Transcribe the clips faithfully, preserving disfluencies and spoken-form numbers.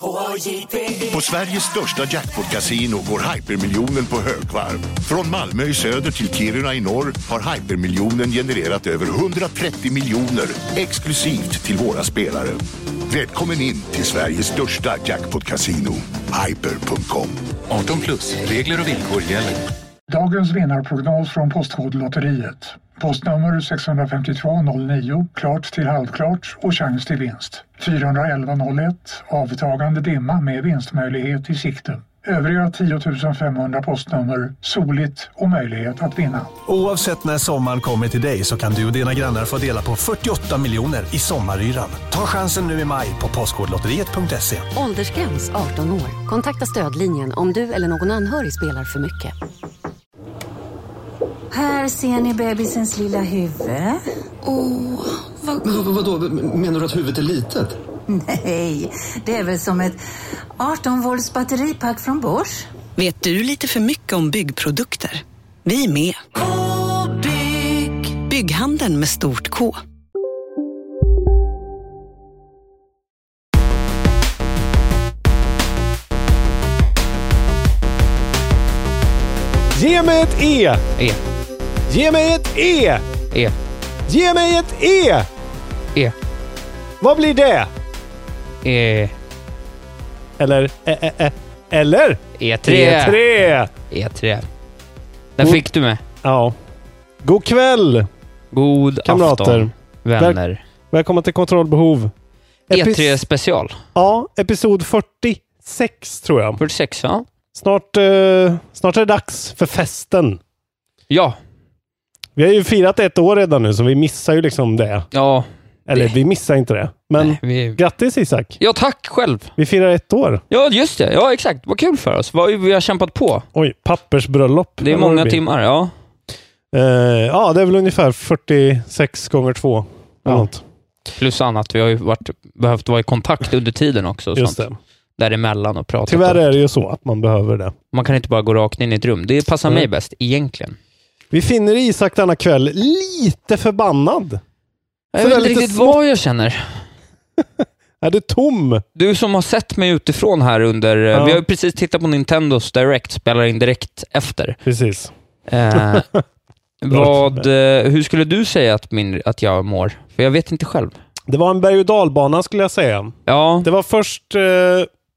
På Sveriges största jackpot-casino går hypermiljonen på högvarv. Från Malmö i söder till Kiruna i norr har hypermiljonen genererat över hundratrettio miljoner exklusivt till våra spelare. Välkommen in till Sveriges största jackpot-casino, hyper punkt com. arton plus, regler och villkor gäller. Dagens vinnarprognos från Postkodlotteriet. Postnummer sex fem två noll nio, klart till halvklart och chans till vinst. fyra ett ett noll ett, avtagande dimma med vinstmöjlighet i sikte. Övriga tio tusen femhundra postnummer, soligt och möjlighet att vinna. Oavsett när sommaren kommer till dig så kan du och dina grannar få dela på fyrtioåtta miljoner i sommaryran. Ta chansen nu i maj på postkodlotteriet punkt se. Åldersgräns arton år. Kontakta stödlinjen om du eller någon anhörig spelar för mycket. Här ser ni bebisens lilla huvud. Åh, vad... Men vadå, menar du att huvudet är litet? Nej, det är väl som ett arton volts batteripack från Bosch. Vet du lite för mycket om byggprodukter? Vi är med. K-bygg. Bygghandeln med stort K. Ge mig ett E! E. Ge mig ett E! E. Ge mig ett E! E. Vad blir det? E. Eller? Ä, ä, ä. Eller? E tre. E tre. E tre. Där fick du med. Ja. God kväll, God kamrater. Afton, vänner. Väl- välkomna till Kontrollbehov. E tre special. Ja, episod fyrtiosex tror jag. fyrtiosex, ja. Snart, eh, snart är det dags för festen. Ja. Vi har ju firat ett år redan nu så vi missar ju liksom det. Ja. Eller det... vi missar inte det. Men Nej, vi... grattis Isak. Ja, tack själv. Vi firar ett år. Ja, just det. Ja, exakt. Vad kul för oss. Vad vi har kämpat på. Oj, pappersbröllop. Det är många timmar, ja. Uh, ja, det är väl ungefär fyrtiosex gånger två. Ja. Plus annat. Vi har ju varit, behövt vara i kontakt under tiden också. Och just sånt. det. Däremellan och prata. Tyvärr är det ju så att man behöver det. Man kan inte bara gå rakt in i ett rum. Det passar mm. mig bäst, egentligen. Vi finner Isak denna kväll lite förbannad. Jag vet inte riktigt smått. Vad jag känner. Är du tom? Du som har sett mig utifrån här under... Ja. Vi har ju precis tittat på Nintendos Direct, spelar in direkt efter. Precis. Eh, vad, hur skulle du säga att, min, att jag mår? För jag vet inte själv. Det var en berg- och dalbana skulle jag säga. Ja. Det var först... Eh,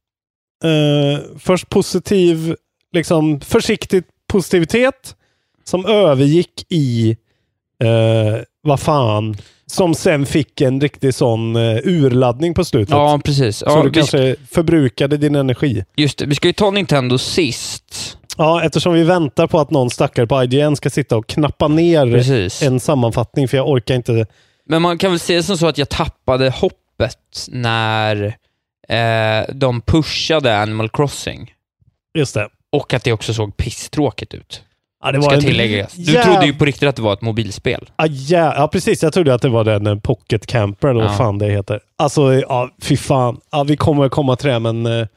eh, först positiv... Liksom försiktigt positivitet som övergick i... Eh, vad fan... Som sen fick en riktig sån uh, urladdning på slutet. Ja, precis. Så ja, du kanske sk- förbrukade din energi. Just det, vi ska ju ta Nintendo sist. Ja, eftersom vi väntar på att någon stackare på I G N ska sitta och knappa ner precis. En sammanfattning, för jag orkar inte... Men man kan väl säga som så att jag tappade hoppet när eh, de pushade Animal Crossing. Just det. Och att det också såg pisstråkigt ut. Ja, det var ska en tilläggas. Du jäv... trodde ju på riktigt att det var ett mobilspel. Ja, ja, ja, precis. Jag trodde att det var den Pocket Camper eller ja. Vad fan det heter. Alltså, ja, fy fan. Ja, vi kommer komma till det, men... Eh,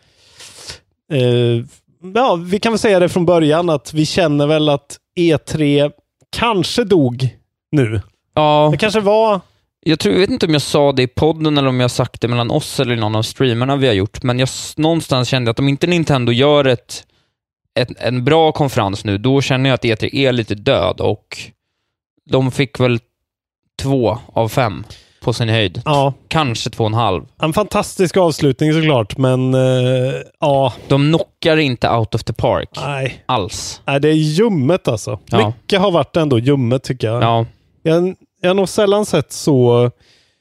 eh, ja, vi kan väl säga det från början att vi känner väl att E tre kanske dog nu. Ja. Det kanske var... Jag, tror, jag vet inte om jag sa det i podden eller om jag sagt det mellan oss eller någon av streamerna vi har gjort, men jag någonstans kände att om inte Nintendo gör ett En, en bra konferens nu, då känner jag att E tre är lite död, och de fick väl två av fem på sin höjd. Ja. Kanske två och en halv. En fantastisk avslutning såklart, men uh, ja. De knockar inte out of the park. Nej. Alls. Nej, det är ljummet alltså. Ja. Mycket har varit ändå ljummet tycker jag. Ja. Jag, jag har nog sällan sett så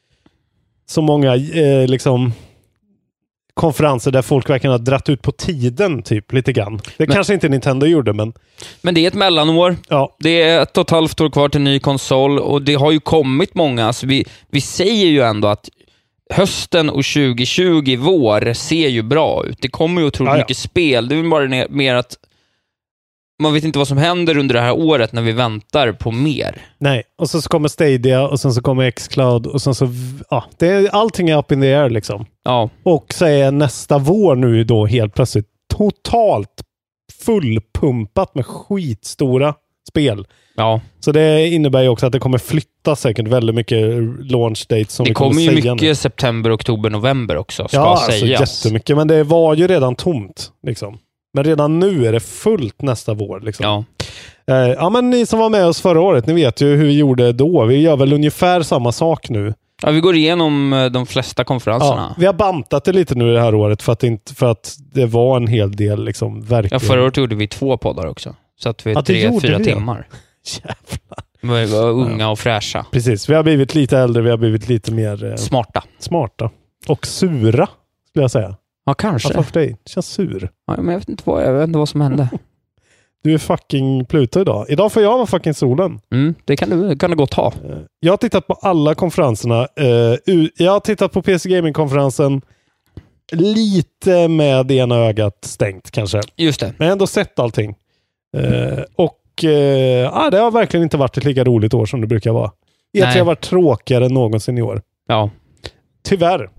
så många eh, liksom konferenser där folk verkligen har dratt ut på tiden typ lite grann. Det men, kanske inte Nintendo gjorde, men... Men det är ett mellanår. Ja. Det är ett och ett halvt år kvar till ny konsol, och det har ju kommit många. Alltså vi, vi säger ju ändå att hösten och tjugo tjugo vår ser ju bra ut. Det kommer ju otroligt ja, ja. mycket spel. Det är bara mer att man vet inte vad som händer under det här året när vi väntar på mer. Nej, och så kommer Stadia och sen så kommer Xcloud och sen så, ja, det är, allting är up in the air liksom. Ja. Och så är nästa vår nu då helt plötsligt totalt fullpumpat med skitstora spel. Ja. Så det innebär ju också att det kommer flytta säkert väldigt mycket launch dates som det vi kommer, kommer ju säga mycket nu. september, oktober, november också, ska ja, sägas. Alltså jättemycket, men det var ju redan tomt liksom. Men redan nu är det fullt nästa vår liksom. Ja. Eh, ja, men ni som var med oss förra året, ni vet ju hur vi gjorde då. Vi gör väl ungefär samma sak nu. Ja, vi går igenom de flesta konferenserna. Ja, vi har bantat det lite nu det här året för att, inte, för att det var en hel del liksom verkligen. Ja, förra året gjorde vi två poddar också. Så att vi ja, tre, fyra timmar. Jävlar. Vi var unga ja. och fräscha. Precis, vi har blivit lite äldre, vi har blivit lite mer eh, smarta. Smarta. Och sura, skulle jag säga. Ja, kanske. Varför för dig? Det känns sur. Ja, men jag vet inte vad, jag vet inte vad som hände. Du är fucking Pluto idag. Idag får jag vara fucking solen. Mm, det kan du, kan du gott ha. Jag har tittat på alla konferenserna. Jag har tittat på P C Gaming-konferensen lite med ena ögat stängt kanske. Just det. Men jag har ändå sett allting. Mm. Och ja, det har verkligen inte varit ett lika roligt år som det brukar vara. E tre har varit tråkigare än någonsin i år. Ja. Tyvärr.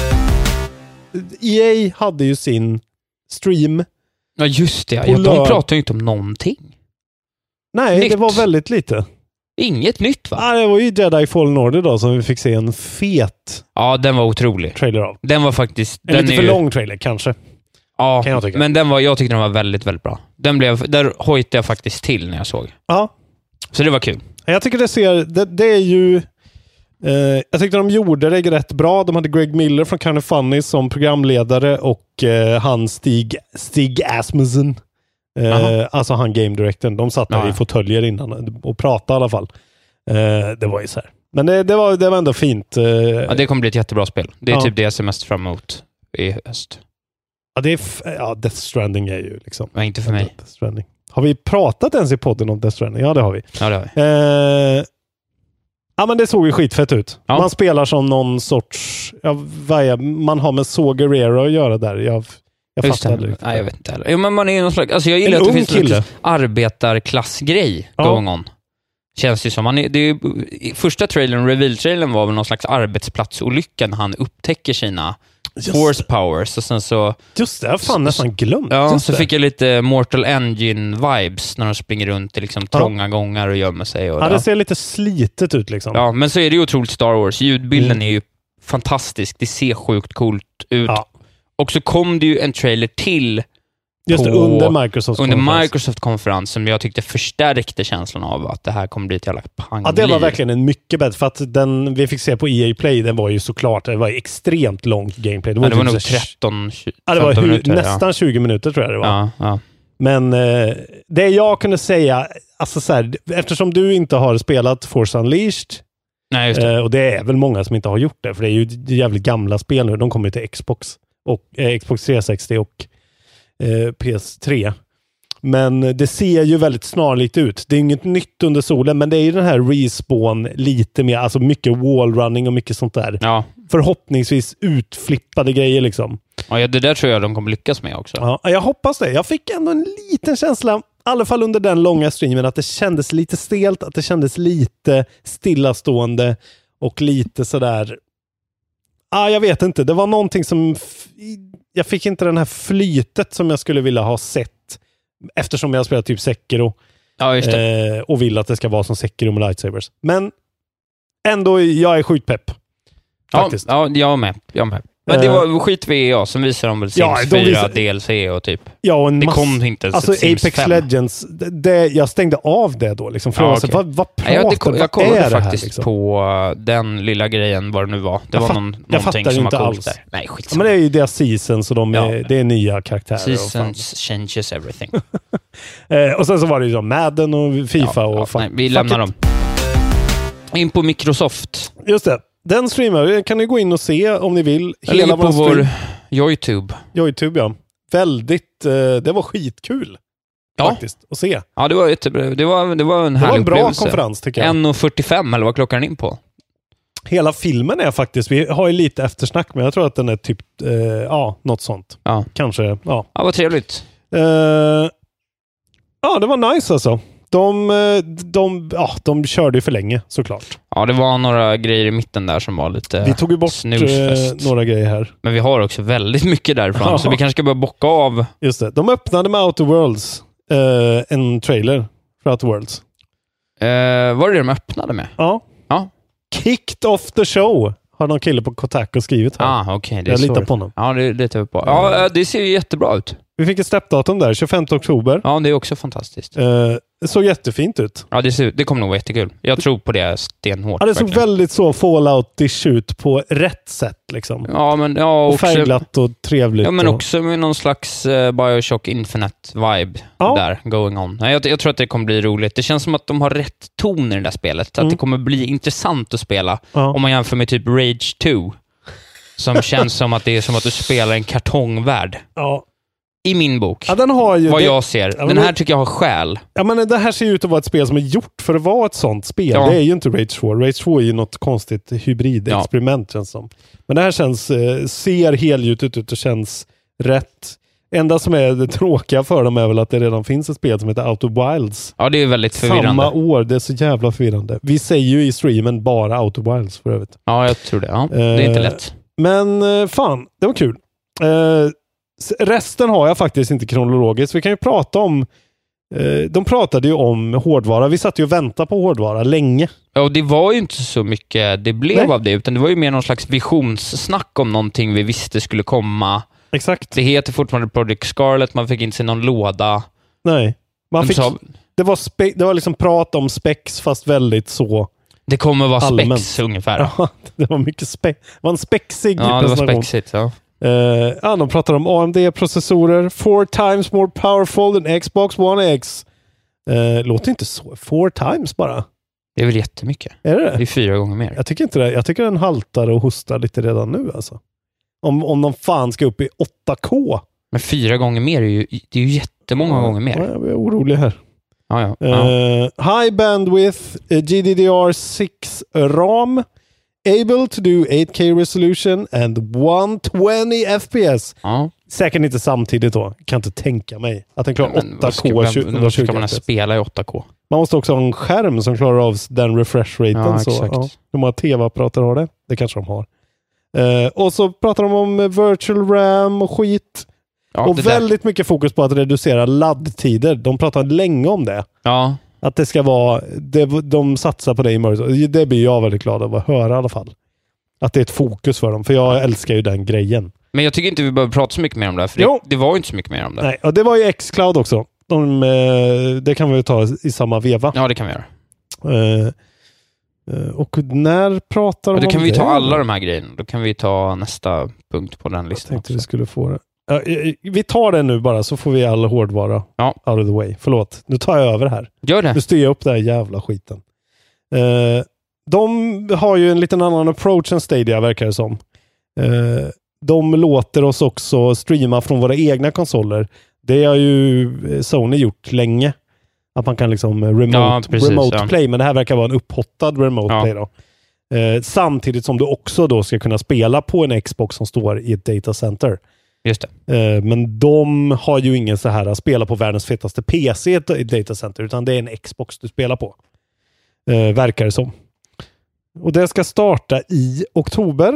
E A hade ju sin stream. Ja, just det. Ja, de pratar ju inte om någonting. Nej, Nytt. Det var väldigt lite. Inget nytt, va? Ja, det var ju Jedi Fallen Order då som vi fick se en fet ja, den var otrolig. Trailer av. Den var faktiskt... En den lite är för ju... lång trailer, kanske. Ja, kan jag tycka. Men den var, jag tyckte den var väldigt, väldigt bra. Den blev, där hojtade jag faktiskt till när jag såg. Ja. Så det var kul. Jag tycker det ser... Det, det är ju... Eh, jag tyckte de gjorde det rätt bra. De hade Greg Miller från Kind of Funny som programledare och eh, han Stig, Stig Asmussen. Eh, alltså han game directorn. De satt där ja. i fåtöljer innan och pratade i alla fall. Eh, det var ju så här. Men det, det, var, det var ändå fint. Eh, ja, det kommer bli ett jättebra spel. Det är ja. typ det jag ser mest fram emot i höst. Ja, det är f- ja, Death Stranding är ju liksom... Ja, inte för mig. Death Stranding. Har vi pratat ens i podden om Death Stranding? Ja, det har vi. Ja, det har vi. Eh, ja, men det såg ju skitfett ut. Ja. Man spelar som någon sorts... Ja, vad är, man har med Saw Gerrera att göra där. Jag, jag fattar aldrig. Nej, jag vet inte heller. Jo, men man är någon slags... Alltså jag gillar en att det finns kille. en arbetarklassgrej ja. going on. Känns det som. Han är, det är, första trailern, reveal-trailern var väl någon slags arbetsplatsolycka när han upptäcker sina Just horsepowers och sen så... Just det, jag har fan nästan glömt. Ja, Just så det. fick jag lite Mortal Engine-vibes när de springer runt i liksom trånga ja. gångar och gömmer sig. Och ja, det ser lite slitet ut liksom. Ja, men så är det ju otroligt Star Wars. Ljudbilden mm. är ju fantastisk. Det ser sjukt coolt ut. Ja. Och så kom det ju en trailer till Just det, under Microsoft under konferens. Microsoft-konferens som jag tyckte förstärkte känslan av att det här kommer bli ett jävla pangliv. Ja, det var verkligen en mycket bättre, för att den vi fick se på E A Play, den var ju såklart, det var extremt långt gameplay. Det var, ja, det var typ nog tretton tjugo ja, det var hu- minuter, nästan ja. tjugo minuter tror jag det var. Ja, ja. Men eh, det jag kunde säga, alltså så här, eftersom du inte har spelat Force Unleashed, nej, just det. Eh, och det är väl många som inte har gjort det, för det är ju jävligt gamla spel nu. De kommer till Xbox och eh, Xbox trehundrasextio och eh, P S tre. Men det ser ju väldigt snarlikt ut. Det är inget nytt under solen, men det är ju den här respawn lite mer, alltså mycket wallrunning och mycket sånt där. Ja. Förhoppningsvis utflippade grejer liksom. Ja, det där tror jag de kommer lyckas med också. Ja, jag hoppas det. Jag fick ändå en liten känsla, i alla fall under den långa streamen, att det kändes lite stelt, att det kändes lite stillastående och lite sådär... Ah, jag vet inte. Det var någonting som... F- jag fick inte den här flytet som jag skulle vilja ha sett, eftersom jag spelar typ Sekiro. Ja, just det. Eh, och vill att det ska vara som Sekiro med lightsabers. Men ändå, jag är sjukt pepp. Faktiskt. Ja, ja, jag med. Jag med. Men det var skit V A som visar om väl Sims ja, fyra visar... D L C och typ. Ja, och en det mass... kom inte ens alltså Sims Apex fem. Legends, det, det, jag stängde av det då liksom. För ja, alltså, okay. vad, vad pratar, ja, det, jag vad kollade är faktiskt här, liksom? på den lilla grejen, vad det nu var. Det jag var fatt, någon, jag någonting som var coolt alls. där. Nej, skit. Ja, men det är ju deras seasons och de är, ja. det är nya karaktärer. Seasons och changes everything. eh, och sen så var det ju så Madden och FIFA ja, och ja, fan, nej, vi lämnar dem. In på Microsoft. Just det. Den streamar kan ni gå in och se om ni vill. Jag ligger på vår stream. Youtube. Youtube, ja. Väldigt, eh, det var skitkul. Ja. Faktiskt, att se. Ja, det var jättebra. Det var, det var en det härlig var en bra upplevelse. konferens tycker jag. en fyrtiofem eller vad klockar den in på? Hela filmen är faktiskt, vi har ju lite eftersnack, men jag tror att den är typ, eh, ja, något sånt. Ja. Kanske, ja. Ja, vad trevligt. Eh, ja, det var nice alltså. De, de, ja, de körde ju för länge, såklart. Ja, det var några grejer i mitten där som var lite vi tog ju bort snusfest. några grejer här. Men vi har också väldigt mycket därifrån, ja. så vi kanske ska börja bocka av. Just det. De öppnade med Outer Worlds, eh, en trailer. för Outer Worlds? Uh, var det de öppnade med? Ja. ja. Kicked off the show har någon kille på Kotaku skrivit här. Ah, okay, det är jag så. litar på honom. Ja, det, det, på. ja, det ser ju jättebra ut. Vi fick ett släppdatum där, tjugofemte oktober. Ja, det är också fantastiskt. Uh, det såg jättefint ut. Ja, det, ser, det kommer nog vara jättekul. Jag tror på det stenhårt. Ja, det såg verkligen. väldigt så Fallout-ish ut på rätt sätt. Liksom. Ja, men, ja, och också, färgglatt och trevligt. Ja, men och... också med någon slags uh, Bioshock Infinite-vibe ja. där, going on. Nej, jag, jag tror att det kommer bli roligt. Det känns som att de har rätt ton i det där spelet. Mm. Att det kommer bli intressant att spela. Ja. Om man jämför med typ Rage två. Som känns som att det är som att du spelar en kartongvärld. Ja. I min bok. Ja, den har ju vad det... jag ser. Ja, den här tycker jag har själ. Ja, men det här ser ju ut att vara ett spel som är gjort för att vara ett sånt spel. Ja. Det är ju inte Rage två. Rage två är ju något konstigt hybridexperiment, ja. Känns som. Men det här känns, eh, ser helgjutet ut och känns rätt. Enda som är det tråkiga för dem är väl att det redan finns ett spel som heter Outer Wilds. Ja, det är väldigt förvirrande. Samma år, det är så jävla förvirrande. Vi säger ju i streamen bara Outer Wilds för övrigt. Ja, jag tror det. Ja, det är eh, inte lätt. Men eh, fan, det var kul. Eh, resten har jag faktiskt inte kronologiskt. Vi kan ju prata om eh, de pratade ju om hårdvara. Vi satt ju och väntade på hårdvara länge. Ja, och det var ju inte så mycket det blev Nej. av det, utan det var ju mer någon slags visionssnack om någonting vi visste skulle komma. Exakt. Det heter fortfarande Project Scarlet, man fick inte se någon låda. Nej. Man De fick, sa, det, var spe, det var liksom prat om specs fast väldigt så det kommer vara allmänt. specs ungefär. Ja, det var mycket spe, det var en spexig Ja, det var spexigt, ja. Uh, ja, de pratar om A M D-processorer. Four times more powerful than Xbox One X. Uh, låter inte så. Four times bara. Det är väl jättemycket. Är det det? Det är fyra gånger mer. Jag tycker inte det. Jag tycker den haltar och hostar lite redan nu alltså. Om, om de fan ska upp i åtta K. Men fyra gånger mer är ju, det är ju jättemånga ja, gånger mer. Ja, jag är orolig här. Ja, ja, ja. Uh, high bandwidth uh, G D D R sex RAM. Able to do eight K resolution and one twenty F P S. Ja. Säkert inte samtidigt då. Kan inte tänka mig. Att den klarar åtta K. Då ska man spela i åtta K. Man måste också ha en skärm som klarar av den refresh-raten. Ja, så, exakt. ja. Hur många tv-apparater har det? Det kanske de har. Uh, och så pratar de om virtual RAM och skit. Ja, och väldigt där. mycket fokus på att reducera laddtider. De pratar länge om det. Ja. Att det ska vara, det, de satsar på det i mörker. Det blir jag väldigt glad av att höra i alla fall. Att det är ett fokus för dem. För jag älskar ju den grejen. Men jag tycker inte vi behöver prata så mycket mer om det. För det, det var ju inte så mycket mer om det. Nej, och det var ju xCloud också. De, det kan vi ju ta i samma veva. Ja, det kan vi göra. Uh, uh, och när pratar de och då om kan vi det? ta alla de här grejerna. Då kan vi ta nästa punkt på den listan. Jag tänkte också. vi skulle få det. Uh, vi tar det nu bara så får vi all hårdvara ja. out of the way. Förlåt, nu tar jag över här. Gör det. Nu styr jag upp den här jävla skiten. Uh, de har ju en liten annan approach än Stadia verkar det som. Uh, de låter oss också streama från våra egna konsoler. Det har ju Sony gjort länge. Att man kan liksom remote, ja, precis, remote ja. play. Men det här verkar vara en upphottad remote ja. play då. Uh, samtidigt som du också då ska kunna spela på en Xbox som står i ett datacenter. Just det. Uh, men de har ju ingen så här att spela på världens fetaste P C i ett datacenter. Utan det är en Xbox du spelar på. Uh, verkar det som. Och det ska starta i oktober.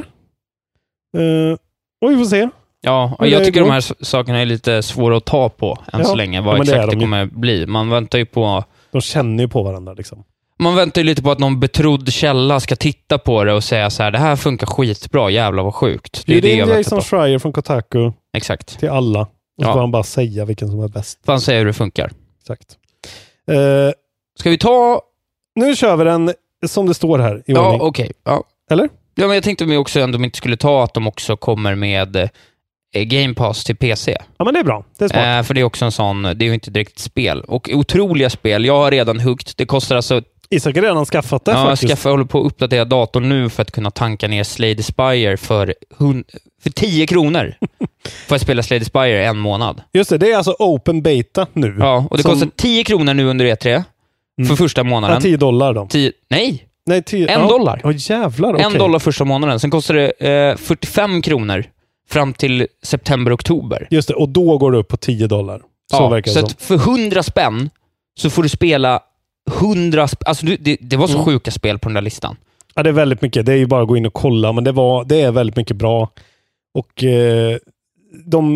Uh, och vi får se. Ja, och jag tycker går. de här sakerna är lite svåra att ta på än ja. så länge. Vad ja, exakt det, det, det kommer bli. Man väntar ju på... De känner ju på varandra liksom. Man väntar ju lite på att någon betrodd källa ska titta på det och säga så här: det här funkar skitbra, jävlar vad sjukt. Det är det, det jag Jason Schreier från Kotaku. Exakt. Till alla. Och så ja. får han bara säga vilken som är bäst. Får han säga hur det funkar. Exakt. Uh, ska vi ta... Nu kör vi den som det står här i ja, ordning. okej. Okay. Ja. Eller? Ja, men jag tänkte mig också att de inte skulle ta att de också kommer med eh, Game Pass till P C. Ja, men det är bra. Det är smart. Eh, för det är också en sån, det är ju inte direkt spel. Och otroliga spel. Jag har redan huggt. Det kostar alltså... Isak har redan skaffat det ja, faktiskt. Ja, jag skaffar, håller på att uppdatera datorn nu för att kunna tanka ner Slay Spire för, hund, för tio kronor. För att spela Slay Spire en månad. Just det, det är alltså open beta nu. Ja, och det som... kostar tio kronor nu under E tre. För mm. första månaden. Ja, tio dollar då. tio, nej! Nej, tio, en ja. dollar. Oh, jävlar, okay. En dollar första månaden. Sen kostar det eh, fyrtiofem kronor fram till september-oktober. Just det, och då går det upp på tio dollar. Så ja, verkar det så som. att för hundra spänn så får du spela hundra sp- alltså det, det var så mm. sjuka spel på den där listan. Ja, det är väldigt mycket. Det är ju bara att gå in och kolla, men det, var, det är väldigt mycket bra. Och eh, de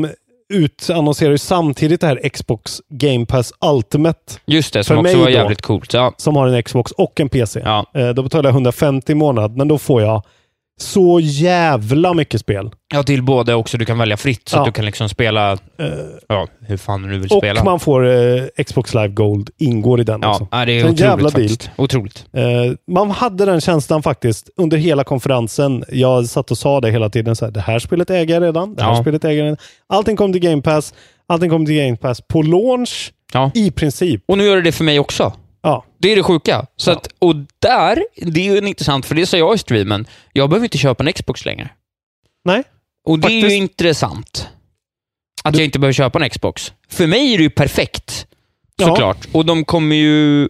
utannonserar ju samtidigt det här Xbox Game Pass Ultimate. Just det, som också var jävligt då, coolt. Ja. Som har en Xbox och en P C. Ja. Eh, då betalar jag hundrafemtio i månad, men då får jag så jävla mycket spel. Ja, till både också. Du kan välja fritt så ja. att du kan liksom spela uh, ja, hur fan du vill och spela. Och man får uh, Xbox Live Gold ingår i den ja, också. Ja, det är så otroligt jävla faktiskt. Otroligt. Uh, man hade den känslan faktiskt under hela konferensen. Jag satt och sa det hela tiden så här, det här spelet äger jag redan. Det här ja. spelet äger jag redan. Allting kom till Game Pass. Allting kom till Game Pass på launch ja. i princip. Och nu gör det det för mig också. Ja. Det är det sjuka. Så ja. att, och där, det är ju intressant, för det sa jag i streamen, jag behöver inte köpa en Xbox längre. Nej. Och det faktiskt. är ju intressant att du... jag inte behöver köpa en Xbox. För mig är det ju perfekt, såklart. Ja. Och de kommer ju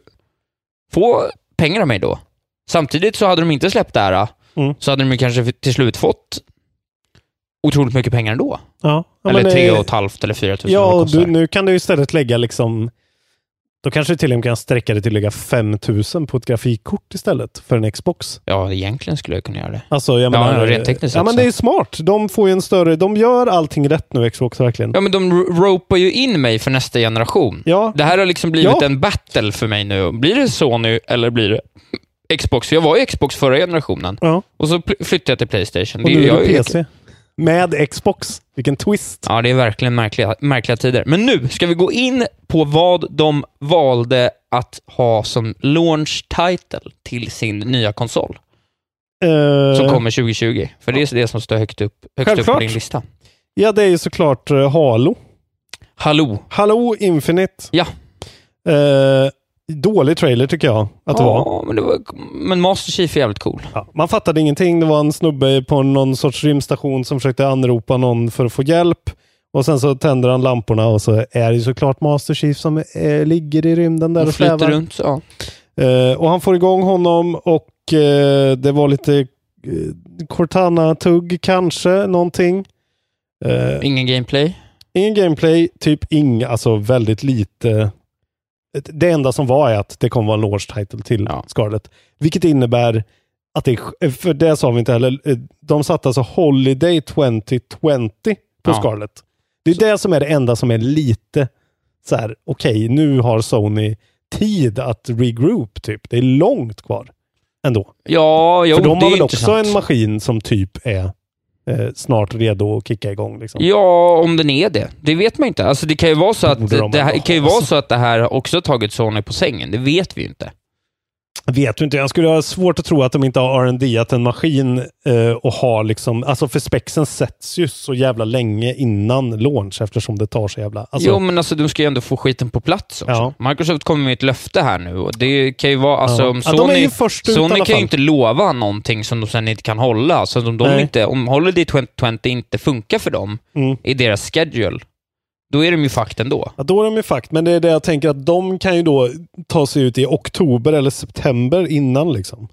få pengar av mig då. Samtidigt så hade de inte släppt det här, mm. så hade de kanske till slut fått otroligt mycket pengar ändå. Ja. Ja, eller men, tre och ett halvt eller fyra tusen. Ja, och du, nu kan du istället lägga liksom. Då kanske du till och med kan sträcka det till att lägga fem tusen på ett grafikkort istället för en Xbox. Ja, egentligen skulle jag kunna göra det. Alltså, jag menar, ja, rent tekniskt ja, men det är smart. De får ju en större, de gör allting rätt nu, Xbox verkligen. Ja, men de ropar ju in mig för nästa generation. Ja. Det här har liksom blivit ja. en battle för mig nu. Blir det Sony eller blir det Xbox? Jag var ju Xbox förra generationen. Ja. Och så flyttade jag till PlayStation. Och det nu är jag det P C. Med Xbox. Vilken twist. Ja, det är verkligen märkliga, märkliga tider. Men nu ska vi gå in på vad de valde att ha som launch title till sin nya konsol. Uh, som kommer tjugo tjugo. För det är det som står högt upp, högst upp på din lista. Ja, det är ju såklart uh, Halo. Halo. Halo Infinite. Ja. Uh, dålig trailer tycker jag att det ja, var. Men, det var. Men Master Chief är jävligt cool. Ja, man fattade ingenting. Det var en snubbe på någon sorts rymdstation som försökte anropa någon för att få hjälp. Och sen så tänder han lamporna och så är det såklart Master Chief som är, ligger i rymden där och, och flyter runt. Så. Uh, och han får igång honom och uh, det var lite uh, Cortana-tugg kanske, någonting. Uh, ingen gameplay? Ingen gameplay, typ inga, alltså väldigt lite. Det enda som var är att det kommer vara en launch title till ja. Scarlet. Vilket innebär att det, för det sa vi inte heller, de satte alltså Holiday tjugo tjugo på ja. Scarlet. Det är så. Det som är det enda som är lite så här, okej, okay, nu har Sony tid att regroup typ. Det är långt kvar ändå. Ja, jo, för de det har väl är också en maskin som typ är Eh, snart redo att kicka igång liksom. Ja, om den är det. Det vet man inte. Alltså det kan ju vara så att det, det här, kan ju vara så att det här också tagit Sony på sängen. Det vet vi ju inte. Vet du inte. Jag skulle ha svårt att tro att de inte har R and D-at en maskin eh, och har liksom, alltså för spexen sätts ju så jävla länge innan launch eftersom det tar så jävla. Alltså, jo, men alltså de ska ju ändå få skiten på plats också. Ja. Microsoft kommer med ett löfte här nu och det kan ju vara, alltså ja. om Sony, ja, de är ju först ut, Sony kan ju inte lova någonting som de sen inte kan hålla. Så om de inte, om Holiday tjugo tjugo inte funkar för dem mm. i deras schedule, då är de ju fakt ändå. Ja, då är de ju fakt. Men det är det jag tänker att de kan ju då ta sig ut i oktober eller september innan liksom.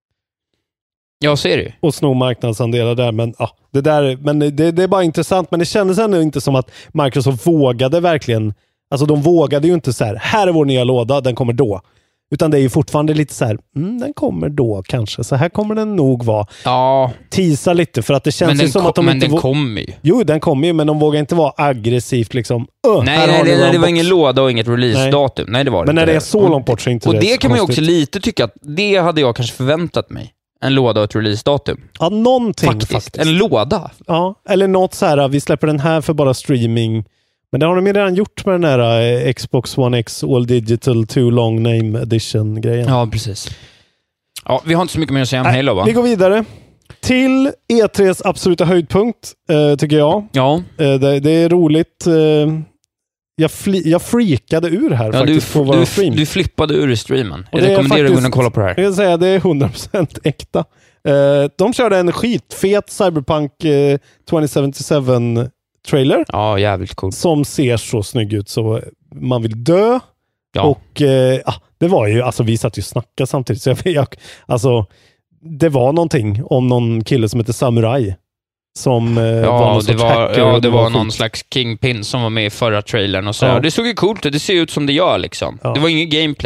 Ja, ser du. Och sno marknadsandelar där. Men, ja, det, där, men det, det är bara intressant. Men det kändes ändå inte som att Microsoft vågade verkligen. Alltså de vågade ju inte så här, här är vår nya låda, den kommer då. Utan det är ju fortfarande lite så här, mm, den kommer då kanske. Så här kommer den nog vara. Ja. Tisa lite för att det känns ju som kom, att de men inte... Men den kommer ju. Jo, den kommer ju, men de vågar inte vara aggressivt liksom. Uh, nej, nej, nej, nej det var ingen låda och inget release-datum. Nej. nej, det var det men inte. när det är så långt bort så är inte och det Och det så kan man ju konstigt. också lite tycka att det hade jag kanske förväntat mig. En låda och ett release-datum. Ja, någonting faktiskt. faktiskt. En låda. Ja, eller något så här, vi släpper den här för bara streaming. Men det har de ju redan gjort med den här eh, Xbox One X All Digital Too Long Name Edition-grejen. Ja, precis. Ja, vi har inte så mycket mer att säga om Nej, Halo, va? Vi går vidare till E tre:s absoluta höjdpunkt, eh, tycker jag. Ja. Eh, det, det är roligt. Eh, jag, fli, jag freakade ur här ja, faktiskt du, på vår du, stream. Du flippade ur i streamen. Och jag rekommenderar dig att gå och kolla på det här. Jag vill säga det är hundra procent äkta. Eh, de körde en skitfet Cyberpunk eh, tjugo sjuttiosju trailer. Ja, jävligt cool. Som ser så snygg ut så man vill dö. Ja. Och eh, ah, det var ju, alltså vi satt ju och snackade samtidigt. Så jag, jag, alltså, det var någonting om någon kille som heter Samurai. Som eh, ja, var någon det var, hacker. ja, det var, var någon sjuk. slags Kingpin som var med i förra trailern. Och så. Ja. Det såg ju coolt ut. Det ser ut som det gör liksom. Ja. Det var ingen gameplay.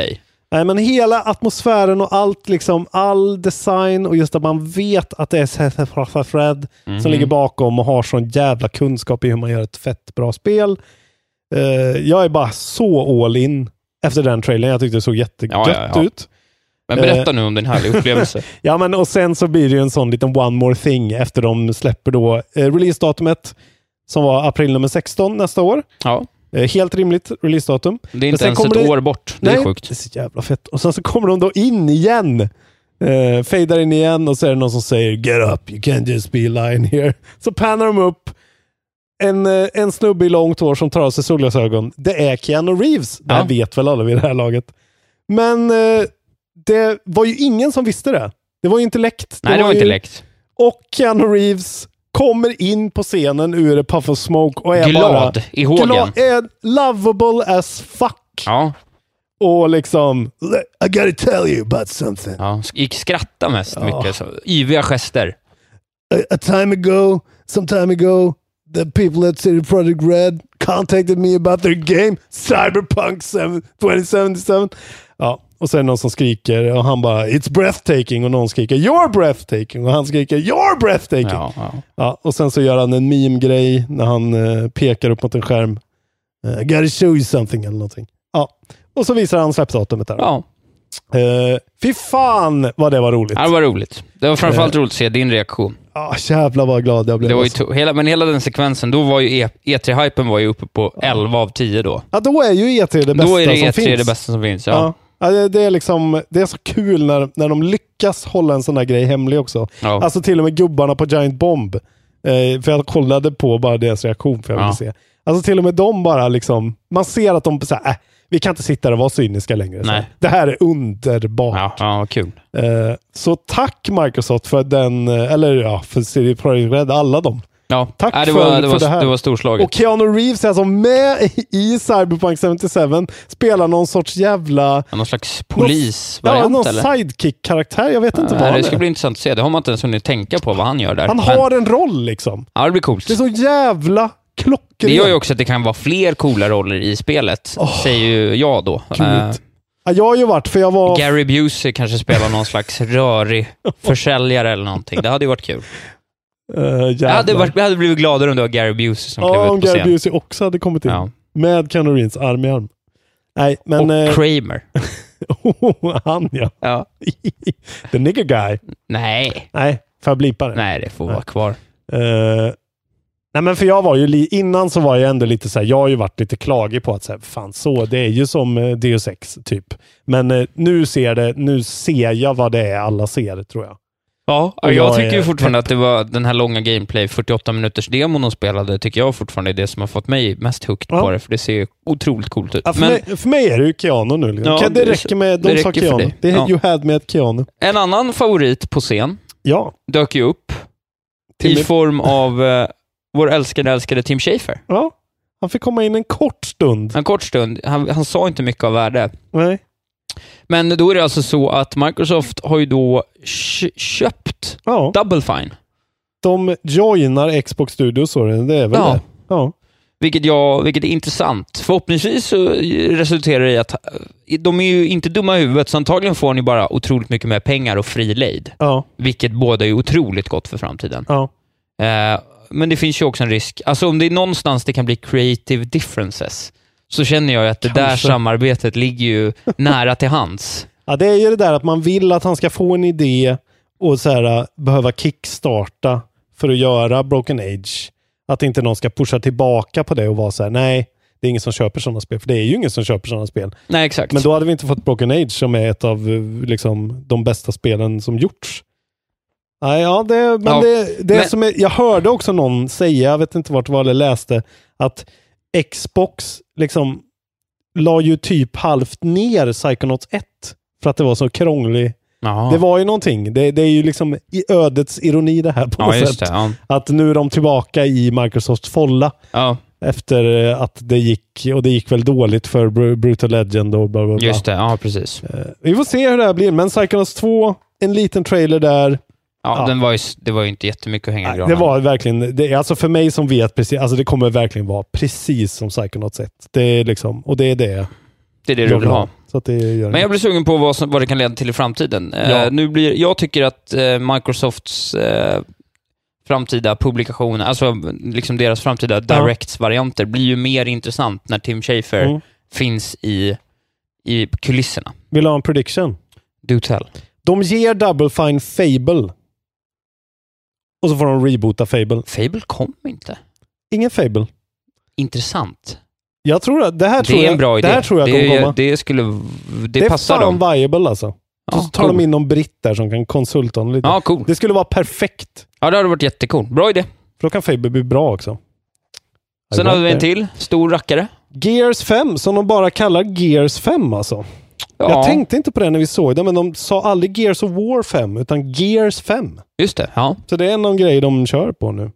Nej, men hela atmosfären och allt, liksom, all design och just att man vet att det är Fred mm. som ligger bakom och har sån jävla kunskap i hur man gör ett fett bra spel. Uh, jag är bara så all in efter den trailern. Jag tyckte det såg jättegött ja, ja, ja. ut. Men berätta uh, nu om den här upplevelsen. Ja, men och sen så blir det ju en sån liten one more thing efter de släpper då uh, releasedatumet som var april nummer sexton nästa år. Ja. Helt rimligt releasedatum. Det är inte ens ett det... år bort. Det är Nej, sjukt. Det är så jävla fett. Och sen så kommer de då in igen. Uh, fejdar in igen och så är det någon som säger get up, you can't just be lying here. Så pannar de upp en, uh, en snubbe i långt hår som tar av sig solglasögon. Det är Keanu Reeves. Det här ja. vet väl alla vid det här laget. Men uh, det var ju ingen som visste det. Det var ju inte läckt. Nej, det, det var, var inte ju... läckt. Och Keanu Reeves kommer in på scenen ur ett puff of smoke och är glad bara i hågen. Glad, är lovable as fuck. Ja. Och liksom I gotta tell you about something. Ja, gick skratta mest ja. mycket. Så, yviga gester. A, a time ago, some time ago, the people at City Project Red contacted me about their game Cyberpunk twenty seventy-seven. Ja. Och sen någon som skriker och han bara it's breathtaking och någon skriker you're breathtaking och han skriker you're breathtaking. Ja, ja. Ja, och sen så gör han en meme-grej när han uh, pekar upp mot en skärm. Uh, I gotta show you something eller någonting. Ja. Och så visar han släppdatumet där. Ja. Uh, fy fan vad det var roligt. Ja, det var roligt. Det var framförallt uh, roligt att se din reaktion. Ja, oh, jävlar vad glad jag blev. Det var ju to- hela, men hela den sekvensen, då var ju E tre-hypen var ju uppe på elva av tio då. Ja, då är ju E tre det bästa som finns. Då är det E tre finns. det bästa som finns, ja. ja. Ja, det är liksom det är så kul när, när de lyckas hålla en sån här grej hemlig också. Ja. Alltså till och med gubbarna på Giant Bomb. Eh, för jag kollade på bara deras reaktion för jag ville ja. se. Alltså till och med de bara liksom, man ser att de så här, äh, vi kan inte sitta där och vara cyniska längre. Så. Det här är underbart. Ja, ja kul. Eh, så tack Microsoft för den, eller ja, för C D Projekt Red, alla dem. Ja, tack ja, det, för, var, det, för var, det här. Det var storslaget. Och Keanu Reeves är alltså med i Cyberpunk seventy-seven, spelar någon sorts jävla... Någon slags polisvariant, någon, ja, eller? någon sidekick-karaktär, jag vet ja, inte nej, vad det det ska bli intressant att se. Det har man inte ens hunnit tänka på vad han gör där. Han Men... har en roll liksom. Ja, det blir coolt. Det är så jävla klockrent. Det gör ju också att det kan vara fler coola roller i spelet, oh, säger ju jag då. Uh, ja, jag har ju varit, för jag var... Gary Busey kanske spelar någon slags rörig försäljare eller någonting. Det hade ju varit kul. Uh, jag, hade varit, jag hade blivit gladare om det var Gary Busey som ja, klev ut på om Gary scen. Busey också hade kommit in. Ja. Med Keanu Reeves arm i arm. Nej, men, och eh... Kramer. oh, han ja. ja. The nigger guy. Nej. Nej, får jag blipa det? Nej, det får vara kvar. Uh, nej, men för jag var ju li- innan så var jag ändå lite så här, jag har ju varit lite klagig på att så här, fan så, det är ju som uh, Deus Ex typ. Men uh, nu ser det, nu ser jag vad det är alla ser, tror jag. Ja, och jag, jag tycker ju fortfarande pepp. att det var den här långa gameplay, fyrtioåtta minuters demon de spelade, tycker jag fortfarande är det som har fått mig mest hooked ja. på det, för det ser otroligt coolt ut. Ja, för, men, mig, för mig är det ju Keanu nu. Liksom. Ja, det, det räcker med, de det sa Keanu. Det, det är ja. ju had med ett Keanu. En annan favorit på scen ja. dök ju upp Tim i form av uh, vår älskade, älskade Tim Schafer. Ja, han fick komma in en kort stund. En kort stund. Han, han sa inte mycket av värde. Nej. Men då är det alltså så att Microsoft har ju då köpt ja. Double Fine. De joinar Xbox Studios, så det är väl ja. det. Ja. Vilket, jag, vilket är intressant. Förhoppningsvis så resulterar det i att de är ju inte dumma i huvudet, så antagligen får ni bara otroligt mycket mer pengar och fri lejd. Ja. Vilket båda är otroligt gott för framtiden. Ja. Eh, men det finns ju också en risk. Alltså om det är någonstans det kan bli creative differences, så känner jag att det Kanske. där samarbetet ligger ju nära till hands. Ja, det är ju det där att man vill att han ska få en idé och så här, behöva kickstarta för att göra Broken Age. Att inte någon ska pusha tillbaka på det och vara så här, nej, det är ingen som köper sådana spel. För det är ju ingen som köper sådana spel. Nej, exakt. Men då hade vi inte fått Broken Age som är ett av liksom, de bästa spelen som gjorts. Nej, ja, det, men ja, det, det men... som är, jag hörde också någon säga, jag vet inte vart det var eller läste, att Xbox liksom la ju typ halvt ner Psychonauts ett för att det var så krånglig. Aha. Det var ju någonting. Det, det är ju liksom i ödets ironi det här på ja, något just sätt. Det, ja. Att nu är de tillbaka i Microsofts folla. Ja. Efter att det gick, och det gick väl dåligt för Br- Brutal Legend och bla bla bla. Just det, ja precis. Uh, vi får se hur det här blir. Men Psychonauts två, en liten trailer där. Ja, ja. Den var ju, det var ju inte jättemycket att hänga i granen. Det var verkligen, det, alltså för mig som vet precis, alltså det kommer verkligen vara precis som Psychonauts ett. Det är liksom, och det är det. Det är det du vill ha. Så att det gör Men jag blir sugen på vad, som, vad det kan leda till i framtiden. Ja. Uh, nu blir, jag tycker att uh, Microsofts uh, framtida publikationer, alltså liksom deras framtida Directs-varianter blir ju mer intressant när Tim Schafer mm. finns i, i kulisserna. Vill du ha en prediction? Do tell. De ger Double Fine Fable. Och så får de reboota Fable. Fable kom inte. Ingen Fable. Intressant. Jag tror att det här det tror är jag, en bra idé. Det här tror jag det, kommer komma. Det skulle det, det passar dem. Det är fan viable alltså. Ja, så tar cool. de in någon britt där som kan konsulta honom lite. Ja, cool. Det skulle vara perfekt. Ja, det hade varit jättecool. Bra idé. För då kan Fable bli bra också. Sen har vi en till. Stor rackare. Gears fem, som de bara kallar Gears fem alltså. Ja. Jag tänkte inte på det när vi såg det, men de sa aldrig Gears of War fem, utan Gears fem. Just det, ja. Så det är någon grej de kör på nu.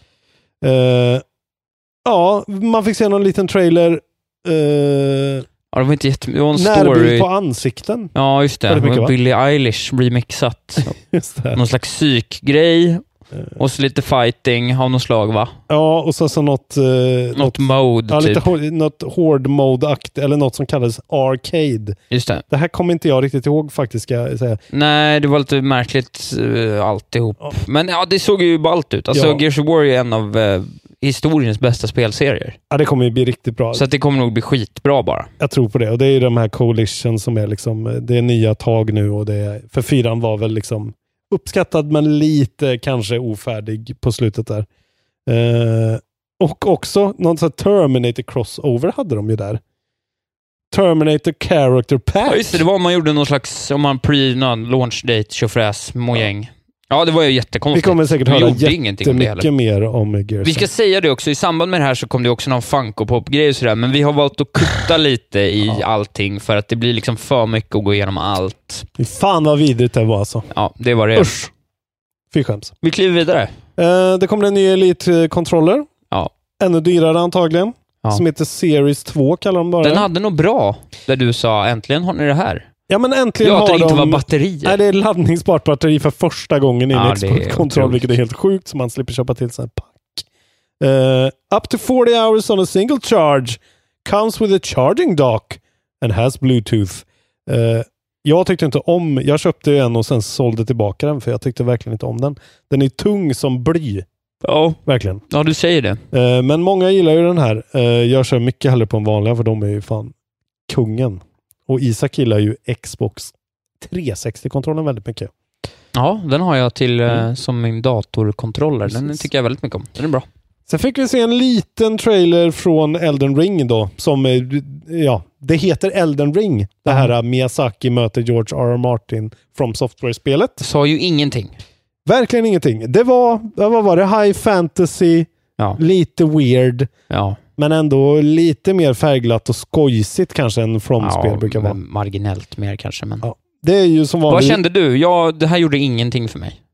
Uh, ja, man fick se någon liten trailer. Uh, ja, det var inte jätte... Det var en närbild story på ansikten. Ja, just det. Det var Billie Eilish remixat. Just det. Någon slags psykgrej. Och så lite fighting av något slag, va? Ja, och så, så något... Eh, något, något mode, ja, typ. Lite hår, något hård mode-akt, eller något som kallas arcade. Just det. Det här kommer inte jag riktigt ihåg faktiskt, ska jag säga. Nej, det var lite märkligt uh, alltihop. Ja. Men ja, det såg ju ballt ut. Alltså, ja. Gears of War är en av uh, historiens bästa spelserier. Ja, det kommer ju bli riktigt bra. Så att det kommer nog bli skitbra bara. Jag tror på det. Och det är ju de här Coalition som är liksom, det är nya tag nu, och det är, för fyran var väl liksom uppskattad men lite kanske ofärdig på slutet där. Eh, och också någon sån här Terminator crossover hade de ju där. Terminator Character Pack. Ja, just det, det var om man gjorde någon slags, om man pre-launch date, tjofräs, mojäng. Ja, det var ju jättekonstigt. Vi kommer säkert höra jättemycket mer om Gears. Vi ska säga det också, i samband med det här så kom det också någon Funko-pop-grej och sådär, men vi har valt att kutta lite i ja. allting för att det blir liksom för mycket att gå igenom allt. Fan vad vidrigt det var alltså. Ja, det var det. Usch. Fy skäms. Vi kliver vidare. Uh, det kommer en ny Elite-kontroller. Ja. Ännu dyrare antagligen. Ja. Som heter Series två kallar de bara. Den hade nog bra, där du sa, äntligen har ni det här. Ja, men äntligen ja, har att det de... inte var batterier. Nej, det är laddningsbart batteri för första gången i en ja, exportkontroll, vilket är helt sjukt, så man slipper köpa till sig en pack. Uh, up to forty hours on a single charge. Comes with a charging dock and has Bluetooth. Uh, jag tyckte inte om... Jag köpte en och sen sålde tillbaka den, för jag tyckte verkligen inte om den. Den är tung som bly. Ja, verkligen. Ja, du säger det. Uh, men många gillar ju den här. Uh, jag kör mycket hellre på en vanliga, för de är ju fan kungen. Och Isak gillar ju Xbox tre sextio-kontrollen väldigt mycket. Ja, den har jag till mm. som min datorkontroller. Den Precis. tycker jag väldigt mycket om. Den är bra. Sen fick vi se en liten trailer från Elden Ring då. Som, ja, det heter Elden Ring. Det här mm. Miyazaki möter George R R. Martin from Software-spelet. Sa ju ingenting. Verkligen ingenting. Det var, vad var det? High fantasy, ja. lite weird. Ja. Men ändå lite mer färgglatt och skojsigt kanske än From-spel ja, brukar vara. Marginellt mer kanske. Men... Ja. Det är ju som vanligt. Vad kände du? Ja, det här gjorde ingenting för mig.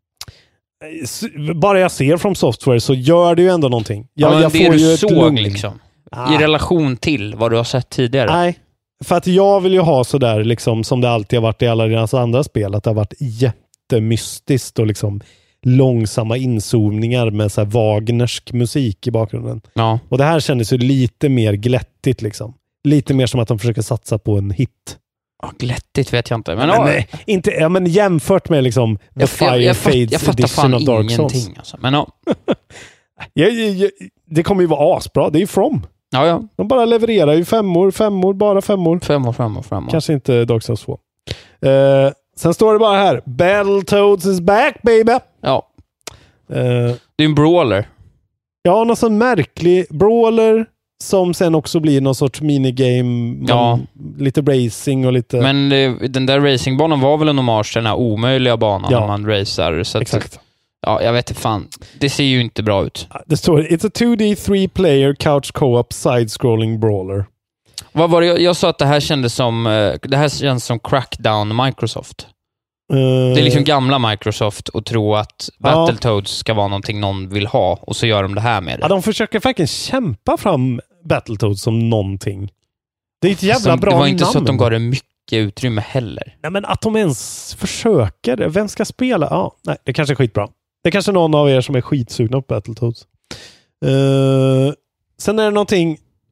Bara jag ser From Software så gör det ju ändå någonting. Jag, ja, jag det får du ju ett såg lugn. liksom. Ah. I relation till vad du har sett tidigare. Nej, för att jag vill ju ha så där liksom, som det alltid har varit i alla deras andra spel. Att det har varit jättemystiskt och liksom långsamma inzoomningar med så här Wagnersk musik i bakgrunden. Ja. Och det här kändes ju lite mer glättigt liksom. Lite mer som att de försöker satsa på en hit. Ja, glättigt vet jag inte. Men, men, ja, nej, inte, ja, men jämfört med liksom The jag, Fire jag, jag, Fades jag fattar edition fan of Dark Souls. Alltså. Men ja. ja, ja, ja. Det kommer ju vara asbra. Det är ju From. Ja, ja. De bara levererar ju femmor, femmor, bara femmor. Femmor, femmor, femmor. Kanske inte Dark Souls två. Uh, sen står det bara här. Battletoads is back, baby! Ja. Uh, det är en brawler. Ja, någon sån märklig brawler som sen också blir någon sorts minigame. Ja. Lite racing och lite... Men det, den där racingbanan var väl en hommage till den här omöjliga banan ja. när man racer. Så exakt. Att, ja, jag vet inte fan. Det ser ju inte bra ut. Det står, it's a two D three player couch co-op side-scrolling brawler. Vad var det? Jag, jag sa att det här kändes som det här känns som Crackdown Microsoft. Uh, det är liksom gamla Microsoft att tro att Battletoads ska vara någonting någon vill ha och så gör de det här med det. Ja, de försöker faktiskt kämpa fram Battletoads som någonting. Det är ett jävla som, bra namn. Det var inte namn. Så att de gav det mycket utrymme heller. Nej, men att de ens försöker. Vem ska spela? Ja, nej, det kanske är skitbra. Det är kanske någon av er som är skitsugna på Battletoads. Uh, sen är det någonting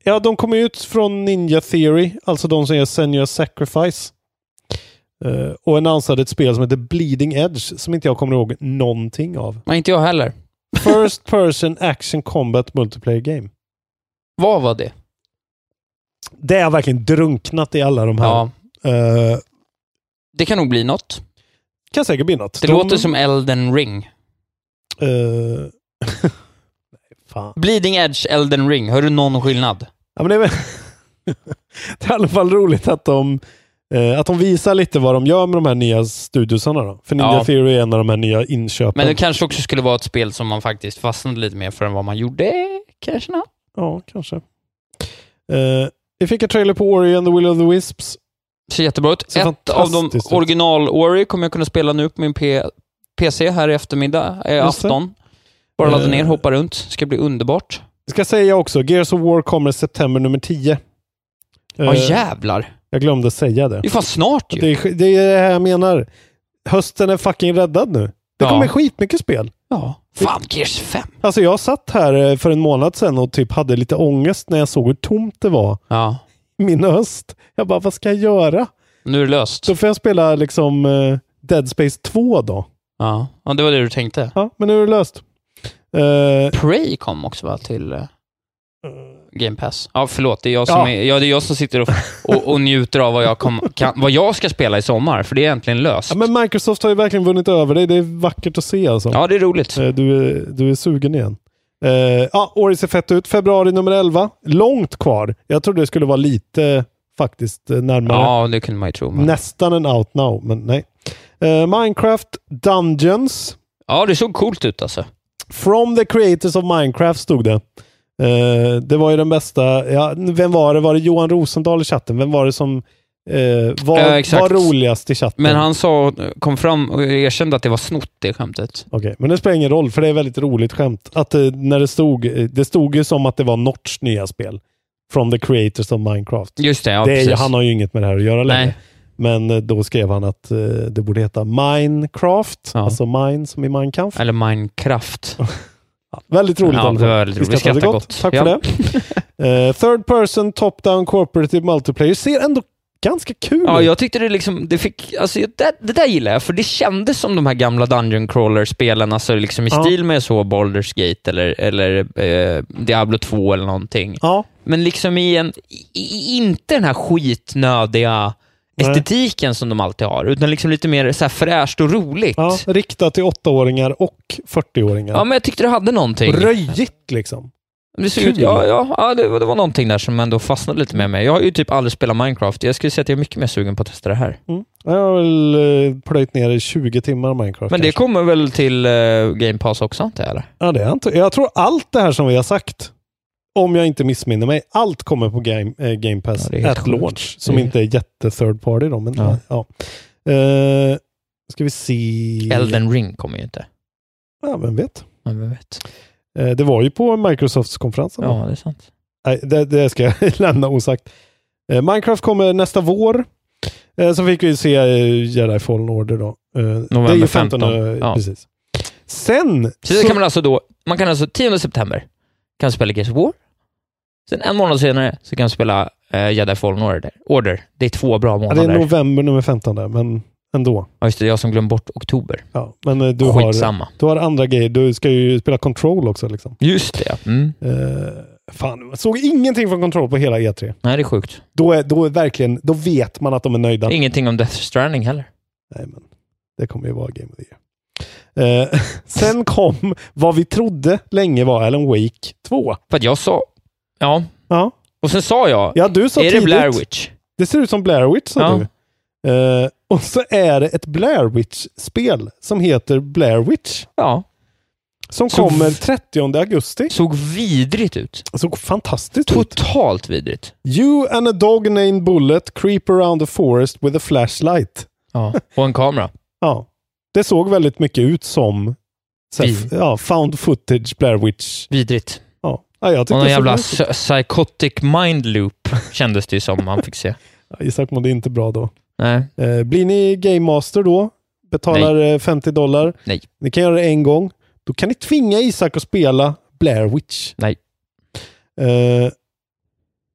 Ja, de kommer ut från Ninja Theory, alltså de som gör Senua's Sacrifice. Uh, och annonsade ett spel som heter Bleeding Edge, som inte jag kommer ihåg någonting av. Nej, inte jag heller. First person action combat multiplayer game. Vad var det? Det är verkligen drunknat i alla de här. Ja. Uh, det kan nog bli något. Kan säkert bli något. Det de... låter som Elden Ring. Uh... Fan. Bleeding Edge, Elden Ring. Hör du någon skillnad? Ja, men det, är väl... det är i alla fall roligt att de eh, att de visar lite vad de gör med de här nya studiosarna då. För Ninja ja. Theory är en av de här nya inköpen. Men det kanske också skulle vara ett spel som man faktiskt fastnade lite mer för än vad man gjorde. Kanske nå? Ja, kanske. Eh, vi fick en trailer på Ori and the Will of the Wisps. Ser jättebra ut. Så ett av de original Ori kommer jag kunna spela nu på min P- PC här i eftermiddag, eh, afton. Bara ladda ner, hoppa runt. Ska bli underbart. Det ska säga också, Gears of War kommer september nummer tio. Ja, uh, jävlar. Jag glömde säga det. Det är fan snart ju. Det är det, är det här jag menar. Hösten är fucking räddad nu. Det ja. kommer skitmycket spel. Ja. Fan, Gears fem. Alltså jag satt här för en månad sedan och typ hade lite ångest när jag såg hur tomt det var. Ja. Min höst. Jag bara, vad ska jag göra? Nu är det löst. Då får jag spela liksom uh, Dead Space två då. Ja. Ja, det var det du tänkte. Ja, men nu är det löst. Uh, Prey kom också va, till uh, Game Pass. Ja, förlåt. Det är jag som, ja. är, ja, det är jag som sitter och, och, och njuter av vad jag, kom, kan, vad jag ska spela i sommar. För det är egentligen löst. Ja, men Microsoft har ju verkligen vunnit över dig. Det är vackert att se alltså. Ja, det är roligt. Uh, du, är, du är sugen igen. Uh, ja, året ser fett ut. Februari nummer elva. Långt kvar. Jag trodde det skulle vara lite faktiskt närmare. Ja, det kunde man ju tro. Men... Nästan en out now, men nej. Uh, Minecraft Dungeons. Ja, det såg coolt ut alltså. From the creators of Minecraft stod det. Uh, det var ju den bästa... Ja, vem var det? Var det Johan Rosendahl i chatten? Vem var det som uh, var, uh, var roligast i chatten? Men han sa, kom fram och erkände att det var snott det skämtet. Okej, okay, men det spelar ingen roll för det är väldigt roligt skämt. Att uh, när det stod... Det stod ju som att det var Notch nya spel. From the creators of Minecraft. Just det, ja, det är, precis. Han har ju inget med det här att göra längre. Nej. Men då skrev han att uh, det borde heta Minecraft. Ja. Alltså Mine som i Minecraft. Eller Minecraft. Ja, väldigt roligt. Ja, väldigt roligt. Vi skrattar gott. gott. Tack ja. för det. uh, third person top-down cooperative multiplayer ser ändå ganska kul Ja, ut. jag tyckte det liksom, det fick, alltså det, det där gillar jag, för det kändes som de här gamla Dungeon Crawler-spelen, alltså liksom i ja. stil med så Baldur's Gate eller, eller eh, Diablo två eller någonting. Ja. Men liksom i en, i, inte den här skitnödiga estetiken Nej. som de alltid har, utan liksom lite mer så här fräscht och roligt. Ja, riktat till åttaåringar och fyrtioåringar. Ja, men jag tyckte det hade någonting. Röjigt liksom. Det såg ut, ja, ja, ja det, det var någonting där som ändå fastnade lite med mig. Jag har ju typ aldrig spelat Minecraft. Jag skulle säga att jag är mycket mer sugen på att testa det här. Mm. Jag har väl uh, plöjt ner i tjugo timmar Minecraft. Men det kanske. kommer väl till uh, Game Pass också, inte eller? Ja, det är inte. Jag tror allt det här som vi har sagt, om jag inte missminner mig, allt kommer på Game, äh, Game Pass ja, at launch. Som det är... inte är jätte third party då. Men ja. ja. Uh, ska vi se... Elden Ring kommer ju inte. Ja, vem vet? Ja, vem vet. Uh, det var ju på Microsofts konferensen. Ja, det är sant. Nej, det, det ska jag lämna osagt. Uh, Minecraft kommer nästa vår. Uh, så fick vi se uh, Jedi Fallen Order då. Uh, November det är ju femton. Uh, ja. Precis. Sen... Så, så kan man alltså då... Man kan alltså tionde september kan spela Gears of War. Sen en månad senare så kan man spela uh, Jedi Fallen Order. Order. Det är två bra månader. Ja, det är november nummer femton där, men ändå. Ja, just det. Jag som glömde bort oktober. Ja, men uh, du Skitsamma. har, du har andra grejer. Du ska ju spela Control också liksom. Just det, mm. uh, Fan, jag såg ingenting från Control på hela E tre. Nej, det är sjukt. Då, är, då, är verkligen, då vet man att de är nöjda. Ingenting om Death Stranding heller. Nej, men det kommer ju vara Game of the Year. Uh, sen kom vad vi trodde länge var Alan Wake två. För att jag sa... Ja. Ja. Och sen sa jag... Ja, du sa är tidigt. det Blair Witch? Det ser ut som Blair Witch, sa ja. du. Uh, och så är det ett Blair Witch-spel som heter Blair Witch. Ja. Som såg kommer trettionde augusti. Såg vidrigt ut. Såg fantastiskt Totalt ut. Totalt vidrigt. You and a dog named Bullet creep around the forest with a flashlight. Ja, och en kamera. Ja. Det såg väldigt mycket ut som såhär, ja, found footage Blair Witch. Vidrigt. Ja. Ja, jag och någon jävla psychotic mind loop kändes det som man fick se. Ja, Isak mådde inte bra då. Nej. Eh, blir ni Game Master då? Betalar Nej. femtio dollar. Nej. Ni kan göra det en gång. Då kan ni tvinga Isak att spela Blair Witch. Nej. Uh,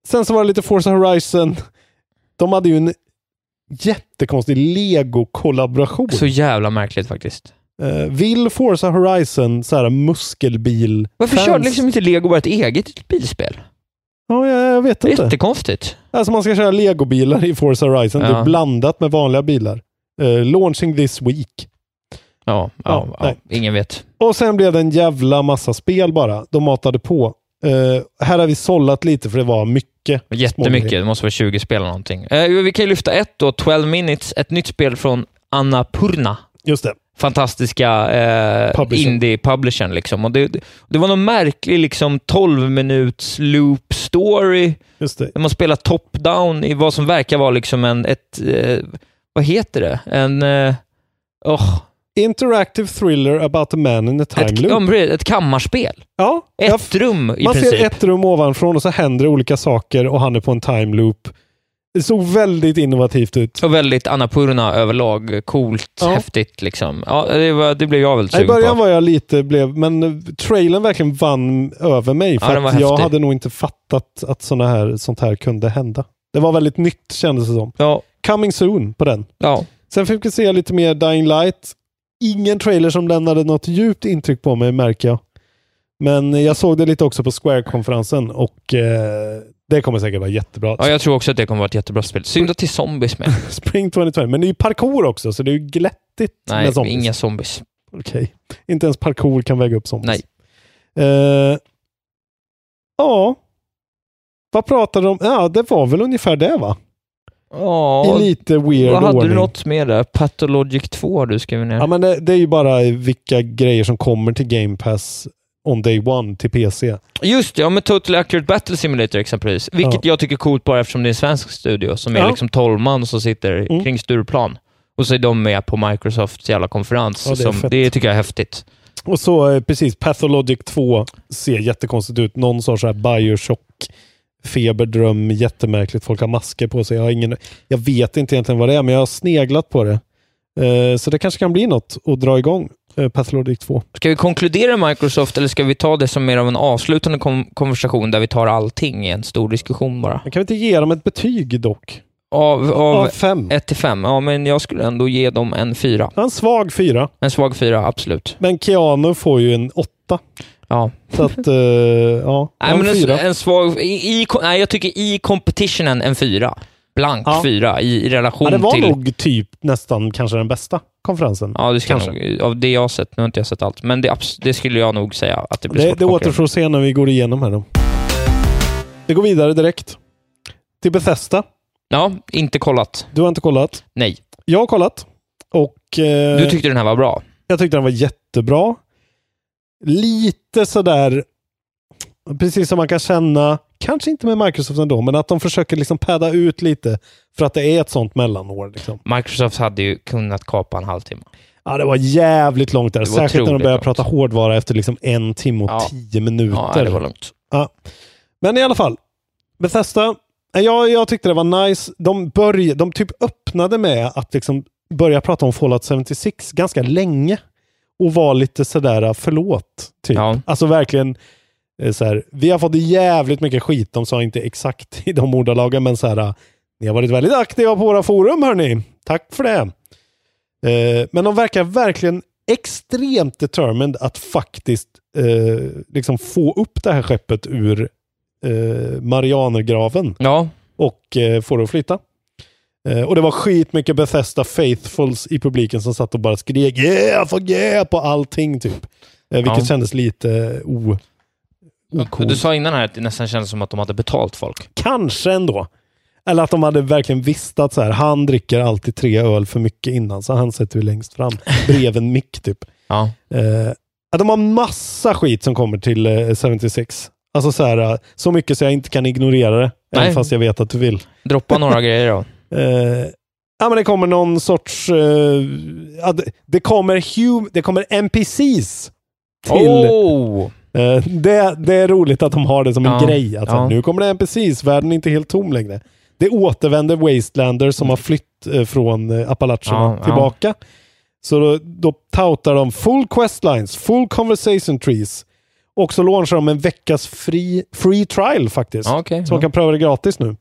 sen så var det lite Forza Horizon. De hade ju en jättekonstig Lego-kollaboration. Så jävla märkligt faktiskt. Uh, vill Forza Horizon så här muskelbil Varför fans... körde liksom inte Lego bara ett eget bilspel? Ja, jag, jag vet inte. Jättekonstigt. Alltså man ska köra Lego-bilar i Forza Horizon. Ja. Det är blandat med vanliga bilar. Uh, launching this week. Ja, ja, ja, ja ingen vet. Och sen blev det en jävla massa spel bara. De matade på. Uh, här har vi sållat lite för det var mycket. Jättemycket. Det måste vara tjugo spel eller någonting. Uh, vi kan ju lyfta ett då. tolv minutes. Ett nytt spel från Annapurna. Just det. Fantastiska eh, indie-publishern liksom. Och det, det var någon märklig liksom tolv minuts loop story. Just det. Där man spelar top-down i vad som verkar vara liksom en ett eh, vad heter det? En eh, oh. interactive thriller about a man in a time ett, loop. Ett kammarspel. Ja. Ett jag, rum i man princip. Man ser ett rum ovanifrån och så händer det olika saker och han är på en time loop. Det såg väldigt innovativt ut. Och väldigt Annapurna överlag. Coolt, ja. Häftigt liksom. Ja, det, var, det blev jag väldigt sugen på. I början på. var jag lite, blev, men trailern verkligen vann över mig. För ja, att jag hade nog inte fattat att såna här, sånt här kunde hända. Det var väldigt nytt kändes det som. Ja. Coming soon på den. Ja. Sen fick vi se lite mer Dying Light. Ingen trailer som lämnade något djupt intryck på mig märker jag. Men jag såg det lite också på Square-konferensen och eh, det kommer säkert vara jättebra. Ja, jag tror också att det kommer vara ett jättebra spel. Synd att det är zombies med. Spring tjugohundratjugo. Men det är ju parkour också, så det är ju glättigt Nej, med zombies. Nej, inga zombies. Okej. Okay. Inte ens parkour kan väga upp zombies. Nej. Uh, ja. Vad pratade de om? Ja, det var väl ungefär det, va? Ja. I lite weird Vad hade ordning. du något med där? Pathologic två har du skrivit ner. Ja, men det, det är ju bara vilka grejer som kommer till Game Pass on day one till P C. Just det, ja, med Total Accurate Battle Simulator exempelvis. Vilket ja. jag tycker är coolt bara eftersom det är en svensk studio som är ja. liksom tolv man som sitter mm. kring Stureplan. Och så är de med på Microsofts jävla konferens. Ja, det, som, det tycker jag är häftigt. Och så precis, Pathologic två ser jättekonstigt ut. Någon sorts så här Bioshock feberdröm, jättemärkligt. Folk har masker på sig. Jag, har ingen, jag vet inte egentligen vad det är, men jag har sneglat på det. Uh, så det kanske kan bli något att dra igång. Pathologic två. Ska vi konkludera Microsoft eller ska vi ta det som mer av en avslutande kom- konversation där vi tar allting i en stor diskussion bara? Man kan vi inte ge dem ett betyg dock? Av, av, av fem. ett till fem. Ja, men jag skulle ändå ge dem en fyra. En svag fyra. En svag fyra, absolut. Men Keanu får ju en åtta. Ja. Så att, uh, ja. Nej, men en, en svag... I, i, nej, jag tycker i competitionen en fyra. Blank ja. fyra i, i relation till... Ja, det var till... nog typ nästan kanske den bästa konferensen. Ja, det ska nog, av det jag har sett, nu har inte jag sett allt, men det, det skulle jag nog säga att det blir det, svårt. Det återstår att se när vi går igenom här då. Vi går vidare direkt till Bethesda. Ja, inte kollat. Du har inte kollat? Nej. Jag har kollat. Och, eh, du tyckte den här var bra? Jag tyckte den var jättebra. Lite sådär, precis som man kan känna, kanske inte med Microsoft ändå, men att de försöker liksom padda ut lite för att det är ett sånt mellanår. Liksom. Microsoft hade ju kunnat kapa en halvtimme. Ja, det var jävligt långt där. Särskilt när de började långt. prata hårdvara efter liksom en timme och ja. tio minuter. Ja, det var långt. Ja. Men i alla fall, Bethesda, jag, jag tyckte det var nice. De, började, de typ öppnade med att liksom börja prata om Fallout sjuttiosex ganska länge. Och var lite sådär förlåt. Typ. Ja. Alltså verkligen så här, vi har fått jävligt mycket skit. De sa inte exakt i de ordalagen, men så här, ni har varit väldigt aktiva på våra forum, hörni. Tack för det. Eh, men de verkar verkligen extremt determined att faktiskt eh, liksom få upp det här skeppet ur eh, Marianergraven. Ja. Och eh, få det att flytta. Eh, och det var skit mycket Bethesda Faithfuls i publiken som satt och bara skrek yeah, fuck yeah på allting typ. Eh, vilket ja. kändes lite o... Ocool. Du sa innan här att det nästan kändes som att de hade betalt folk. Kanske ändå. Eller att de hade verkligen visst att så här, han dricker alltid tre öl för mycket innan, så han sätter vi längst fram. Brev en mick typ. Ja. Eh, de har massa skit som kommer till eh, sjuttiosex. Alltså så här, så mycket så jag inte kan ignorera det. Nej. Även fast jag vet att du vill. Droppa några grejer då. Eh, ja, men det kommer någon sorts... Eh, ja, det, det, kommer hum, det kommer N P Cs till... Oh! Uh, det, det är roligt att de har det som ja, en grej. Att ja. Nu kommer det N P Cs, världen är inte helt tom längre. Det återvänder Wastelander som har flytt uh, från uh, Appalacherna ja, tillbaka. Ja. Så då, då toutar de full questlines, full conversation trees Och så launchar de en veckas free, free trial faktiskt. Ah, okay, så man ja. kan pröva det gratis nu.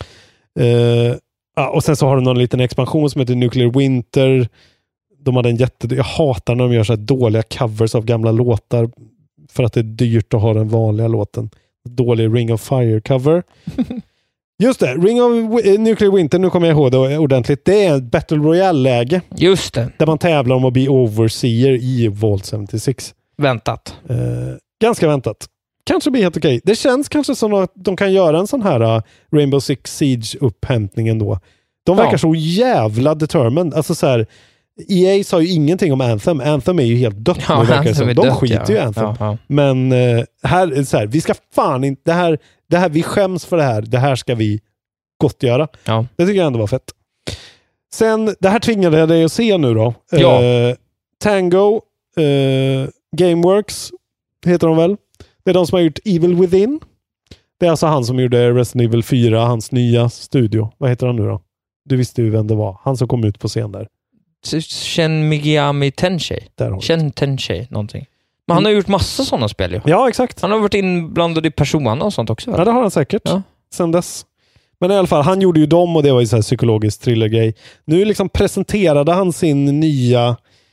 Uh, ja, och sen så har de någon liten expansion som heter Nuclear Winter. De hade en jätte... Jag hatar när de gör så här dåliga covers av gamla låtar för att det är dyrt att ha den vanliga låten. Dålig Ring of Fire cover. Just det, Ring of w- Nuclear Winter, nu kommer jag ihåg det ordentligt. Det är ett Battle Royale-läge. Just det. Där man tävlar om att bli overseer i Vault sjuttiosex. Väntat. Uh, ganska väntat. Kanske blir helt okej. Det känns kanske som att de kan göra en sån här uh, Rainbow Six Siege-upphämtning ändå. De verkar ja. så jävla determined. Alltså så här, E A sa ju ingenting om Anthem. Anthem är ju helt dött. Ja, nu, verkar Anthem de dött, skiter ja. ju i Anthem. Ja, ja. Men uh, här är så här, vi ska fan inte... Det här, det här, vi skäms för det här. Det här ska vi gottgöra. Ja. Det tycker jag ändå var fett. Sen, det här tvingade jag dig att se nu då. Ja. Uh, Tango, uh, Gameworks heter de väl? Det är de som har gjort Evil Within. Det är alltså han som gjorde Resident Evil fyra, hans nya studio. Vad heter han nu då? Du visste ju vem det var. Han som kom ut på scen där. Shin Megami Tensei. Shin Tensei, någonting. Men han har gjort massa sådana spel ju. Ja, exakt. Han har varit inblandad i Persona och sånt också. Ja, det har han säkert. Ja. Sen dess. Men i alla fall, han gjorde ju dem och det var ju så här psykologisk thrillergrej. Nu liksom presenterade han sin nya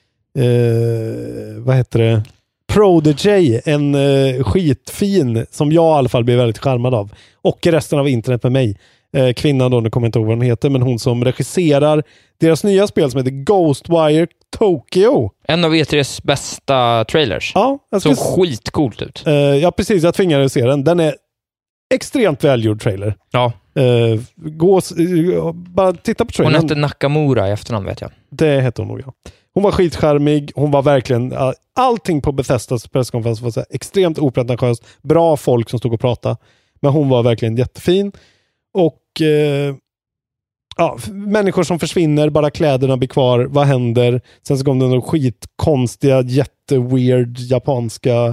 eh, vad heter det? Prodigy, en eh, skitfin som jag i alla fall blev väldigt charmad av. Och resten av internet med mig. Eh, kvinnan då, nu kommer jag inte ihåg vad hon heter, men hon som regisserar deras nya spel som heter Ghostwire Tokyo. En av E tre:s bästa trailers. Ja, jag såg ska... skitcoolt ut. Eh, ja, precis. Jag tvingade se den. Den är extremt välgjord trailer. Ja. Uh, gå, uh, bara titta på trailern. Hon hette Nakamura i efternamn, vet jag. Det hette hon nog, ja. Hon var skitskärmig. Hon var verkligen... Uh, allting på Bethesdas presskonferens var så här, extremt opretentiöst. Bra folk som stod och pratade. Men hon var verkligen jättefin. Och uh, ja, människor som försvinner, bara kläderna blir kvar. Vad händer? Sen så kom det några skitkonstiga, jätteweird japanska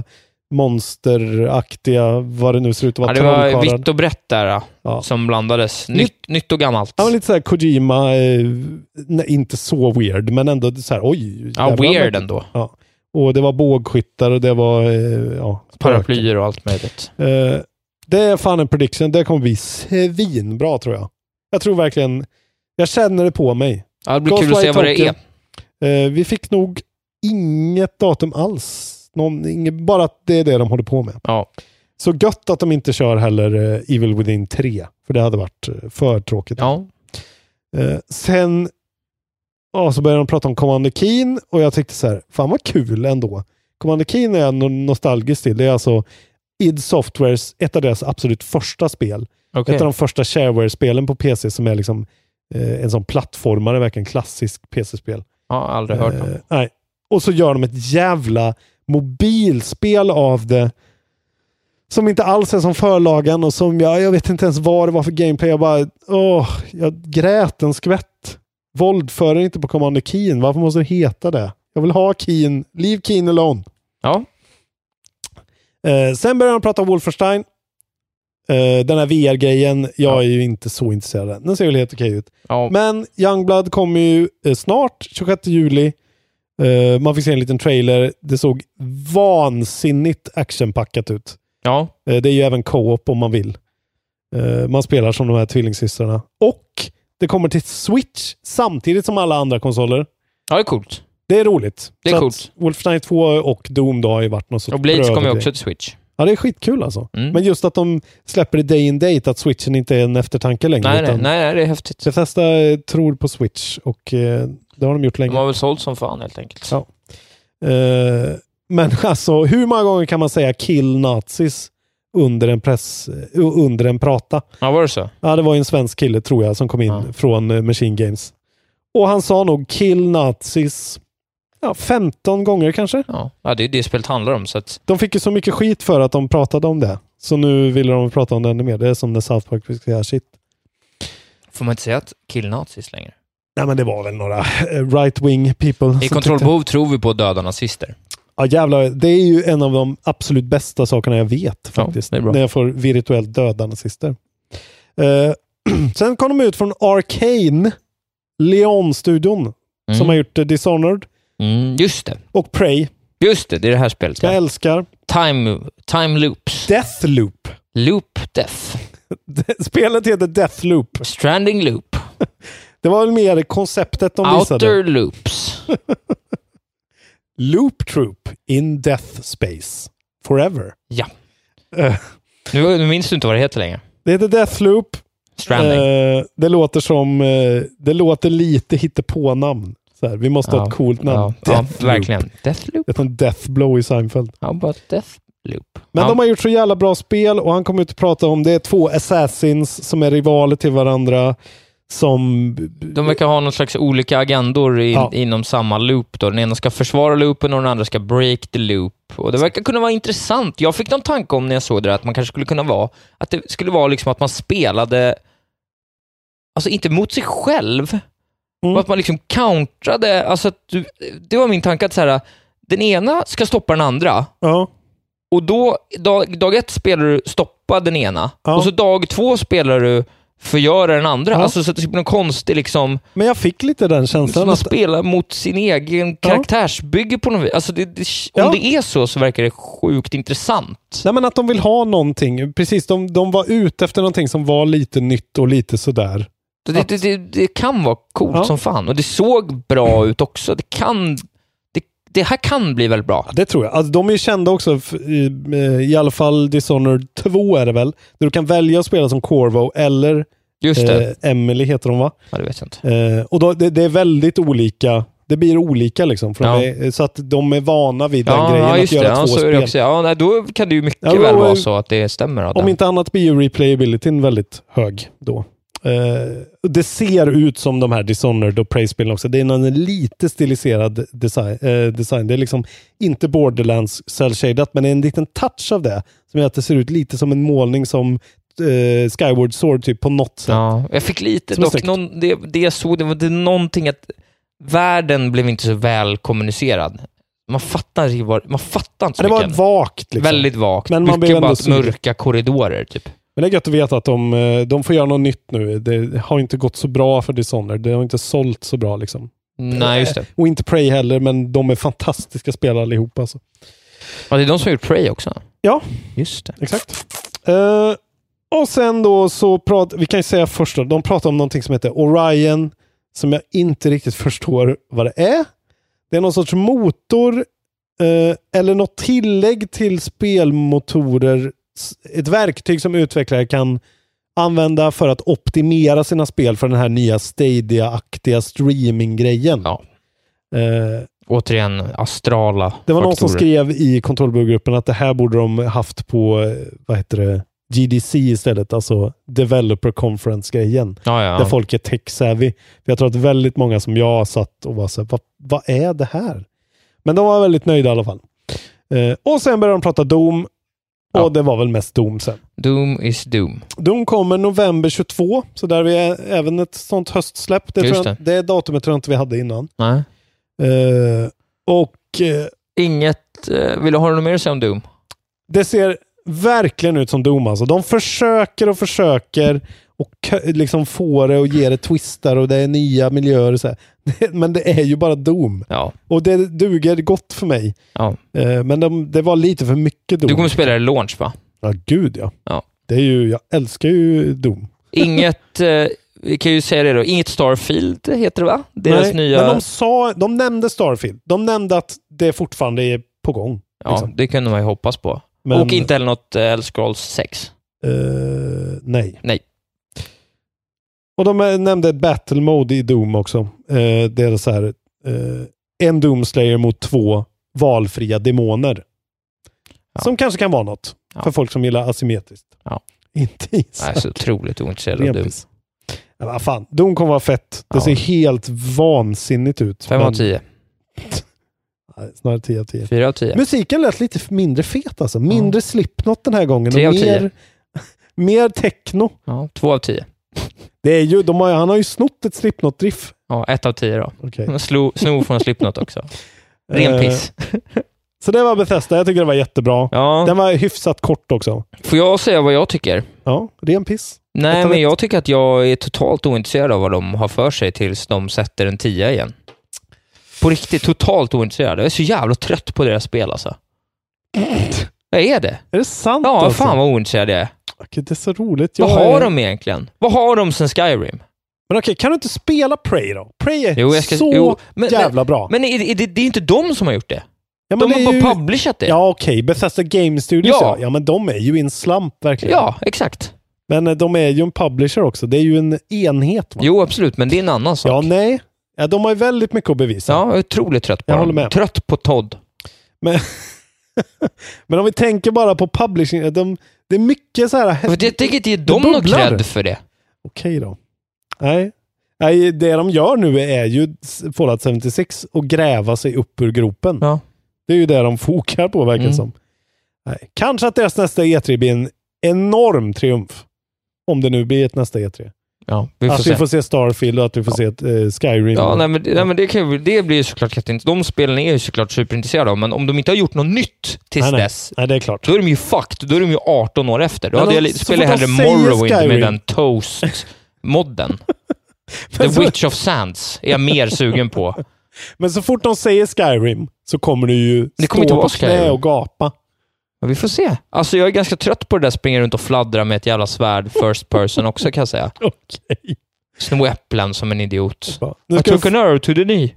monsteraktiga, vad det nu ser ut att vara. Ja, det var vitt och brett där ja. Som blandades. Nytt, Ny- nytt och gammalt. Ja, men lite så här Kojima, eh, nej, inte så weird, men ändå så här, oj. Ja, weird ändå. Ja. Och det var bågskyttar och det var eh, ja, paraplyer och allt möjligt. Eh, det är fan en prediction. Det kommer bli svinbra, tror jag. Jag tror verkligen, jag känner det på mig. Ja, det blir Ghost kul att se vad det är. Eh, vi fick nog inget datum alls. Någon, inget, bara att det är det de håller på med. Ja. Så gött att de inte kör heller uh, Evil Within tre. För det hade varit uh, för tråkigt. Ja. Uh, sen uh, så började de prata om Commander Keen. Och jag tyckte så här, fan vad kul ändå. Commander Keen är jag no- nostalgisk till. Det är alltså id Softwares, ett av deras absolut första spel. Okay. Ett av de första shareware-spelen på P C som är liksom uh, en sån plattformare, verkligen klassisk P C-spel. Ja, aldrig hört om. Uh, nej. Och så gör de ett jävla mobilspel av det som inte alls är som förlagen och som jag, jag vet inte ens vad det var för gameplay. Jag bara, åh, jag grät en skvätt. Våldför inte på Commander Keen. Varför måste det heta det? Jag vill ha Keen. Leave Keen alone. Ja. Eh, sen börjar de prata om Wolfenstein. Eh, den här V R-grejen, jag ja. är ju inte så intresserad av den. Den ser väl helt okej ut. Ja. Men Youngblood kommer ju eh, snart, tjugosjätte juli. Uh, man fick se en liten trailer. Det såg vansinnigt actionpackat ut. Ja. Uh, det är ju även co-op om man vill. Uh, man spelar som de här tvillingsystrarna. Och det kommer till Switch samtidigt som alla andra konsoler. Ja, det är coolt. Det är roligt. Det är så coolt. Wolfenstein två och Doom då har ju varit något så. Och Blades kommer ju också till Switch. Ja, det är skitkul alltså. Mm. Men just att de släpper det day in date, att Switchen inte är en eftertanke längre. Nej, nej, nej, det är häftigt. Bethesda tror på Switch och uh, det har de gjort länge. De har väl sålt som fan helt enkelt. Ja. Uh, men alltså, hur många gånger kan man säga kill nazis under en press, uh, under en prata? Ja, var det så? Ja, det var en svensk kille tror jag som kom in ja. från uh, Machine Games. Och han sa nog kill nazis ja, femton gånger kanske. Ja, ja det är det spelet handlar om. Så att... De fick ju så mycket skit för att de pratade om det. Så nu vill de prata om det ännu mer. Det är som när South Park fick säga shit. Får man inte säga att kill nazis längre? Nej, men det var väl några right-wing people. I kontrollbehov tyckte... tror vi på döda nazister. Ja, jävlar. Det är ju en av de absolut bästa sakerna jag vet faktiskt. Ja, när jag får virtuellt döda nazister. Uh, sen kom de ut från Arcane, Leon-studion, mm. som har gjort uh, Dishonored. Mm, just det. Och Prey. Just det, det är det här spelet. Jag ja. älskar. Time, time Loops. Deathloop. Loop Death. Spelet heter Deathloop. Stranding Loop. Det var väl mer konceptet de visade. Outer Loops. Loop Troop in Death Space. Forever. Ja. Uh. Nu, nu minns du inte vad det heter längre. Det heter Deathloop. Stranding. Uh, det låter som... Uh, det låter lite hittepå-namn. Så här, vi måste ja, ha ett coolt namn. Ja, ja verkligen. Deathloop. Det är en Deathblow i Seinfeld. Ja, bara Deathloop. Men ja. de har gjort så jävla bra spel och han kommer ut och prata om det är två assassins som är rivaler till varandra. Som... De verkar ha någon slags olika agendor in, ja. inom samma loop. Då. Den ena ska försvara loopen och den andra ska break the loop. Och det verkar kunna vara intressant. Jag fick någon tanke om när jag såg det att man kanske skulle kunna vara att det skulle vara liksom att man spelade alltså inte mot sig själv mm. att man liksom countrade alltså att du, det var min tanke att så här, den ena ska stoppa den andra ja. och då dag, dag ett spelar du stoppa den ena ja. och så dag två spelar du förgöra den andra. Ja. Alltså så att det blir någon konstig liksom... Men jag fick lite den känslan. Man att... spelar mot sin egen karaktärsbygge på något vis. Alltså det, det, om ja. det är så så verkar det sjukt intressant. Nej men att de vill ha någonting. Precis, de, de var ute efter någonting som var lite nytt och lite sådär. Det, att... det, det, det kan vara coolt ja. som fan. Och det såg bra ut också. Det kan... Det, det här kan bli väldigt bra. Ja, det tror jag. Alltså, de är ju kända också i, i alla fall Dishonored två är det väl. Där du kan välja att spela som Corvo eller Just det. Eh, Emily heter de va? Ja, det vet jag inte. Eh, och då, det, det är väldigt olika. Det blir olika liksom. För ja. de är, så att de är vana vid ja, den grejen. Ja, just att det. göra Ja, två så spel. är det också. Ja, nej, då kan det ju mycket ja, då, väl vara så att det stämmer. Av om den. inte annat blir ju replayabilityn väldigt hög då. Uh, det ser ut som de här Dishonored och Prey-spelen också. Det är en lite stiliserad design. Uh, design. Det är liksom inte Borderlands cell-shadat, men det är en liten touch av det som gör att det ser ut lite som en målning som uh, Skyward Sword typ på något sätt. Ja, jag fick lite dock, någon, det, det jag såg, det var det någonting att världen blev inte så väl kommunicerad. Man fattar inte vad, man fattar inte så det var mycket. vagt liksom. Väldigt vagt. Men man mycket bara så... mörka korridorer typ. Men det är gött att veta att de, de får göra något nytt nu. Det har inte gått så bra för Dishonored. Det har inte sålt så bra liksom. Nej, just det. Och inte Prey heller, men de är fantastiska spelare allihopa. Alltså. Ja, det är de som har gjort Prey också. Ja, just det. Exakt. Uh, och sen då så pratar, vi kan ju säga först då, de pratar om någonting som heter Orion, som jag inte riktigt förstår vad det är. Det är någon sorts motor uh, eller något tillägg till spelmotorer. Ett verktyg som utvecklare kan använda för att optimera sina spel för den här nya Stadia-aktiga streaming-grejen. Ja. Uh, Återigen, astrala Det var faktorer. någon som skrev i kontrollbordgruppen att det här borde de haft på, vad heter det, G D C istället, alltså Developer Conference-grejen. Ja, ja. Där folk är tech-savvy. Jag tror att väldigt många som jag satt och var så här, vad, vad är det här? Men de var väldigt nöjda i alla fall. Uh, och sen började de prata Doom. Och ja. det var väl mest Doom sen. Doom is Doom. Doom kommer november tjugotvå. Så där vi är även ett sånt höstsläpp. Det, tror jag, det. det datumet tror jag inte vi hade innan. Nej. Uh, och... Uh, Inget... Uh, vill du ha något mer att säga om Doom? Det ser verkligen ut som Doom. Alltså. De försöker och försöker och liksom få det och ge det twistar och det är nya miljöer och så här. Men det är ju bara Doom. Ja. Och det duger gott för mig. Ja. Uh, men de, det var lite för mycket Doom. Du kommer spela det launch va? Ja, gud ja. Ja. Det är ju, jag älskar ju Doom. Inget, eh, vi kan ju säga det då, inget Starfield heter det va? Deras Nej, nya... men de sa, de nämnde Starfield. De nämnde att det fortfarande är på gång. Ja, liksom. det kunde man ju hoppas på. Men, och inte heller något uh, Elder Scrolls sex. Uh, nej. Nej. Och de nämnde Battle Mode i Doom också. Uh, det är så här, uh, en Doomslayer mot två valfria demoner. Ja. Som kanske kan vara något ja. för folk som gillar asymmetriskt. Ja. Inte i Jag är så otroligt ointresserad av Doom. Ja, vad fan. Doom kommer vara fett. Det ja. ser helt vansinnigt ut. Fem av tio. Nej, snarare tio av tio. Fyra av tio. Musiken lät lite mindre fet alltså. Mindre ja. Slipknot den här gången. Tre av tio. Mer, mer techno. Ja, två av tio. Det är ju, de har, han har ju snott ett Slipknot-riff. Ja, ett av tio då. Okay. Slo, snor från Slipknot också. Ren piss. Så det var Bethesda. Jag tycker det var jättebra. Ja. Den var hyfsat kort också. Får jag säga vad jag tycker? Ja, ren piss. Nej, men jag tycker att jag är totalt ointresserad av vad de har för sig tills de sätter en tia igen. På riktigt, totalt ointresserad. Jag är så jävla trött på deras spel alltså. Vad är det? Är det sant? Ja, alltså? fan vad ointresserad jag är. Okej, det är så roligt. Vad Jag har är... de egentligen? Vad har de sen Skyrim? Men okej, kan du inte spela Prey då? Prey är jo, jag ska... så jo, men, jävla men, bra. Men är, är det, det är inte de som har gjort det. Ja, de har ju... bara publishat det. Ja, okej. Okay. Bethesda Game Studios, ja. Ja. ja. Men de är ju i en slump, verkligen. Ja, exakt. Men de är ju en publisher också. Det är ju en enhet, va? Jo, absolut. Men det är en annan sak. Ja, nej. Ja, de har ju väldigt mycket att bevisa. Ja, jag är otroligt trött på jag dem. Håller med. Trött på Todd. Men, men om vi tänker bara på publishing, de, det är mycket så här... Jag tycker inte ge dem något cred för det. Okej då. Nej. Nej, det de gör nu är ju Fallout sjuttiosex och gräva sig upp ur gropen. Ja. Det är ju det de fokar på, verkar mm. som. Nej. Kanske att deras nästa E tre blir en enorm triumf. Om det nu blir ett nästa E tre. Ja, vi får att se. vi får se Starfield och att vi får ja. se uh, Skyrim. Ja, nej, men, nej, men det, kan ju, det blir ju såklart jätteintressant. De spelen är ju såklart superintresserade av, men om de inte har gjort något nytt tills nej, dess, nej, det är klart. Då är de ju fucked. Då är de ju arton år efter. Då men hade de, jag spelat hellre Morrowind med den Toast-modden. The så... Witch of Sands är jag mer sugen på. Men så fort de säger Skyrim så kommer du ju det kommer stå på knä och gapa. Ja, vi får se. Alltså jag är ganska trött på det där springa runt och fladdra med ett jävla svärd first person också, kan jag säga. Okej. Okay. Sno äpplen som en idiot. Nu I took an arrow to the knee.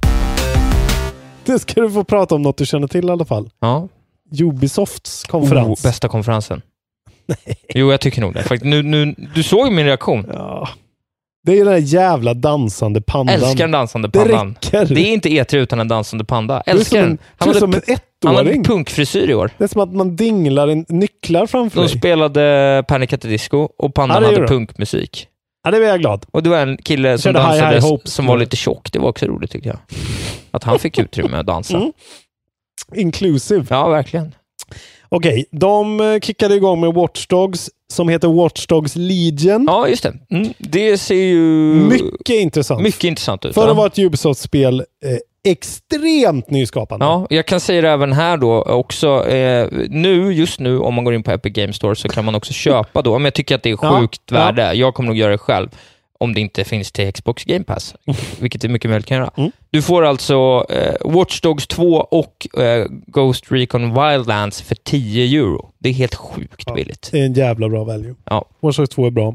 Det ska du få prata om något du känner till i alla fall. Ja. Ubisofts konferens. Oh, bästa konferensen. Nej. Jo, jag tycker nog det. Faktiskt, nu, nu, du såg min reaktion. Ja. Det är ju den där jävla dansande pandan. Älskar den dansande pandan. Det räcker. Det är inte E tre utan en dansande panda. Älskar en, den. Han hade, som en ettåring. Han hade punkfrisyr i år. Det är som att man dinglar en nycklar framför De dig. spelade Panic at the Disco och pandan ja, hade punkmusik. Ja, det var jag glad. Och det var en kille som dansade dansade high, high hopes, som var lite tjock. Det var också roligt, tyckte jag. Att han fick utrymme att dansa. Mm. Inclusive. Ja, verkligen. Okej, okay, de kickade igång med Watch Dogs som heter Watch Dogs Legion. Ja, just det. Mm, det ser ju... Mycket intressant. Mycket intressant ut. För att vara ett Ubisoft-spel eh, extremt nyskapande. Ja, jag kan säga det även här då också. Eh, nu, just nu, om man går in på Epic Games Store så kan man också köpa då. Men jag tycker att det är sjukt ja, värde. Ja. Jag kommer nog göra det själv. Om det inte finns till Xbox Game Pass. Vilket det mycket väl kan göra. Mm. Du får alltså eh, Watch Dogs två och eh, Ghost Recon Wildlands för tio euro. Det är helt sjukt ja, billigt. Det är en jävla bra value. Ja. Watch Dogs två är bra.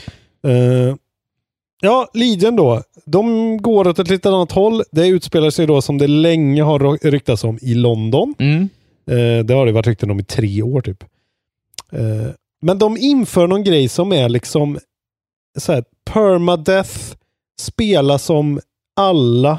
Uh, ja, Legion då. De går åt ett lite annat håll. Det utspelar sig då som det länge har ryktats om i London. Mm. Uh, det har det varit rykten om i tre år typ. Uh, men de inför någon grej som är liksom så här, permadeath, spela som alla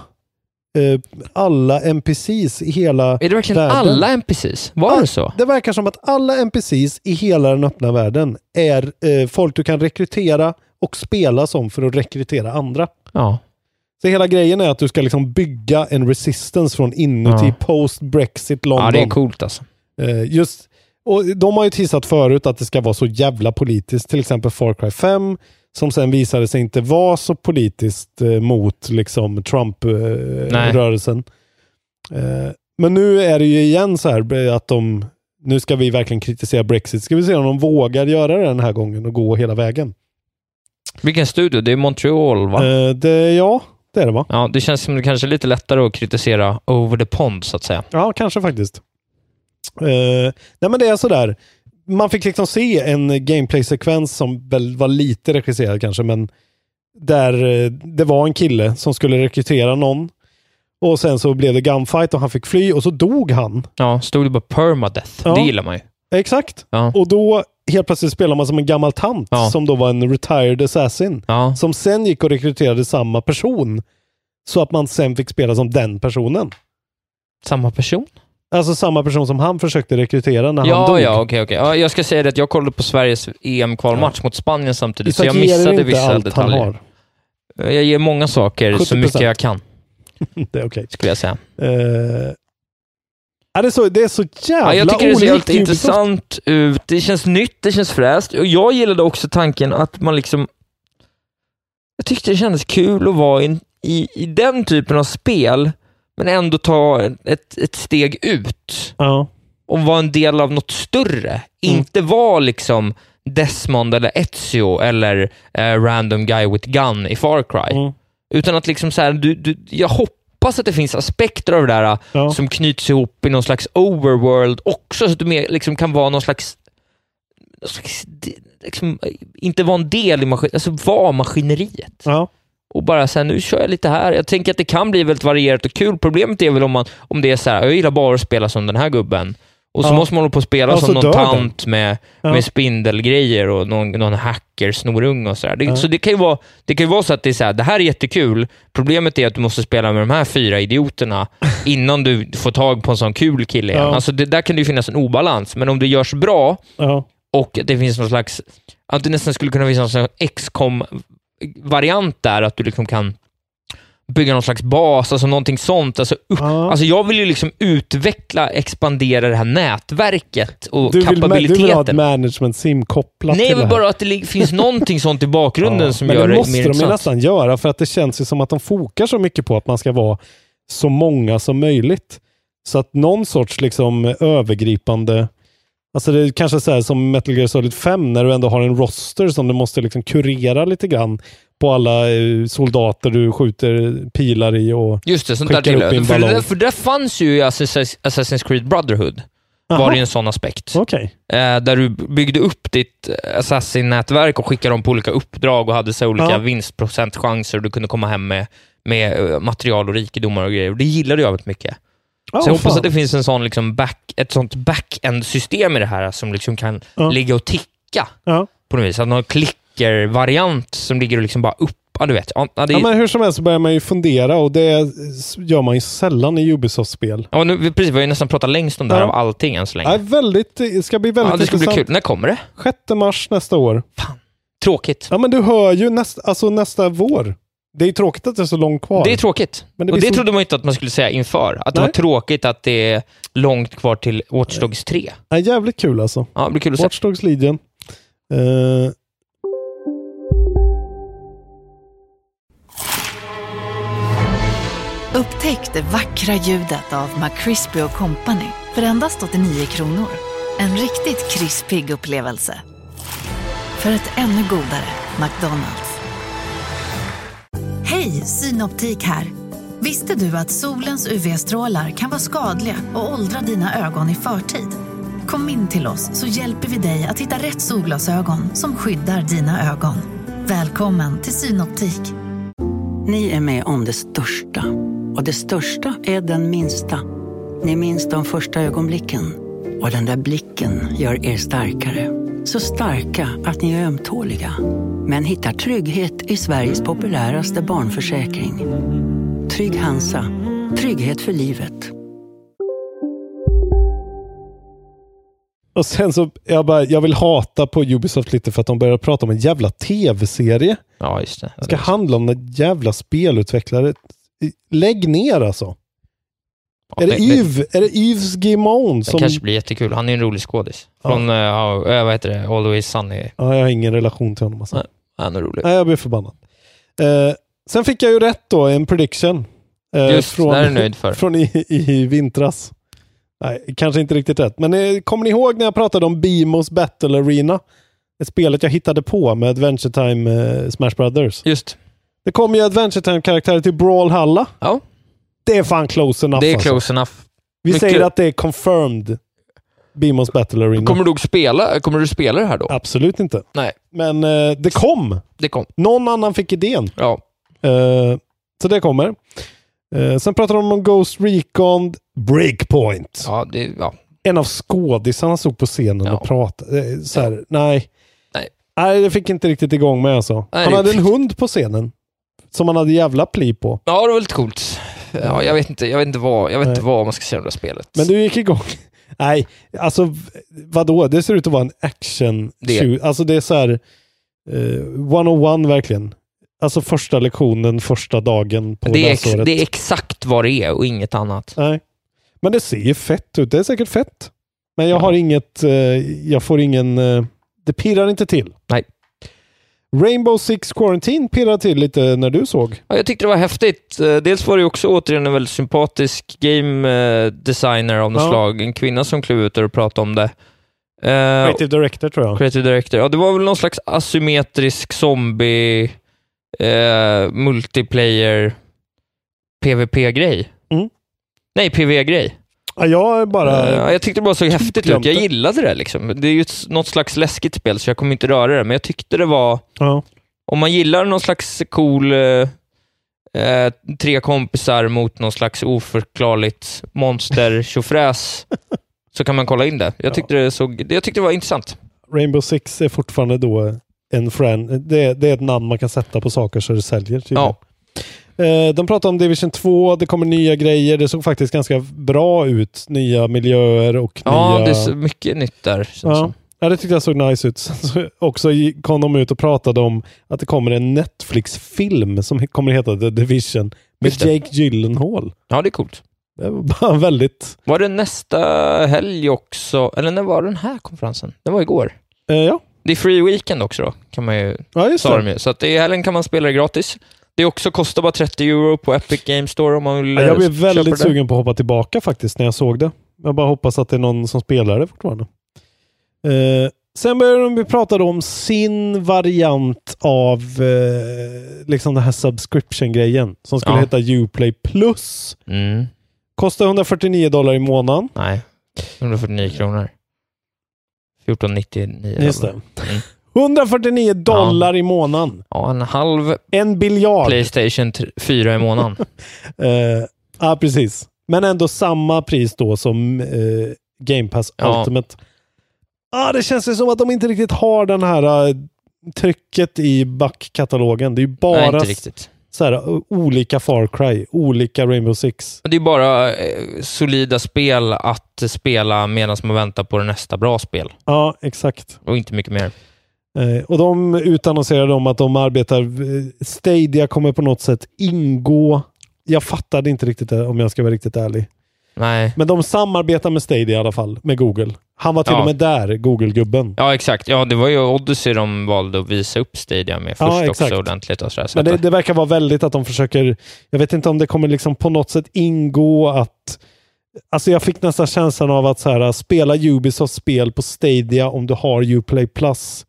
eh, alla N P Cs i hela Är det verkligen världen. Alla N P Cs? Var All, det så? Det verkar som att alla N P Cs i hela den öppna världen är eh, folk du kan rekrytera och spela som för att rekrytera andra. Ja. Så hela grejen är att du ska liksom bygga en resistance från inuti ja. post-Brexit London. Ja, det är coolt alltså. Eh, just, och de har ju tissat förut att det ska vara så jävla politiskt. Till exempel Far Cry fem som sen visade sig inte vara så politiskt eh, mot liksom Trump-rörelsen. Eh, eh, men nu är det ju igen så här att de nu ska vi verkligen kritisera Brexit. Ska vi se om de vågar göra det den här gången och gå hela vägen. Vilken studio? Det är Montreal, va? Eh, det, ja, det är det, va? Ja, det känns som det kanske är lite lättare att kritisera over the pond, så att säga. Ja, kanske faktiskt. Eh, nej, men det är så där. Man fick liksom se en gameplay-sekvens som väl var lite regisserad kanske, men där det var en kille som skulle rekrytera någon och sen så blev det gunfight och han fick fly och så dog han. Ja, stod det bara permadeath. Ja. Det gillar man ju. Exakt. Ja. Och då helt plötsligt spelar man som en gammal tant ja. som då var en retired assassin ja. som sen gick och rekryterade samma person så att man sen fick spela som den personen. Samma person? Alltså samma person som han försökte rekrytera när ja, han dog. Ja, okej, okej. Ja, jag ska säga det att jag kollade på Sveriges E M-kvalmatch ja. mot Spanien samtidigt, så jag missade vissa detaljer. Jag ger många saker sjuttio procent. Så mycket jag kan. Det är okej. Okay. Skulle jag säga. Uh, ja, det, är så, det är så jävla ja, jag tycker det ser helt Ubisoft. Intressant ut. Det känns nytt, det känns fräscht. Och jag gillade också tanken att man liksom... Jag tyckte det kändes kul att vara in, i, i den typen av spel, men ändå ta ett, ett steg ut. Ja. Och vara en del av något större. Mm. Inte vara liksom Desmond eller Ezio eller eh, Random Guy with Gun i Far Cry. Mm. Utan att liksom så här, du, du, jag, hopp, hoppas att det finns aspekter av det där ja. som knyts ihop i någon slags overworld också, så att du mer, liksom, kan vara någon slags, någon slags liksom, inte vara en del i maskin, alltså vara maskineriet. Ja. Och bara så här, nu kör jag lite här. Jag tänker att det kan bli väldigt varierat och kul. Problemet är väl om man om det är så här, jag gillar bara att spela som den här gubben. Och så ja. måste man hålla på att spela ja, som någon tant med, ja. med spindelgrejer och någon, någon hacker, snorung och sådär. Det, ja. Så det kan ju vara det kan ju vara så att det är så här, det här är jättekul. Problemet är att du måste spela med de här fyra idioterna innan du får tag på en sån kul kille igen. Ja. Alltså det, där kan det ju finnas en obalans. Men om det görs bra ja. och det finns någon slags, att det nästan skulle kunna finnas någon slags X COM-variant där, att du liksom kan bygga någon slags bas, alltså någonting sånt. Alltså, ja. alltså jag vill ju liksom utveckla, expandera det här nätverket och du kapabiliteten. Vill, du vill ha ett management sim kopplat Nej, till det här. bara att det finns någonting sånt i bakgrunden ja, som gör det mer intressant. Men det måste de nästan göra, för att det känns ju som att de fokar så mycket på att man ska vara så många som möjligt. Så att någon sorts liksom övergripande, alltså det är kanske så här som Metal Gear Solid fem, när du ändå har en roster som du måste liksom kurera lite grann på alla soldater du skjuter pilar i och just det, sånt där till. För det, för det fanns ju i Assassin's Creed Brotherhood. Aha. Var det en sån aspekt. Okay. Eh, där du byggde upp ditt Assassin-nätverk och skickade dem på olika uppdrag och hade så olika ja. vinstprocentchanser och du kunde komma hem med, med material och rikedomar och grejer. Och det gillade jag väldigt mycket. Oh, så jag hoppas fan. att det finns en sån liksom back, ett sånt back-end-system i det här som liksom kan ja. ligga och ticka ja. på något vis. Att någon klicker-variant som ligger och liksom bara upp. Ja, du vet. Ja, det är... ja, men hur som helst så börjar man ju fundera, och det gör man ju sällan i Ubisoft-spel. Ja, nu, precis, vi har ju nästan pratat längst om det här ja. av allting än så länge. Ja, väldigt, det ska bli väldigt ja, det ska intressant. Bli kul. När kommer det? sjätte mars nästa år. Fan. Tråkigt. Ja, men du hör ju näst, alltså nästa vår. Det är tråkigt att det är så långt kvar. Det är tråkigt. Men det och det så... trodde man inte att man skulle säga inför. Att Nej. det var tråkigt att det är långt kvar till Watch Dogs tre. Ja, jävligt kul alltså. Ja, det blir kul att Watch Dogs Legion. Uh... Upptäck det vackra ljudet av McCrispy och Company för endast åttionio kronor. En riktigt krispig upplevelse. För ett ännu godare McDonald's. Hej, Synoptik här. Visste du att solens U V-strålar kan vara skadliga och åldra dina ögon i förtid? Kom in till oss så hjälper vi dig att hitta rätt solglasögon som skyddar dina ögon. Välkommen till Synoptik. Ni är med om det största. Och det största är den minsta. Ni minns de första ögonblicken. Och den där blicken gör er starkare. Så starka att ni är ömtåliga. Men hittar trygghet i Sveriges populäraste barnförsäkring. Trygg Hansa. Trygghet för livet. Och sen så, jag, bara, jag vill hata på Ubisoft lite för att de börjar prata om en jävla tv-serie. Ja, just det. Det ska handla om en jävla spelutvecklare. Lägg ner alltså. Ja, är, det, det Yves, är det Yves Guillemot som... Det kanske blir jättekul. Han är en rolig skådis. Från, ja. uh, vad heter det? Always Sunny. Ja, jag har ingen relation till honom. Alltså. Nej, han är rolig. Nej, jag blir förbannad. Uh, sen fick jag ju rätt då, en prediction. Uh, Just, från, det är jag nöjd för. Från i, i vintras. Nej, kanske inte riktigt rätt. Men uh, kommer ni ihåg när jag pratade om Beamos Battle Arena? Ett spelet jag hittade på med Adventure Time uh, Smash Brothers. Just. Det kom ju Adventure Time-karaktärer till Brawlhalla. Ja. Det är fan close enough. Det är alltså. close enough. Vi Mycket... säger att det är confirmed Beamos Battle Arena. Kommer du spela, kommer du spela det här då? Absolut inte. Nej. Men uh, det kom. Det kom. Någon annan fick idén. Ja. Uh, så det kommer. Uh, sen pratar de om Ghost Recon Breakpoint. Ja, det, ja. En av skådisarna stod på scenen ja. och pratade. Så här, ja. nej. nej. Nej, det fick inte riktigt igång med alltså. Nej, han hade en hund på scenen. Som han hade jävla pli på. Ja, det var lite coolt. Ja, jag vet inte, jag vet inte vad, jag vet inte vad man ska säga om det här spelet. Men du gick igång. Nej, alltså vadå? Det ser ut att vara en action det. Alltså det är så här uh, one-on-one verkligen. Alltså första lektionen, första dagen på det är, ex, det är exakt vad det är och inget annat. Nej. Men det ser ju fett ut. Det är säkert fett. Men jag ja. har inget uh, jag får ingen uh, det pirrar inte till. Nej. Rainbow Six Quarantine pirrade till lite när du såg. Ja, jag tyckte det var häftigt. Dels var det också återigen en väldigt sympatisk game designer av något ja. slag. En kvinna som klev ut och pratade om det. Creative Director tror jag. Creative Director. Ja, det var väl någon slags asymmetrisk zombie eh, multiplayer P V P-grej. Mm. Nej, P V E-grej. Ja, jag bara... Ja, jag tyckte det bara så häftigt ut. Jag gillade det liksom. Det är ju ett, något slags läskigt spel så jag kommer inte röra det. Men jag tyckte det var... Ja. Om man gillar någon slags cool... Eh, tre kompisar mot någon slags oförklarligt monster tjofräs så kan man kolla in det. Jag tyckte, ja. det, såg, jag tyckte det var intressant. Rainbow Six är fortfarande då en friend. Det, det är ett namn man kan sätta på saker så det säljer. Ja. Eh, de pratar om Division två, det kommer nya grejer. Det såg faktiskt ganska bra ut. Nya miljöer och ja, nya... det är så mycket nytt där. Ja. ja, det tyckte jag såg nice ut. Så också kom de ut och pratade om att det kommer en Netflix-film som kommer heta The Division med Jake Gyllenhaal. Ja, det är coolt. Det var bara väldigt... Var det nästa helg också? Eller när var den här konferensen? Det var igår. Eh, ja. Det är free weekend också då, kan man ju ja, just ta med. Så att i helgen kan man spela det gratis. Det också kostar bara trettio euro på Epic Games Store om man vill. Ja, jag blev väldigt sugen på att hoppa tillbaka faktiskt när jag såg det. Jag bara hoppas att det är någon som spelar det fortfarande. Eh, sen började de prata om sin variant av eh, liksom den här subscription-grejen som skulle ja. heta Uplay Plus. Mm. Kostar hundrafyrtionio dollar i månaden. Nej, hundrafyrtionio kronor. fjorton nittionio. Just det. Mm. hundrafyrtionio dollar ja. i månaden. Ja, en halv en biljard. PlayStation fyra i månaden. uh, ja, precis. Men ändå samma pris då som uh, Game Pass ja. Ultimate. Ja, ah, det känns ju som att de inte riktigt har den här uh, trycket i backkatalogen. Det är ju bara... Nej, inte riktigt. Så här, olika Far Cry, olika Rainbow Six. Det är bara eh, solida spel att spela medan man väntar på det nästa bra spel. Ja, exakt. Och inte mycket mer. Eh, och de utannonserade om att de arbetar... Stadia kommer på något sätt ingå... Jag fattade inte riktigt det, om jag ska vara riktigt ärlig. Nej. Men de samarbetar med Stadia i alla fall, med Google. Han var till ja. och med där, Google-gubben. Ja, exakt. Ja, det var ju Odyssey de valde att visa upp Stadia med först ja, också ordentligt. Och så Men det, det verkar vara väldigt att de försöker... Jag vet inte om det kommer liksom på något sätt ingå att... Alltså jag fick nästan känslan av att så här, spela Ubisofts spel på Stadia om du har Uplay Plus.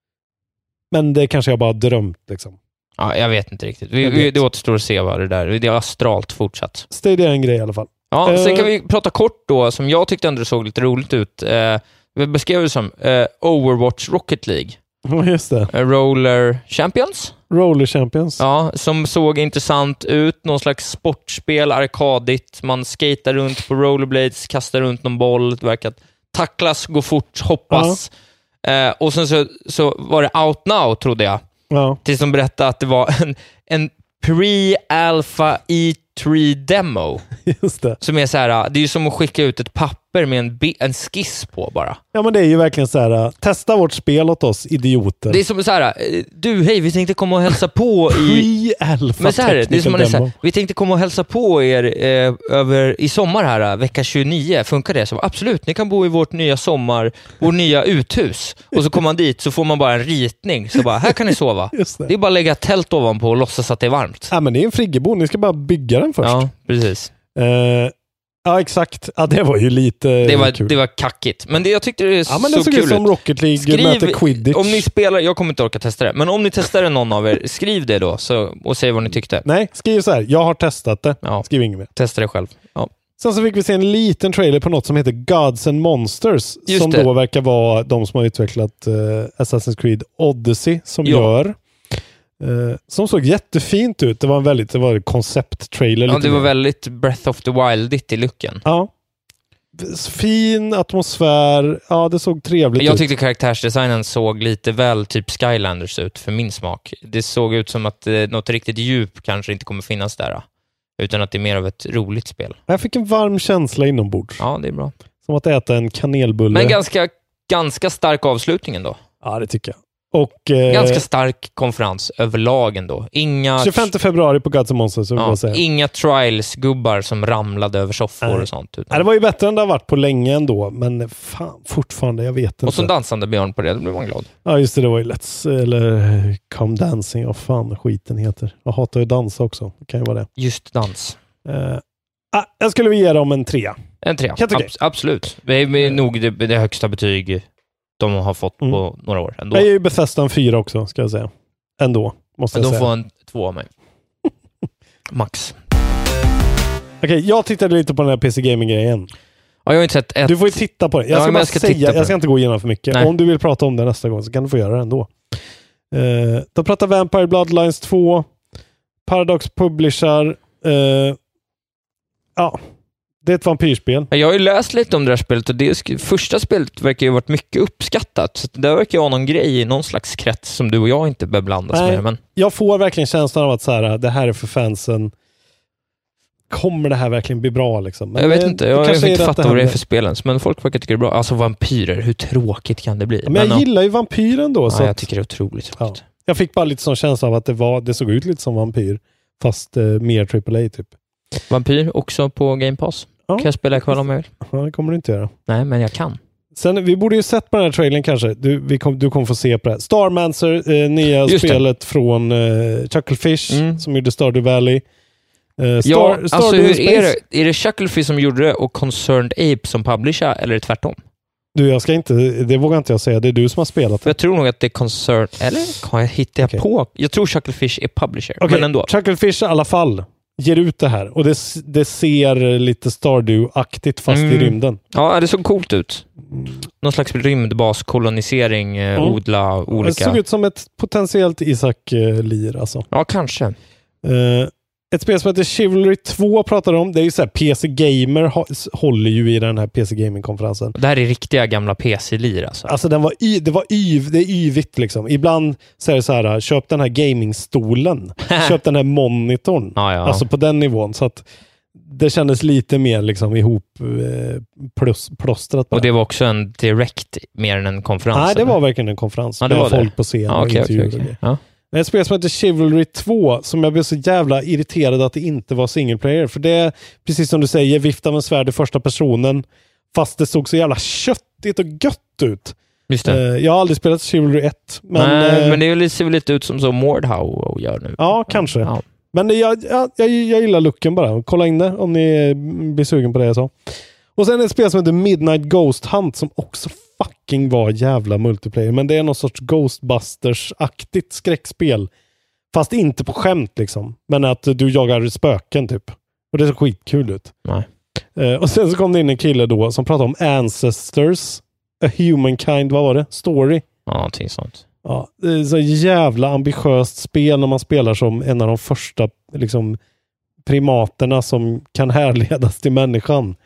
Men det kanske jag bara drömt liksom. Ja, jag vet inte riktigt. Vi, vi, det återstår att se vad det där. Det är astralt fortsatt. Stadia är en grej i alla fall. Ja, uh, sen kan Eh. vi prata kort då, som jag tyckte ändå såg lite roligt ut. Uh, vi beskrev det som uh, Overwatch Rocket League. Ja, just det. Uh, Roller Champions. Roller Champions. Ja, som såg intressant ut. Någon slags sportspel, arkadigt. Man skater runt på rollerblades, kastar runt någon boll. Det verkar tacklas, gå fort, hoppas. Uh, och sen så, så var det Out Now, trodde jag. Ja. Tills de berättade att det var en, en pre-alpha E tre demo. Just det. Som är så här, det är ju som att skicka ut ett papper med en, en skiss på bara. Ja, men det är ju verkligen så här, testa vårt spel åt oss, idioter. Det är som så här, du, hej, vi tänkte komma och hälsa på i... Pre-alpha men så här, det är som man är så demo. här, vi tänkte komma och hälsa på er eh, över i sommar här, vecka tjugonio. Funkar det? Så absolut, ni kan bo i vårt nya sommar, vårt nya uthus. Och så kommer man dit, så får man bara en ritning. Så bara, här kan ni sova. Just det. Det är bara att lägga tält ovanpå och låtsas att det är varmt. Ja, men det är en friggebo, ni ska bara bygga den först. Ja, precis. Uh, ja, exakt. Ja, det var ju lite det var, kul. Det var kackigt. Men det, jag tyckte det ja, men det så såg kul ut som Rocket League skriv, möter Quidditch. Om ni spelar, jag kommer inte orka testa det, men om ni testar det någon av er, skriv det då så, och säg vad ni tyckte. Nej, skriv så här. Jag har testat det. Ja. Skriv inget mer. Testa det själv. Ja. Sen så fick vi se en liten trailer på något som heter Gods and Monsters. Just som det. då verkar vara de som har utvecklat uh, Assassin's Creed Odyssey som ja. gör. Uh, som såg jättefint ut. Det var en väldigt, det var en koncept-trailer. Ja, det var väldigt Breath of the Wild-igt i looken. Ja. Fin atmosfär. Ja, det såg trevligt ut. Jag tyckte karaktärsdesignen såg lite väl typ Skylanders ut för min smak. Det såg ut som att eh, något riktigt djup kanske inte kommer finnas där. Utan att det är mer av ett roligt spel. Jag fick en varm känsla inombords. Ja, det är bra. Som att äta en kanelbulle. Men ganska, ganska stark avslutning ändå. Ja, det tycker jag. Och, eh, ganska stark konferens överlag ändå. Inga tjugofemte februari på Gods and Monsters. Ja, säga. Inga trials-gubbar som ramlade över soffor Nej. och sånt. Utan... Nej, det var ju bättre än det har varit på länge ändå. Men fan, fortfarande, jag vet inte. Och så dansande björn på det, då blir man glad. Ja, just det. Det var ju Let's, eller Come Dancing. Vad fan skiten heter. Jag hatar ju dansa också. Det kan ju vara det. Just dans. Uh, ah, jag skulle ge dem en trea. En trea, Abs- absolut. Det är mm. nog det, det högsta betyg de har fått mm. på några år. Ändå. Jag är ju Bethesda en fyra också, ska jag säga. Ändå, måste Men jag de säga. får en två av mig. Max. Okej, jag tittade lite på den här P C Gaming-grejen. Ja, jag har inte sett ett... Du får ju titta på det. Jag ska, ja, bara jag ska säga, jag ska inte gå igenom för mycket. Nej. Om du vill prata om det nästa gång så kan du få göra det ändå. Uh, då pratar Vampire Bloodlines två. Paradox publishar. Uh, ja, det är ett vampyrspel. Jag har ju läst lite om det här spelet och det första spelet verkar ju ha varit mycket uppskattat. Så det verkar ju ha någon grej i någon slags krets som du och jag inte bör blandas Nej, med. Men... Jag får verkligen känslan av att så här, det här är för fansen. Kommer det här verkligen bli bra liksom? Men jag vet det, inte, jag har inte fattat vad det är för spelen. Men folk verkar tycka det är bra. Alltså vampyrer, hur tråkigt kan det bli? Men, men jag gillar ju vampyren då. Ja, så jag att, tycker det är otroligt tråkigt. Ja. Jag fick bara lite sån känsla av att det, var, det såg ut lite som vampyr. Fast eh, mer triple A typ. Vampyr också på Game Pass. Ja. Kan jag spela ikväll om jag vill? Ja, det kommer du inte göra. Nej, men jag kan. Sen, vi borde ju sett på den här trailern kanske. Du, vi kom, du kommer få se på det här. Starmancer, eh, nya Just spelet det. från eh, Chucklefish mm. som gjorde Stardew Valley. Uh, Star, ja, Star alltså hur är det? Är det Chucklefish som gjorde det och Concerned Ape som publisher eller är det tvärtom? Du, jag ska inte, det vågar inte jag säga. Det är du som har spelat det. Jag tror nog att det är Concerned, eller kan jag hitta okay. på? Jag tror Chucklefish är publisher, okay. men ändå. Chucklefish i alla fall ger ut det här och det, det ser lite Stardew-aktigt fast mm. i rymden. Ja, det såg coolt ut. Någon slags rymdbaskolonisering, mm. odla olika... Det såg ut som ett potentiellt Isaac-lir alltså. Ja, kanske. Uh, Ett spel som heter Chivalry två pratar om. Det är ju så här, P C Gamer ho- håller ju i den här P C Gaming-konferensen. Det här är riktiga gamla P C-lir alltså. Alltså den var y- det var yv, det är yvigt liksom. Ibland så är det så här, köp den här gamingstolen. Köp den här monitorn. Ja, ja. Alltså på den nivån. Så att det kändes lite mer liksom ihop eh, plus, plåstrat. Och det var också en direkt mer än en konferens? Nej, det eller? var verkligen en konferens. Ja, det var folk det. på scen ja, och okay, intervjuer. Okay, okay. Ja. Ett spel som heter Chivalry två som jag blev så jävla irriterad att det inte var single player. För det är, precis som du säger, vifta med svärd i första personen. Fast det såg så jävla köttigt och gött ut. Just det. Jag har aldrig spelat Chivalry ett. Men, Nej, äh, men det ser väl lite ut som så Mordhau gör nu. Ja, kanske. Ja. Men jag, jag, jag, jag gillar looken bara. Kolla in det om ni blir sugen på det jag sa. Och sen ett spel som heter Midnight Ghost Hunt som också fucking var jävla multiplayer. Men det är någon sorts Ghostbusters-aktigt skräckspel. Fast inte på skämt liksom. Men att du jagar spöken typ. Och det ser skitkul ut. Nej. Uh, och sen så kom det in en kille då som pratade om Ancestors. A Humankind, vad var det? Story. Ja, någonting sånt. Ja, det är så jävla ambitiöst spel när man spelar som en av de första liksom, primaterna som kan härledas till människan.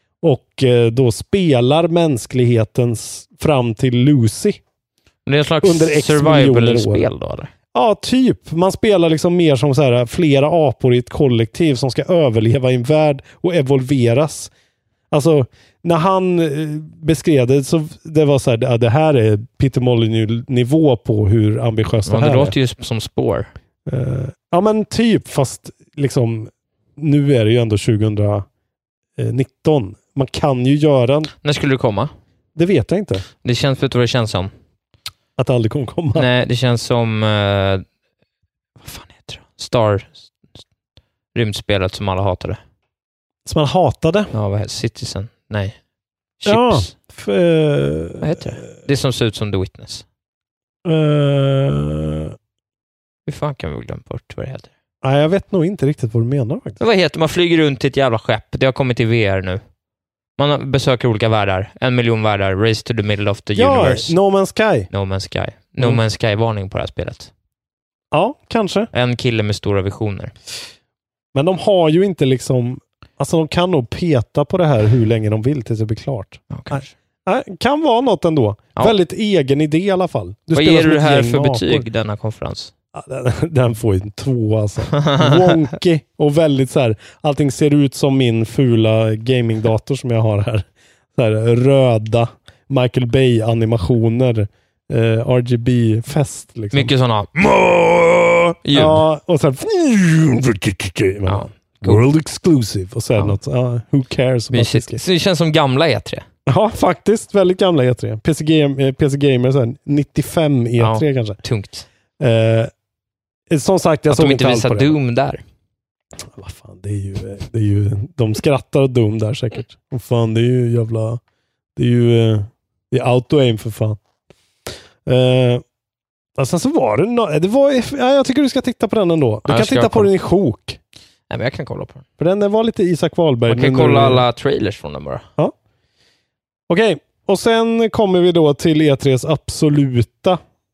Och eh, då spelar mänsklighetens fram till Lucy. Det är en slags survival-spel då, eller? Ja, typ. Man spelar liksom mer som så här, flera apor i ett kollektiv som ska överleva i en värld och evolveras. Alltså, när han eh, beskrev det så det var så här, ja, det här är Peter Molyneux-nivå på hur ambitiöst ja, det här är. Det låter ju som spår. Uh, ja, men typ, fast liksom nu är det ju ändå tjugonitton. Man kan ju göra... När skulle det komma? Det vet jag inte. Det känns, vet du vad det känns som? Att det aldrig kommer komma. Nej, det känns som... Uh, vad fan heter det? Star... Rymdspelet som alla hatade. Som man hatade? Ja, vad heter Citizen? Nej. Chips. Ja. F- uh, vad heter det? Det som ser ut som The Witness. Uh, Hur fan kan vi glömma bort vad det heter? Nej, jag vet nog inte riktigt vad du menar faktiskt. Vad heter man flyger runt i ett jävla skepp. Det har kommit i V R nu. Man besöker olika världar. En miljon världar. Race to the middle of the ja, universe. No Man's Sky. No Man's Sky. No Mm. Man's Sky-varning på det här spelet. Ja, kanske. En kille med stora visioner. Men de har ju inte liksom... Alltså de kan nog peta på det här hur länge de vill tills det blir klart. Ja, kanske. Nej, kan vara något ändå. Ja. Väldigt egen idé i alla fall. Du Vad ger du det här för betyg, apor. Denna konferens? Ja, den, den får ju en två alltså. Wonky och väldigt så här. Allting ser ut som min fula gamingdator som jag har här. Så här röda Michael Bay-animationer. Eh, R G B-fest. Liksom. Mycket sådana. Ja, och så här. Ja. World exclusive. Och så är det ja. något. Ja, who cares? Så det känns som gamla E tre. Ja, faktiskt. Väldigt gamla E tre. P C, Game, P C Gamer så här, nittiofem E tre ja, kanske. Tungt. Eh, som sagt, jag att de inte visar Doom där. Vad fan, det är ju, det är ju de skrattar åt Doom där säkert. Vad fan, det är ju jävla det är ju det är auto-aim för fan. Eh, och sen så var det no, det var ja, jag tycker du ska titta på den ändå. Du ja, kan titta på den i sjok. Nej, men jag kan kolla på den. För den var lite Isak Wahlberg. Man kan kolla alla trailers från den bara. Ja. Okej, okay. Och sen kommer vi då till E tre:s absoluta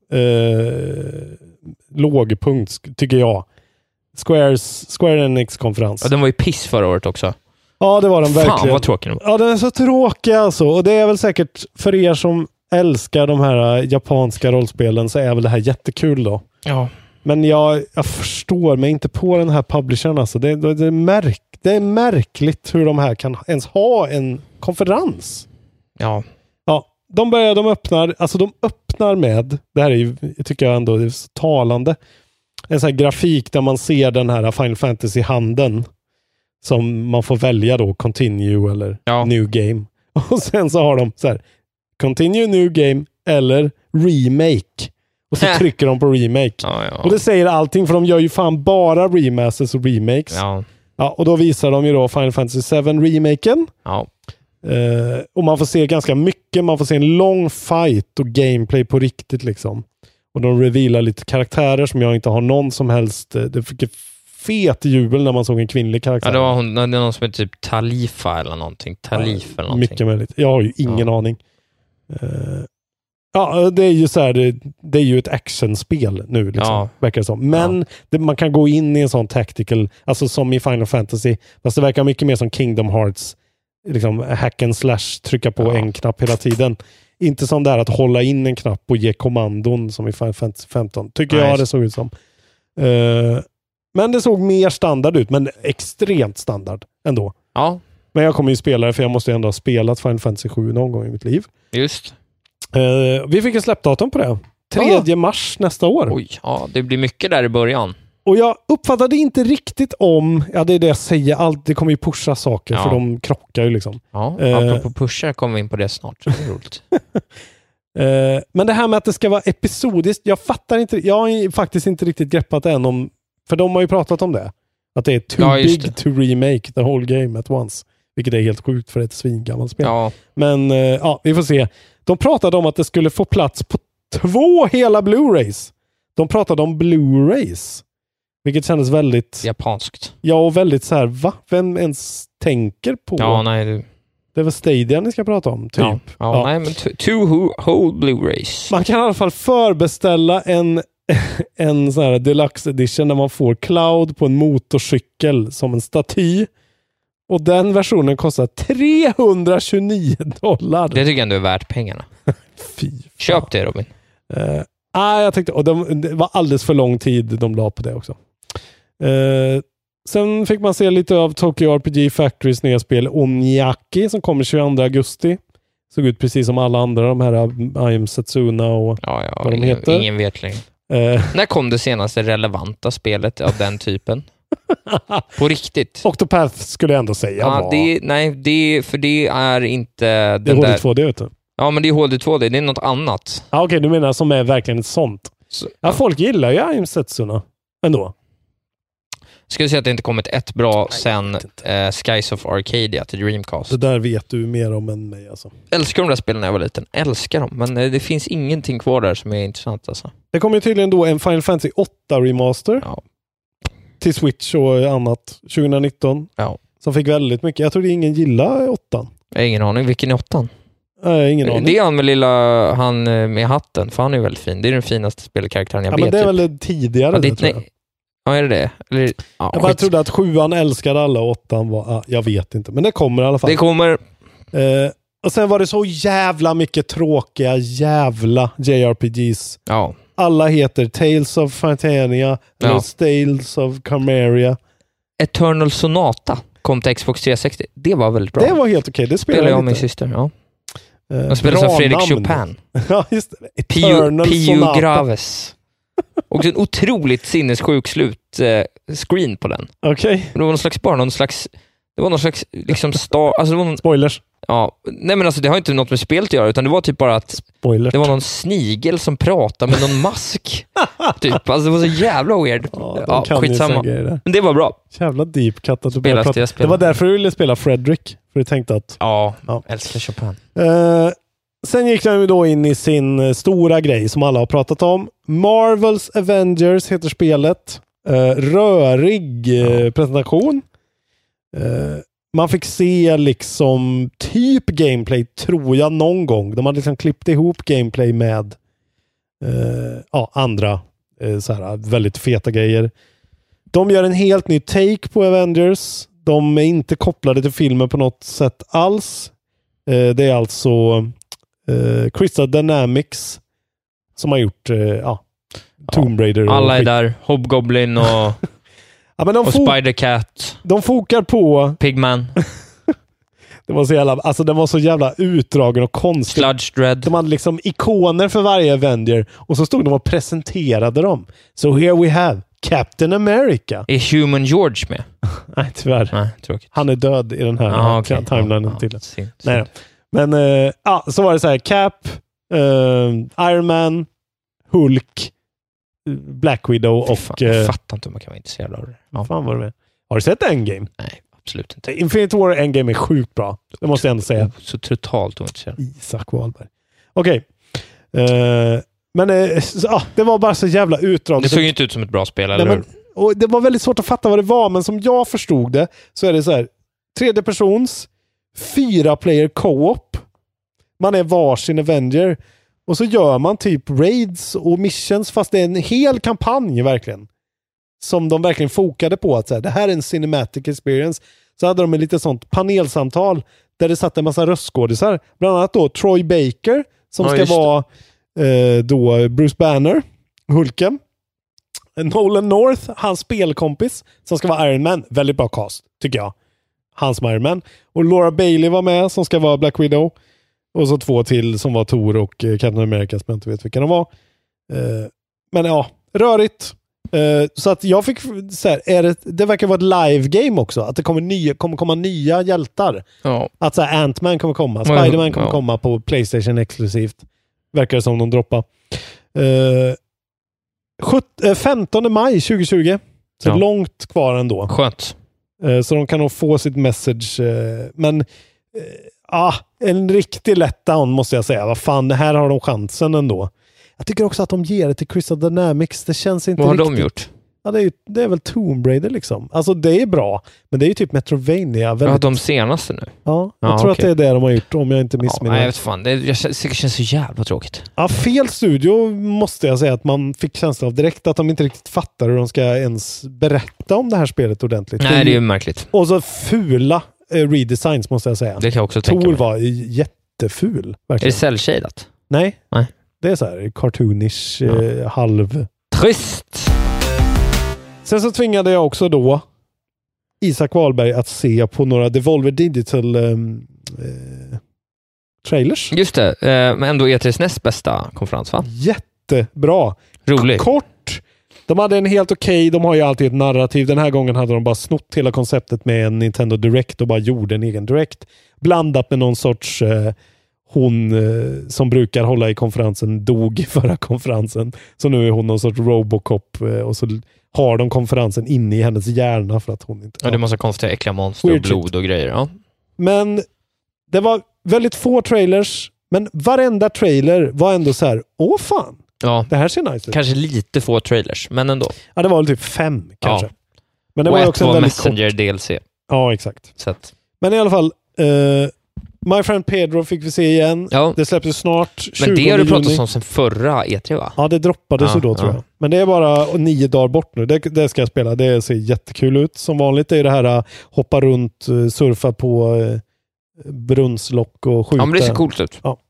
eh, lågpunkt, tycker jag. Squares, Square Enix-konferens. Ja, den var ju piss förra året också. Ja, det var den verkligen. Fan vad tråkig. Ja, den är så tråkig alltså. Och det är väl säkert för er som älskar de här japanska rollspelen så är väl det här jättekul då. Ja. Men jag, jag förstår mig inte på den här publishern alltså. Det, det, det, är märk, det är märkligt hur de här kan ens ha en konferens. Ja. Ja, de börjar, de öppnar, alltså de öppnar med, det här är ju, tycker jag ändå är så talande, en sån här grafik där man ser den här Final Fantasy-handen som man får välja då, continue eller ja. new game. Och sen så har de så här, continue new game eller remake. Och så trycker de på remake. Ja, ja. Och det säger allting, för de gör ju fan bara remasters och remakes. Ja. Ja, och då visar de ju då Final Fantasy seven remaken. Ja. Uh, och man får se ganska mycket. Man får se en lång fight och gameplay på riktigt liksom. Och de revealar lite karaktärer som jag inte har någon som helst. Det fick ett fet jubel när man såg en kvinnlig karaktär. Ja, det var hon, det är någon som är typ Talifa eller någonting. Talif ja, eller någonting. Mycket möjligt. Jag har ju ingen ja. aning. Uh, ja, det är ju så här, det, det är ju ett actionspel nu liksom, ja. verkar det som. Men ja. det, man kan gå in i en sån tactical, alltså som i Final Fantasy, fast det verkar mycket mer som Kingdom Hearts, liksom hack and slash, trycka på ja. en knapp hela tiden. Inte som det här att hålla in en knapp och ge kommandon som i Final Fantasy femton, tycker nice. jag det såg ut som. Uh, men det såg mer standard ut, men extremt standard ändå. Ja. Men jag kommer ju spela det, för jag måste ju ändå ha spelat Final Fantasy sju någon gång i mitt liv. Just. Uh, vi fick en släppdatum på det. tredje mars nästa år. Oj, ja, det blir mycket där i början. Och jag uppfattade inte riktigt om, ja det är det jag säger, allt, det kommer ju pusha saker, ja. för de krockar ju liksom. Ja, uh, apropå pusha kommer vi in på det snart. Det är roligt. uh, men det här med att det ska vara episodiskt, jag fattar inte, jag har faktiskt inte riktigt greppat än om, för de har ju pratat om det. Att det är too ja, big det. to remake the whole game at once. Vilket är helt sjukt för ett svingammalt spel. Ja. Men uh, ja, vi får se. De pratade om att det skulle få plats på två hela Blu-rays. De pratade om Blu-rays. Vilket kändes väldigt... japanskt. Ja, och väldigt så här, va? Vem ens tänker på... Ja, nej. Du... Det var Stadia ni ska prata om, typ. Ja, ja, ja. nej, men t- two whole Blu-rays. Man kan i alla fall förbeställa en, en sån här deluxe edition där man får Cloud på en motorcykel som en staty. Och den versionen kostar trehundratjugonio dollar. Det tycker jag ändå är värt pengarna. Fy. Köp det, Robin. Uh, ah, jag tyckte, och de, det var alldeles för lång tid de la på det också. Uh, sen fick man se lite av Tokyo R P G Factorys nya spel Onyaki som kommer tjugoandra augusti. Såg ut precis som alla andra, de här I Am Setsuna och ja, ja, vad de ingen, heter. Ingen vet längre. Uh, När kom det senaste relevanta spelet av den typen? På riktigt. Octopath skulle jag ändå säga. Ja, det, nej, det, för det är inte... Det är H D två D, vet du. Ja, men det är H D två D. Det är något annat. Ah, Okej, okay, du menar som är verkligen ett sånt. Så, ja, ja, folk gillar ju I Am Setsuna ändå. Ska jag säga att det inte kommit ett bra nej, sen äh, Skies of Arcadia till Dreamcast. Det där vet du mer om än mig alltså. Älskar de där spelen när jag var liten. Älskar dem. Men äh, det finns ingenting kvar där som är intressant alltså. Det kommer ju tydligen då en Final Fantasy åtta remaster. Ja. Till Switch och annat tjugonitton. Ja. Som fick väldigt mycket. Jag tror ingen gillar åttan. Jag har ingen aning. Vilken är åttan? Nej, ingen aning. Det är han med lilla han med hatten. För han är väldigt fin. Det är den finaste spelkaraktären jag ja, vet. Men det är typ. väl tidigare ja, det, det, tror jag. nej. Ja, är det det? Eller, ja, jag bara trodde att sjuan älskade alla och åttan var... Ah, jag vet inte. Men det kommer i alla fall. Det kommer... Eh, och sen var det så jävla mycket tråkiga jävla J R P Gs. Ja. Alla heter Tales of Phantasia eller ja. Tales of Chimera. Eternal Sonata kom till Xbox trehundrasextio. Det var väldigt bra. Det var helt okej. Okay. Det spelade jag jag och min syster, ja. Uh, de spelade som Fredrik Chopin. Ja, just det. Eternal Pio, Sonata. Pio Graves. Och en otroligt sinnessjuk slut eh, screen på den. Okej. Okay. Det var någon slags bara någon slags det var någon slags liksom star, alltså det var någon, spoilers. Ja, nej men alltså det har inte något med spelet att göra, utan det var typ bara att spoilers. Det var någon snigel som pratade med någon mask. Typ, alltså det var så jävla weird. Ja, ja skitsamma. Men det var bra. Jävla deep cut att du Spelas prata. Det, det var därför du ville spela Fredrik, för du tänkte att ja, ja. älskar Chopin. Uh, sen gick de ju då in i sin stora grej som alla har pratat om. Marvel's Avengers heter spelet. Uh, rörig uh, presentation. Uh, man fick se liksom typ gameplay, tror jag, någon gång. De hade liksom klippt ihop gameplay med uh, ja, andra uh, så här, väldigt feta grejer. De gör en helt ny take på Avengers. De är inte kopplade till filmen på något sätt alls. Uh, det är alltså uh, Crystal Dynamics som har gjort uh, ja, Tomb Raider. Ja, alla är där. Hobgoblin och, ja, men de och fo- Spider-Cat. De fokar på... Pigman. det var så jävla... Alltså den var så jävla utdragen och konstig. Sludge Dread. De hade liksom ikoner för varje Avenger. Och så stod de och presenterade dem. So here we have Captain America. Är Human George med? Nej, tyvärr. Nej, tråkigt. Han är död i den här ah, okay. timelinen ah, till. Ah, synd, Nej, synd. men uh, ja, så var det så här. Cap, uh, Iron Man, Hulk, Black Widow och... Fan, jag fattar inte hur man kan vara intresserad av det. Ja. Fan var det med. Har du sett Endgame? Nej, absolut inte. Infinity War Endgame är sjukt bra. Det måste jag ändå säga. Så totalt ointresserad. Isak Wahlberg. Okej. Okay. Uh, men uh, så, ah, det var bara så jävla utdraget. Det såg ju inte ut som ett bra spel, eller? Nej, men, och det var väldigt svårt att fatta vad det var, men som jag förstod det så är det så här. Tredje persons, fyra player co-op. Man är varsin Avenger. Och så gör man typ raids och missions, fast det är en hel kampanj verkligen. Som de verkligen fokade på att så här, det här är en cinematic experience. Så hade de ett lite sånt panelsamtal där det satt en massa röstskådisar. Bland annat då Troy Baker som ja, ska vara eh, då Bruce Banner, Hulken. Nolan North, hans spelkompis som ska vara Iron Man. Väldigt bra cast, tycker jag. Han som Iron Man. Och Laura Bailey var med som ska vara Black Widow. Och så två till som var Thor och eh, Captain America som jag inte vet vilka de var. Eh, men ja, rörigt. Eh, så att jag fick så här, är det, det verkar vara ett live game också. Att det kommer, nya, kommer komma nya hjältar. Ja. Att så här, Ant-Man kommer komma. Spider-Man kommer ja. komma på PlayStation exklusivt. Verkar det som de droppar. Eh, sjutton, femtonde maj tjugohundratjugo. Så ja. långt kvar ändå. Skönt. Eh, så de kan nog få sitt message. Eh, men... Eh, Ah, en riktig letdown måste jag säga. Vad fan, här har de chansen ändå. Jag tycker också att de ger det till Crystal Dynamics. Det känns inte Vad har riktigt. de gjort? Ja, det är, ju, det är väl Tomb Raider liksom. Alltså det är bra. Men det är ju typ Metrovania. Väldigt... Ja, de senaste nu. Ja, jag ah, tror okay. att det är det de har gjort om jag inte missminner. Ja, nej, jag vet fan. Det, jag, det känns så jävla tråkigt. Ja, fel studio måste jag säga att man fick känsla av direkt att de inte riktigt fattar hur de ska ens berätta om det här spelet ordentligt. Nej, det är ju märkligt. Och så fula redesigns måste jag säga. Det kan jag också tänka Thor mig. var jätteful. Verkligen. Är det cell-shadat? Nej. Nej. Det är så här cartoonish, ja. eh, halv... Trist! Sen så tvingade jag också då Isak Wahlberg att se på några Devolver Digital eh, eh, trailers. Just det, eh, men ändå E tres näst bästa konferens, va? Jättebra. Rolig. Kort. De hade en helt okej, okay, de har ju alltid ett narrativ. Den här gången hade de bara snott hela konceptet med en Nintendo Direct och bara gjorde en egen Direct. Blandat med någon sorts eh, hon eh, som brukar hålla i konferensen dog i förra konferensen. Så nu är hon någon sorts Robocop eh, och så har de konferensen inne i hennes hjärna för att hon inte... Ja, det är massa konstiga äckliga monster och blod och grejer. Ja. Men det var väldigt få trailers, men varenda trailer var ändå så här, åh fan. Ja, det här ser nice ut. Kanske lite få trailers, men ändå. Ja, det var väl typ fem kanske. Ja. Men det och var ett också var en väldigt Messenger D L C. Ja, exakt. Så att... Men i alla fall, uh, My Friend Pedro fick vi se igen. Ja. Det släpptes snart. Men det har du pratat om sen förra E tre, va? Ja, det droppades ju ja, då tror ja. jag. Men det är bara nio dagar bort nu. Det, det ska jag spela. Det ser jättekul ut. Som vanligt det är det här uh, hoppa runt, uh, surfa på uh, brunnslock och skjuta. Ja, men det ser coolt ut. Ja.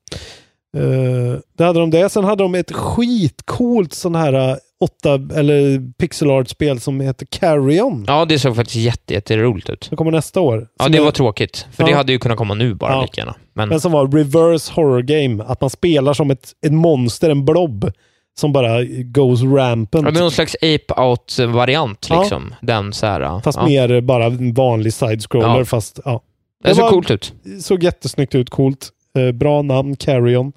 Uh, det hade de det. Sen hade de ett skitcoolt sån här uh, åtta eller pixel art spel som heter Carrion. Ja, det såg faktiskt jätte, jätte roligt ut. Det kommer nästa år. Ja, det är... var tråkigt. För ja. det hade ju kunnat komma nu bara ja. lika gärna. Men... Men som var reverse horror game. Att man spelar som ett, ett monster, en blob som bara goes rampant. Ja, det är någon slags ape-out-variant liksom. Ja. Den så här, fast ja. mer bara en vanlig side-scroller. Ja. Fast, ja. Det, det såg coolt ut. Såg jättesnyggt ut, coolt. Eh, bra namn, Carrion.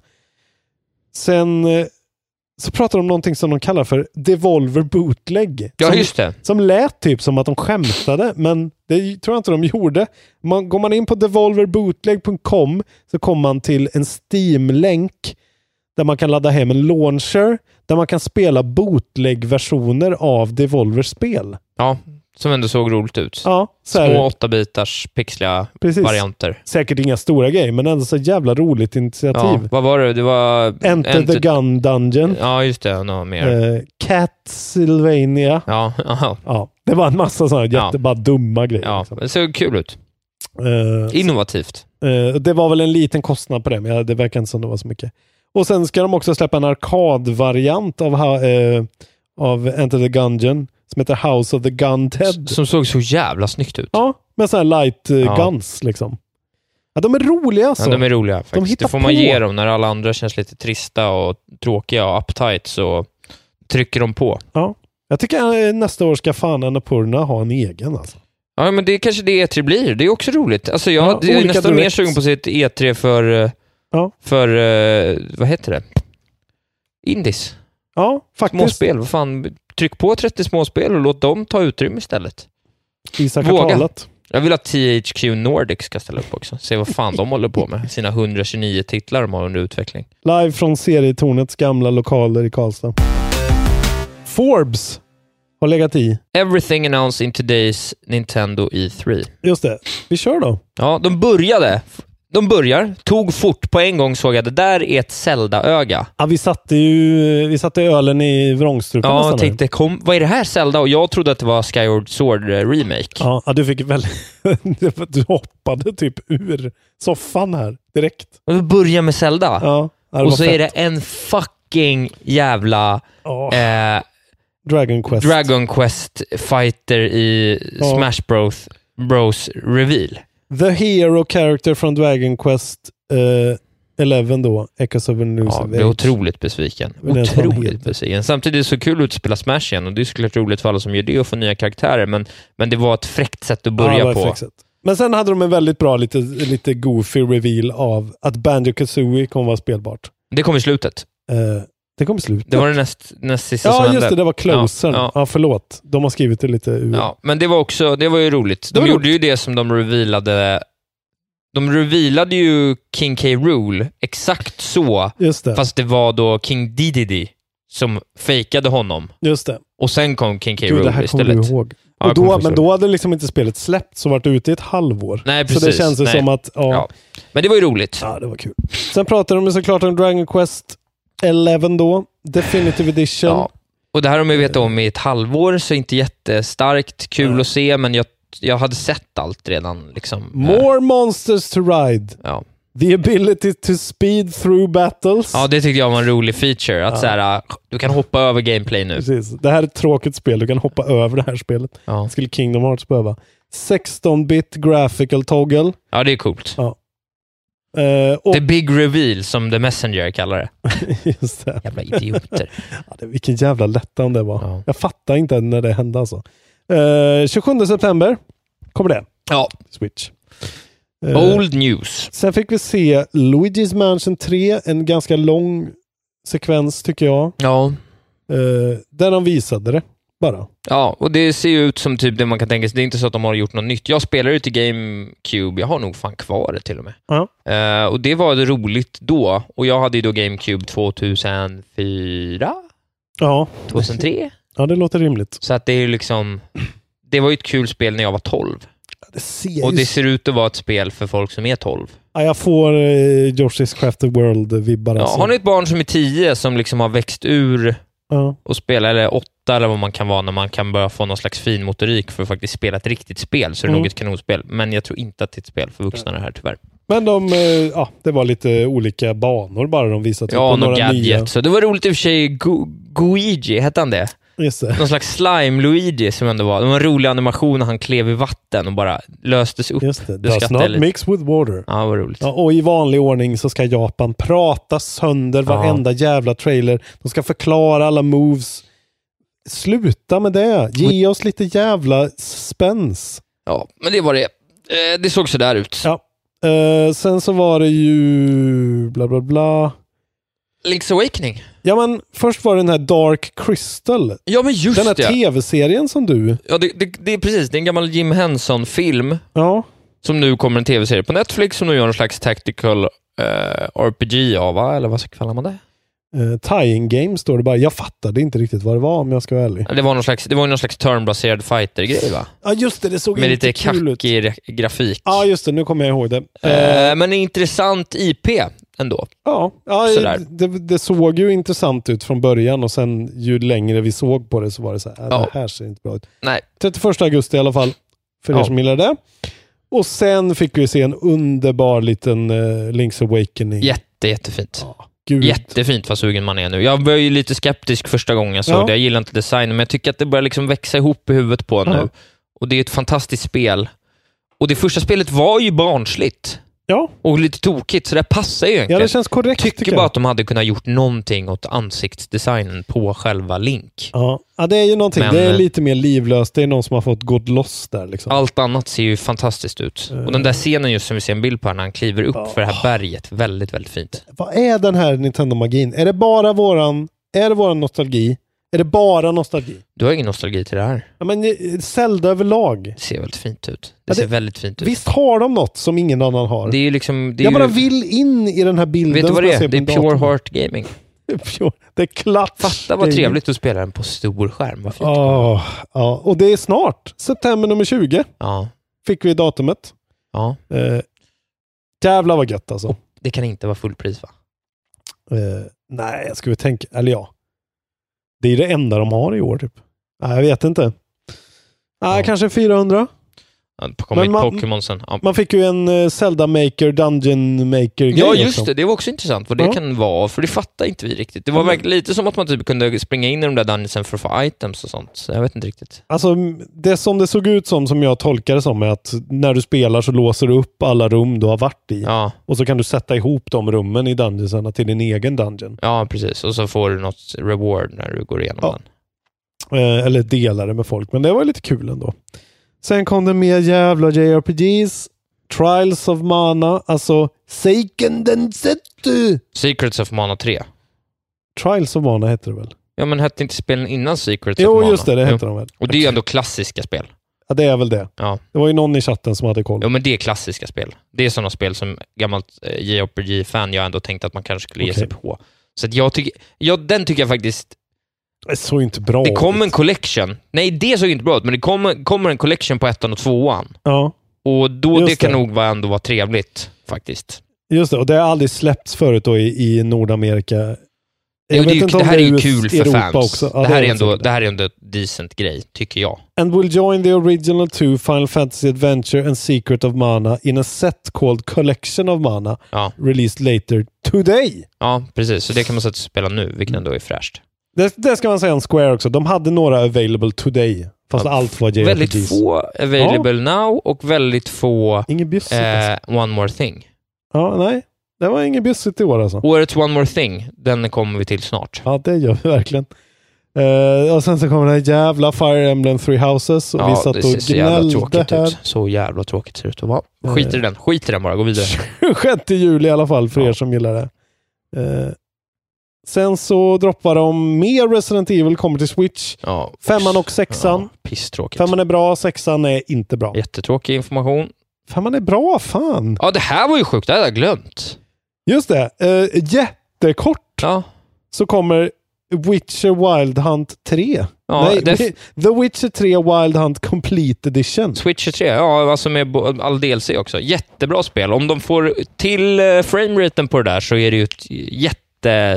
Sen eh, så pratar de om någonting som de kallar för Devolver Bootleg. Ja, som, just det. Som lät typ som att de skämtade, men det tror jag inte de gjorde. Man, går man in på devolver bootleg punkt com så kommer man till en Steam-länk där man kan ladda hem en launcher där man kan spela bootleg-versioner av Devolvers spel. Ja, som ändå såg roligt ut. Ja, så här, små åtta bitars pixliga Precis. varianter. Säkert inga stora grejer, men ändå så jävla roligt initiativ. Ja, vad var det? Det var... Enter, Enter the Gun Dungeon. Ja, just det. Något mer. Uh, Castlevania. Ja, aha. Ja, det var en massa sådana ja. jättebara dumma grejer. Ja, liksom. Det såg kul ut. Uh, Innovativt. Uh, det var väl en liten kostnad på det, men det verkar inte som det var så mycket. Och sen ska de också släppa en arkadvariant av, uh, av Enter the Gungeon som heter House of the Gunted. Som såg så jävla snyggt ut. Ja, med sådana här light uh, ja. guns liksom. Ja, de är roliga alltså. Ja, de är roliga faktiskt. De det får på. man ge dem när alla andra känns lite trista och tråkiga och uptight, så trycker de på. Ja, jag tycker att nästa år ska fan Annapurna ha en egen alltså. Ja, men det är kanske det E tre blir. Det är också roligt. Alltså jag, ja, jag är nästan direkt. mer sugen på sitt E tre för, ja. för vad heter det? Indies. Ja, faktiskt. Småspel. Vad fan, tryck på trettio småspel och låt dem ta utrymme istället. Visa kvartalet. Jag vill att T H Q Nordic ska ställa upp också. Se vad fan de håller på med. Sina etthundratjugonio titlar de har under utveckling. Live från serietornets gamla lokaler i Karlstad. Forbes har legat i. Everything announced in today's Nintendo E tre. Just det. Vi kör då. Ja, de började. De börjar, tog fort på en gång, såg jag det där är ett Zelda-öga. Ja, vi satte ju vi satte ölen i vrångstrupen. Ja, jag tänkte, kom, vad är det här Zelda? Och jag trodde att det var Skyward Sword remake. Ja, du fick väl du hoppade typ ur soffan här direkt. Och vi börjar med Zelda. Ja, och så fett. Är det en fucking jävla oh. eh, Dragon Quest. Dragon Quest fighter i oh. Smash Bros. Bros reveal. The hero character från Dragon Quest uh, elva då, Echoes of a New Ja, jag är otroligt besviken. Otroligt besviken. Samtidigt är det så kul att spela Smash igen, och det är såklart roligt för alla som gör det och få nya karaktärer, men, men det var ett fräckt sätt att börja ja, på. Men sen hade de en väldigt bra, lite, lite goofy reveal av att Banjo-Kazooie kommer vara spelbart. Det kom i slutet. Uh, det kom i slutet. Det var det näst, näst sista ja, som hände. Ja, just det. Det var closern. Ja, ja. ja, förlåt. De har skrivit det lite ur. Ja, men det var också, det var ju roligt. De gjorde roligt. ju det som de revealade. De revealade ju King K. Rool exakt så. Just det. Fast det var då King Dedede som fejkade honom. Just det. Och sen kom King K. Gud, Rool det här istället. Du ihåg. Ja, och då, men då hade liksom inte spelet släppt, så varit ute i ett halvår. Nej, precis. Så det känns ju som att... Ja. ja. Men det var ju roligt. Ja, det var kul. Sen pratade de såklart om Dragon Quest elva då. Definitive Edition. Ja. Och det här har man ju vetat om i ett halvår, så inte jättestarkt. Kul mm. att se, men jag, jag hade sett allt redan. Liksom. More monsters to ride. Ja. The ability to speed through battles. Ja, det tyckte jag var en rolig feature. Att ja. så här, du kan hoppa över gameplay nu. Precis. Det här är ett tråkigt spel. Du kan hoppa över det här spelet. Ja. Skulle Kingdom Hearts behöva. sexton-bit graphical toggle. Ja, det är coolt. Ja. Uh, och... The big reveal, som The Messenger kallar det. Just det. Jävla idioter. Ja, det, vilken jävla lättan det var. Ja. Jag fattar inte när det hände alltså. Uh, tjugosjunde september kommer det. Ja. Switch. Uh, Old news. Sen fick vi se Luigi's Mansion tre. En ganska lång sekvens tycker jag. Ja. Uh, där de visade det. Bara. Ja, och det ser ju ut som typ det man kan tänka sig. Det är inte så att de har gjort något nytt. Jag spelar ju till GameCube. Jag har nog fan kvar det till och med. Uh-huh. Uh, och det var det roligt då. Och jag hade ju då GameCube tvåtusenfyra? Ja. tvåtusentre? Ja, det låter rimligt. Så att det är liksom... Det var ju ett kul spel när jag var tolv. Det ser och det ser ut att vara ett spel för folk som är tolv. Ja, jag får eh, Yoshi's Crafted World-vibbar. Ja, alltså. har ni ett barn som är tio som liksom har växt ur ja. och spelar, eller åtta eller vad man kan vara när man kan börja få någon slags fin motorik för att faktiskt spela ett riktigt spel, så är det mm. nog ett kanonspel. Men jag tror inte att det är ett spel för vuxna det här tyvärr. Men de, ja, det var lite olika banor bara de visade. Ja, på några gadget. Nya. Så det var roligt i och för sig. Go- Guigi, hette han det? Just det. Någon slags slime-Luigi som ändå var. Det var en rolig animation när han klev i vatten och bara löstes upp. Just det. Does not lite. Mix with water. Ja, det var roligt. Ja, och i vanlig ordning så ska Japan prata sönder varenda ja. jävla trailer. De ska förklara alla moves. Sluta med det. Ge oss lite jävla spänns. Ja, men det var det. Eh, det såg så där ut. Ja. Eh, sen så var det ju bla bla bla. Link's Awakening. Ja, men först var det den här Dark Crystal. Ja, men just den här det. tv-serien som du... Ja, det, det, det är precis. Det är en gammal Jim Henson-film. Ja. Som nu kommer en tv-serie på Netflix som nu gör en slags tactical uh, R P G av, va? Eller vad kallar man det? Uh, tying game står det bara. Jag fattade inte riktigt vad det var om jag ska vara ärlig. Det var någon slags, det var någon slags turn-baserad fighter-grej va? Ja just det, det såg med inte lite kul ut. kackig re- grafik. Ja just det, nu kommer jag ihåg det. Uh, men intressant I P ändå. Ja, ja det, det såg ju intressant ut från början och sen ju längre vi såg på det så var det så här, ja. Det här ser inte bra ut. Nej. trettioförsta augusti i alla fall, för ja. er som gillar det. Och sen fick vi se en underbar liten uh, Link's Awakening. Jätte, jättefint. Ja. Gud. Jättefint vad sugen man är nu. Jag var ju lite skeptisk första gången jag såg ja. det. Jag gillar inte designen, men jag tycker att det börjar liksom växa ihop i huvudet på nu. Ja. Och det är ett fantastiskt spel. Och det första spelet var ju barnsligt. Ja. Och lite tokigt, så det passar ju egentligen. Ja, det känns korrekt. Tycker, tycker bara jag. att de hade kunnat gjort någonting åt ansiktsdesignen på själva Link. Ja, ja det är ju någonting. Men, det är lite mer livlöst. Det är någon som har fått gått loss där. Liksom. Allt annat ser ju fantastiskt ut. Uh. Och den där scenen just som vi ser en bild på när han kliver upp uh. för det här berget. Väldigt, väldigt fint. Vad är den här Nintendo-magin? Är det bara våran, är det våran nostalgi? Är det bara nostalgi? Du har ingen nostalgi till det här. Ja, men Zelda överlag. Det ser väldigt fint ut. Det, ja, det ser väldigt fint ut. Visst har de något som ingen annan har? Det är ju liksom, det är jag ju... bara vill in i den här bilden. Vet du vad det är? Det är Pure Heart Gaming. Pure. Det är klart. Fatta vad trevligt att spela den på stor skärm. Vad fint. Oh, ja, och det är snart. September nummer tjugo. Ja. Fick vi datumet. Ja. Eh, jävlar vad gött alltså. Och det kan inte vara fullpris va? Eh, nej, jag skulle tänka, eller ja. Det är det enda de har i år typ. Nej, jag vet inte. Nej, ja. Kanske fyrahundra. Ja, men man, Pokémon sen. Ja. Man fick ju en uh, Zelda Maker, Dungeon Maker grej. Ja, just också. det. Det var också intressant vad det ja. kan vara. För det fattar inte vi riktigt. Det var verkligen lite som att man typ kunde springa in i de där dungeonsen för att få items och sånt. Så jag vet inte riktigt. Alltså, det som det såg ut som, som jag tolkar det som, är att när du spelar så låser du upp alla rum du har varit i. Ja. Och så kan du sätta ihop de rummen i dungeonsarna till din egen dungeon. Ja, precis. Och så får du något reward när du går igenom ja. den. Eh, eller delar det med folk. Men det var lite kul ändå. Sen kom det mer jävla J R P Gs. Trials of Mana. Alltså Seiken Densetsu. Secrets of Mana tre. Trials of Mana heter det väl? Ja, men hette inte spelen innan Secrets jo, of Mana? Jo, just det. Det heter jo. de väl. Och det är ju ändå klassiska spel. Ja, det är väl det. Ja. Det var ju någon i chatten som hade koll. Ja, men det är klassiska spel. Det är sådana spel som gammalt eh, J R P G-fan jag ändå tänkte att man kanske skulle okay. ge sig på. Så att jag tycker... Ja, den tycker jag faktiskt... Det såg inte bra Det kom en collection. Nej, det såg inte bra ut, men det kommer, kommer en collection på ettan och tvåan. Ja. Och då Just det kan det. nog vara ändå vara trevligt, faktiskt. Just det, och det har aldrig släppts förut då i, i Nordamerika. Jag jo, vet det, inte det om här det är ju U S, kul för Europa fans. Också. Ja, det, det, här är är ändå, det. det här är ändå en decent grej, tycker jag. And will join the original two Final Fantasy Adventure and Secret of Mana in a set called Collection of Mana, ja. released later today. Ja, precis. Så det kan man sätta och spela nu, vilket ändå är fräscht. Det, det ska man säga om Square också. De hade några available today. Fast ja, allt var J R P Gs. Väldigt få available ja. now och väldigt få ingen bjussigt, eh, alltså. One More Thing. Ja, nej. Det var ingen bjussigt i år alltså. Årets One More Thing, den kommer vi till snart. Ja, det gör vi verkligen. Uh, och sen så kommer det här jävla Fire Emblem Three Houses. Och ja, vi satt det ser och så jävla tråkigt här. ut. Så jävla tråkigt ser det ut att vara. Skit i den. Skit i den bara. Gå vidare. sjätte juli i alla fall för ja. er som gillar det. Uh, sen så droppar de mer Resident Evil, kommer till Switch. Ja. Femman och sexan. Ja, pisstråkigt. Femman är bra, sexan är inte bra. Jättetråkig information. Femman är bra, fan. Ja, det här var ju sjukt. Det hade jag glömt. Just det. Uh, jättekort. Ja. Så kommer Witcher Wild Hunt tre. Ja, Nej, det... The Witcher tre Wild Hunt Complete Edition. Witcher tre, ja, alltså med all D L C också. Jättebra spel. Om de får till uh, frameraten på det där så är det ju ett jätte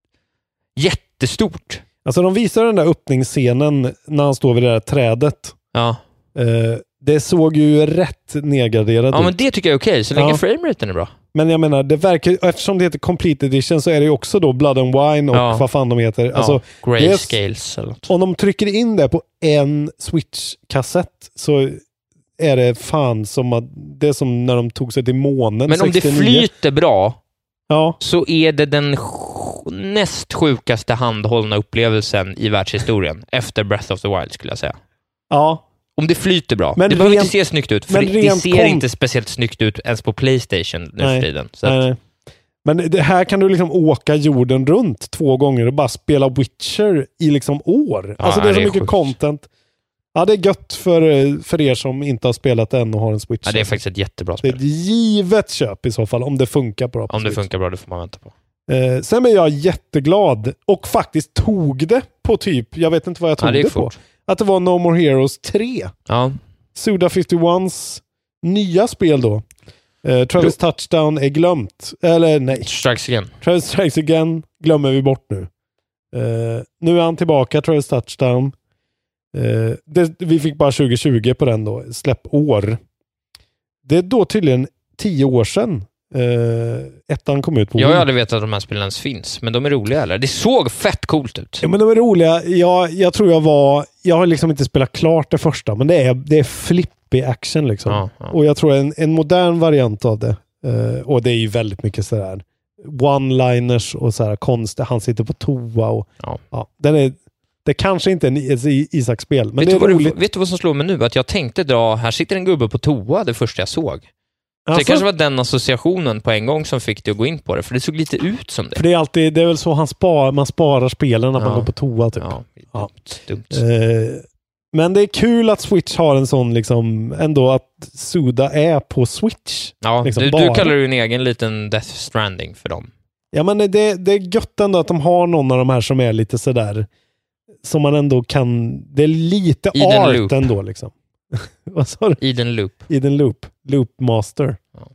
jättestort. Alltså de visar den där öppningsscenen när han står vid det där trädet. Ja. Uh, det såg ju rätt nedgraderat Ja, ut. men det tycker jag är okej, okay, så länge ja. frameraten är bra. Men jag menar, det verkar, eftersom det heter Complete Edition så är det ju också då Blood and Wine och ja. vad fan de heter. Ja. Alltså, Grayscales eller något. Om de trycker in det på en Switch-kassett så är det fan som att det är som när de tog sig till månen. Men om sextionio. Det flyter bra ja. så är det den näst sjukaste handhållna upplevelsen i världshistorien efter Breath of the Wild skulle jag säga. Ja. Om det flyter bra. Men det rent, behöver inte se snyggt ut, för det, det ser kom... inte speciellt snyggt ut ens på PlayStation nu för tiden. Så nej, att... nej. Men det här kan du liksom åka jorden runt två gånger och bara spela Witcher i liksom år. Ja, alltså det är så det är mycket sjukt. content. Ja, det är gött för, för er som inte har spelat än och har en Switch. Ja, det är faktiskt ett jättebra spel. Det är ett givet köp i så fall, om det funkar bra. Om det Switch. funkar bra, det får man vänta på. Eh, sen är jag jätteglad och faktiskt tog det på typ, jag vet inte vad jag tog ja, det, det på. Att det var No More Heroes tre. Ja. Suda femtioens nya spel då. Eh, Travis jo. Touchdown är glömt. Eller nej. Strikes Again. Travis Strikes Again glömmer vi bort nu. Eh, nu är han tillbaka, Travis Touchdown. Eh, det, vi fick bara tjugo tjugo på den då. Släpp år. Det är då tydligen tio år sedan Uh, ettan kom ut på Jag har aldrig vetat att de här spelen ens finns, men de är roliga eller? Det såg fett coolt ut. Ja, men de är roliga. Jag, jag tror jag var jag har liksom inte spelat klart det första, men det är, det är flippig action liksom. Ja, ja. Och jag tror en, en modern variant av det. Uh, och det är ju väldigt mycket sådär one-liners och sådär konst. Han sitter på toa och ja. Ja, den är det kanske inte är ett Isak-spel, men vet det är vad roligt. Du, vet du vad som slår mig nu? Att jag tänkte dra, här sitter en gubbe på toa det första jag såg. Alltså, det kanske var den associationen på en gång som fick det att gå in på det. För det såg lite ut som det. För det är alltid, det är väl så han spar, man sparar spelen när ja. man går på toa typ. Ja, ja. dumt. Eh, men det är kul att Switch har en sån liksom, ändå att Suda är på Switch. Ja, liksom, du, du kallar ju en egen liten Death Stranding för dem. Ja, men det, det är gött ändå att de har någon av de här som är lite sådär, som man ändå kan, det är lite Eden art Loop. ändå liksom. Vad sa du? Eden Loop. Eden Loop. Loop Master. Ja.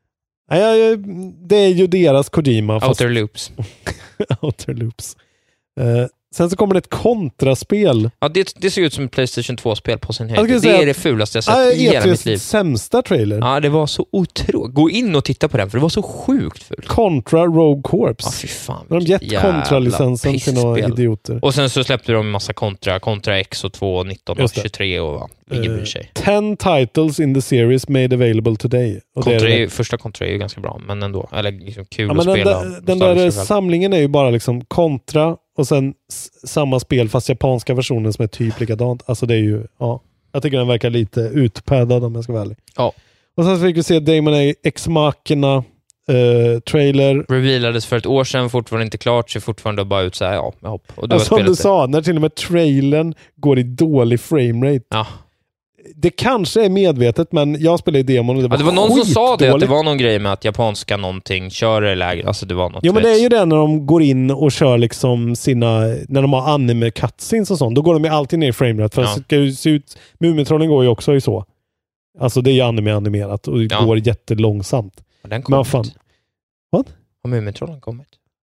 Ja, det är ju deras Kojima. Outer fast... Loops. Outer Loops. Uh, sen så kommer det ett kontraspel. Ja, det, det ser ut som ett PlayStation två-spel på sin höjd. Det är det fulaste jag sett uh, i hela mitt liv. Sämsta trailer. Ja, det var så otroligt. Gå in och titta på den, för det var så sjukt fult. Contra Rogue Corps. Ja, fy fan. De har gett Contra-licensen till några idioter. Och sen så släppte de en massa Contra. Contra X och två, nitton och tjugotre och ingen bryr sig. ten titles in the series made available today. Och Contra det är är, första Contra är ju ganska bra, men ändå. Eller liksom kul ja, att men spela. Den, den där samlingen är ju bara liksom Contra och sen s- samma spel fast japanska versionen som är typ likadant. Alltså det är ju, ja. Jag tycker den verkar lite utpädad om jag ska vara ärlig. Ja. Och sen fick vi se Damon X Machina uh, trailer. Revealades för ett år sedan, fortfarande inte klart, ser fortfarande bara ut så här, ja, med hopp. Och alltså, som du sa, när till och med trailern går i dålig framerate. Ja. Det kanske är medvetet, men jag spelade i demon och det var, ja, det var någon skitdåligt. som sa det, att det var någon grej med att japanska någonting kör i lägre. Alltså det var något. Jo, men det är ju det när de går in och kör liksom sina, när de har anime cutscenes och sånt, då går de ju alltid ner i framerate. För ja. det ska ju se ut, Mumintrollen går ju också i så. Alltså det är ju anime animerat och det ja. går jättelångsamt. Har den kommit? Men fan. Vad? Har Mumintrollen kommit?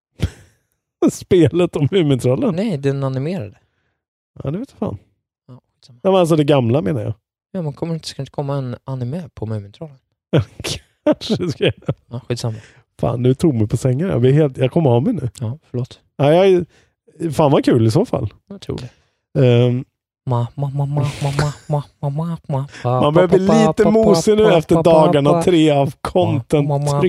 Spelet om Mumintrollen? Nej, den animerade. Ja, det vet jag fan. Ja, det var alltså det gamla menar jag. Ja, man kommer inte, ska inte komma en anime på Mumintrollen. Kanske ska jag. Ja, skitsamma. Fan, nu tog mig på sängen. Jag, blir helt, jag kommer av mig nu. Ja, förlåt. Ja, jag, fan vad kul i så fall. Jag tror det. Um, ma, ma, ma, ma, ma, ma, ma, ma, ma, man börjar bli lite mosig nu efter dagarna tre av content-tryck.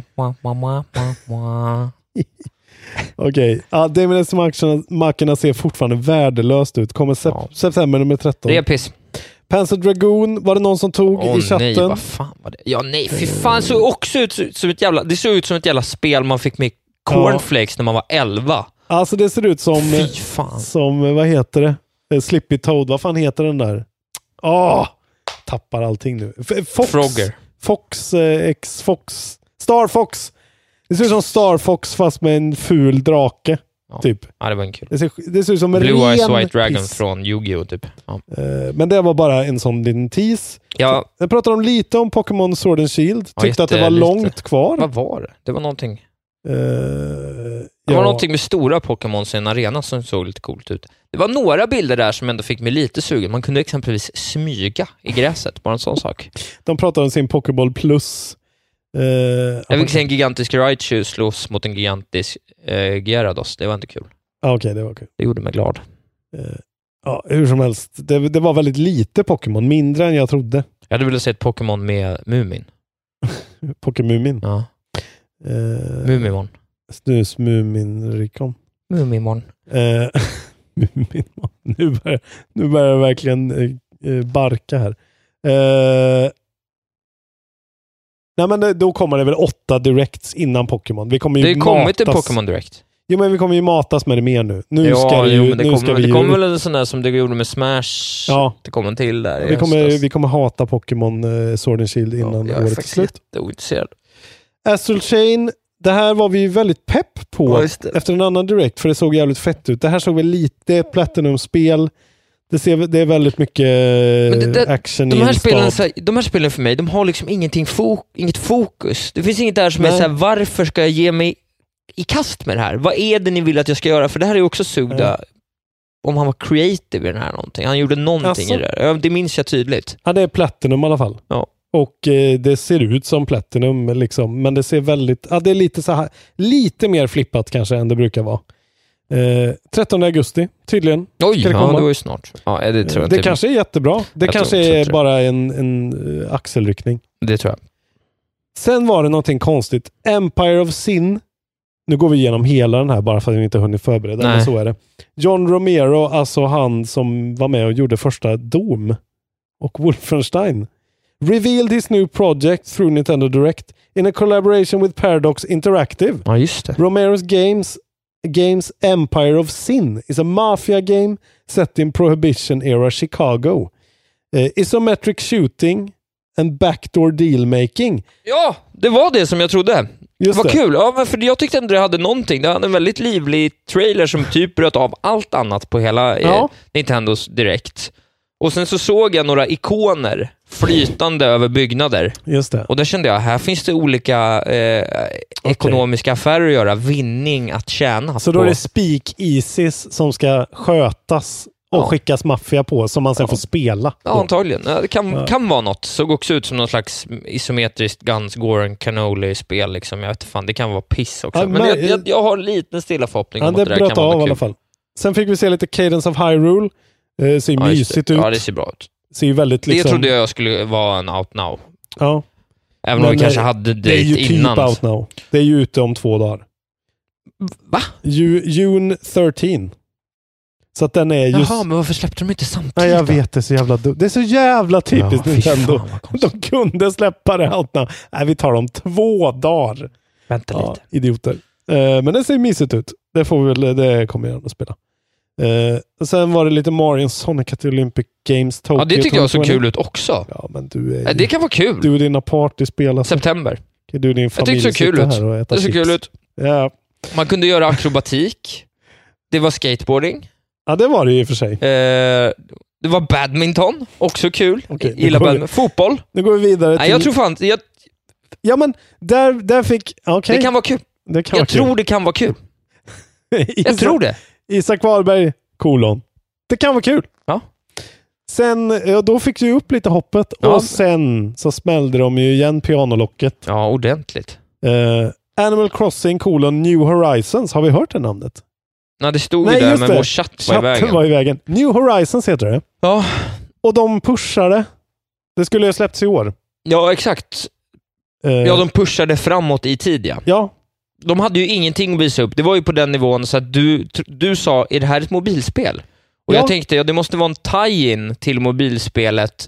Okej, ja, Damon X Machina ser fortfarande värdelöst ut. Kommer sep- ja. september nummer tretton. Det är piss. Panzer Dragoon var det någon som tog oh, i chatten. Nej, vad fan var det? Ja, nej, fy fan, såg också ut som ett jävla, det såg ut som ett jävla spel man fick med cornflakes ja. när man var elva. Alltså det ser ut som, fy fan. som vad heter det? Slippy Toad, vad fan heter den där? Åh, oh, tappar allting nu. Fox, Frogger. Fox, eh, X, Fox, Star Fox. Det ser ut som Star Fox fast med en ful drake. Ja. Typ. Ja, det var en kul. Det ser, det ser ut som en Blue Eyes ren White Dragon piss. från Yu-Gi-Oh! Typ. Ja. Uh, men det var bara en sån liten tease. Ja. Jag pratade om lite om Pokémon Sword and Shield. Ja, tyckte att det var lite. långt kvar. Vad var det? Det var någonting. Uh, det ja. var någonting med stora Pokémon i en arena som såg lite coolt ut. Det var några bilder där som ändå fick mig lite sugen. Man kunde exempelvis smyga i gräset. Bara en sån sak. De pratade om sin Pokéball Plus. Uh, jag fick se en gigantisk Raichu slåss mot en gigantisk uh, Gyarados. Det var inte kul. Ah, Okej, okay, det var kul. Det gjorde mig glad. Uh, ja, hur som helst. Det, det var väldigt lite Pokémon. Mindre än jag trodde. Jag hade velat se ett Pokémon med Mumin. Pokémumin? Ja. Uh, Mumimon. Snus Mumin-rikon. Mumimon. Uh, Mumimon. Nu börjar, nu börjar jag verkligen uh, barka här. Uh, nej men då kommer det väl åtta directs innan Pokémon. Vi kommer ju det kommer matas. Till Pokémon Direct. Jo, men vi kommer ju matas med det mer nu. Nu ja, ska det ju... Jo, men det, nu kommer, ska vi det ju, kommer väl en sån där som det gjorde med Smash. Ja. Det kommer en till där. Vi kommer, vi kommer hata Pokémon uh, Sword and Shield innan ja, året är slut. Jag är ointresserad. Astral Chain, det här var vi väldigt pepp på ja, efter en annan direkt, för det såg jävligt fett ut. Det här såg väl lite Platinum-spel. Det, ser, det är väldigt mycket det, det, action de här i spelen, så, de här spelen för mig, de har liksom ingenting fok, inget fokus. Det finns inget där som Nej. är så här, varför ska jag ge mig i kast med det här? Vad är det ni vill att jag ska göra? För det här är ju också Sugda. Nej. Om han var creative i den här någonting. Han gjorde någonting alltså, i det där. Det minns jag tydligt. Ja, det är Platinum i alla fall. Ja. Och eh, det ser ut som Platinum liksom, men det ser väldigt, ja det är lite så här, lite mer flippat kanske än det brukar vara. Eh, trettonde augusti tydligen. Oj, det ja, det var ju snart. Ja, det tror jag det inte. kanske är jättebra. Det jag kanske tror, är tror bara en, en uh, axelryckning. Det tror jag. Sen var det någonting konstigt. Empire of Sin. Nu går vi igenom hela den här bara för att vi inte hunnit förbereda. Men så är det. John Romero, alltså han som var med och gjorde första Doom och Wolfenstein, revealed his new project through Nintendo Direct in a collaboration with Paradox Interactive. Ja, just det. Romero's games games Empire of Sin is a mafia game set in Prohibition era Chicago. Uh, isometric shooting and backdoor deal making. Ja, det var det som jag trodde. Just Vad det. kul. Ja, för jag tyckte ändå det hade någonting. Det hade en väldigt livlig trailer som typ bröt av allt annat på hela ja. eh, Nintendos Direct. Och sen så såg jag några ikoner flytande över byggnader. Just det. Och där kände jag, här finns det olika eh, okay. ekonomiska affärer att göra. Vinning att tjäna. Så på. då är det Speak Easys som ska skötas och ja. skickas maffia på som man sen ja. får spela. Ja, antagligen. Det kan, ja. kan vara något. Såg också ut som någon slags isometriskt Guns, Goran, Cannoli-spel. Liksom. Jag vet fan, det kan vara piss också. Ja, men men jag, jag, jag har en liten stilla förhoppning ja, om det att det där kan vara av, kul. I alla fall. Sen fick vi se lite Cadence of Hyrule. Eh, ser ja, mysigt ut. Ja, det ser bra ut. Ser ju väldigt liksom... Det trodde jag skulle vara en out now. Ja. Även om men vi kanske det, hade det, det är ju innan. Typ out now. Det är ju ute om två dagar. Va? Ju, June trettonde. Så att den är just... Jaha, men varför släppte de inte samtidigt? Nej, jag vet, det är så jävla dumt. Det är så jävla typiskt ja, Nintendo. De kunde släppa det allt now. Nej, vi tar dem två dagar. Vänta ja, lite. Idioter. Uh, men det ser mysigt ut. Det får vi väl, det kommer jag att spela. Uh, och sen var det lite Mario Sonic at Olympic Games Tokyo. Ja, det tycker jag såg kul ut också. Ja, men du är ju, det kan vara kul. Du och dina partyspel. September. Du och din familj jag tyckte det såg kul ut. Det såg kul ut. Ja. Man kunde göra akrobatik. Det var skateboarding. Ja, det var det ju för sig. Eh, det var badminton. Också kul. Okay, Gillar badminton. Fotboll. Nu går vi vidare till... Nej, jag tror fan... Jag... Ja, men där, där fick... Okay. Det kan vara kul. Det kan jag vara tror kul. det kan vara kul. Isak, jag tror det. Isak Wahlberg, kolon. Det kan vara kul. Ja. Sen, ja, då fick du upp lite hoppet. Ja. Och sen så smällde de ju igen pianolocket. Ja, ordentligt. Uh, Animal Crossing, kolon, New Horizons. Har vi hört det namnet? Nej, det stod ju där, men det. Vår chatt var i vägen. var i vägen. New Horizons heter det. Ja. Och de pushade. Det skulle ju släppts i år. Ja, exakt. Uh, ja, de pushade framåt i tid, ja. Ja. De hade ju ingenting att visa upp. Det var ju på den nivån så att du, du sa, är det här ett mobilspel? Och ja. jag tänkte, ja, det måste vara en tie-in till mobilspelet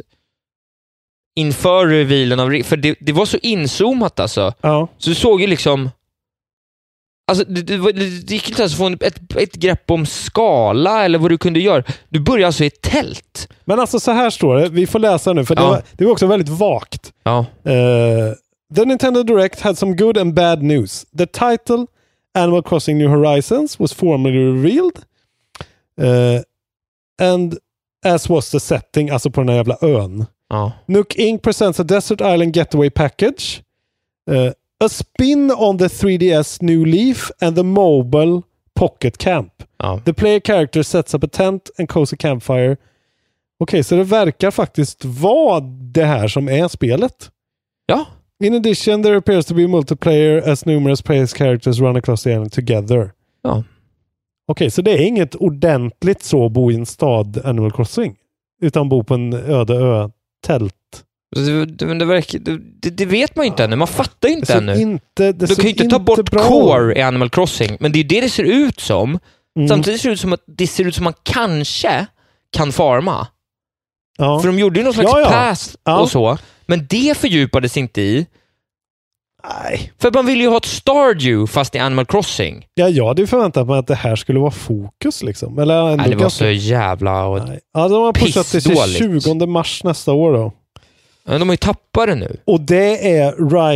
inför revealen av... För det, det var så inzoomat alltså. Ja. Så du såg ju liksom... Alltså, det, det, det, det gick inte ens att få ett, ett grepp om skala eller vad du kunde göra. Du började alltså i ett tält. Men alltså så här står det. Vi får läsa nu, för ja. det, var, det var också väldigt vagt. Ja. Uh, the Nintendo Direct had some good and bad news. The title, Animal Crossing New Horizons, was formally revealed. Uh, and as was the setting, alltså på den här jävla ön. Ja. Nook Incorporated presents a Desert Island Getaway Package. Uh, a spin on the three D S New Leaf and the mobile Pocket Camp. Ja. The player character sets up a tent and cozy campfire. Okej, okay, så det verkar faktiskt vara det här som är spelet. Ja. In addition, there appears to be multiplayer as numerous players characters run across the island together. Ja. Okej, okay, så det är inget ordentligt så bo i en stad Animal Crossing. Utan bo på en öde ö, tält. Det, det, det, verkar, det, det vet man ju inte ännu. Man fattar ju inte ännu. Inte, det du kan ju inte ta bort bra. core i Animal Crossing. Men det är det det ser ut som. Mm. Samtidigt ser det ut som att det ser ut som man kanske kan farma. Ja. För de gjorde ju någon slags ja, ja. pass ja. och så. Men det fördjupades inte i. Nej. För man vill ju ha ett Stardew fast i Animal Crossing. Ja, jag hade förväntat mig att det här skulle vara fokus liksom. Eller ändå Nej, det var ganska... så jävla och Nej. Ja, de har pushat det till tjugonde mars nästa år då. Men de har ju tappat det nu. Och det är right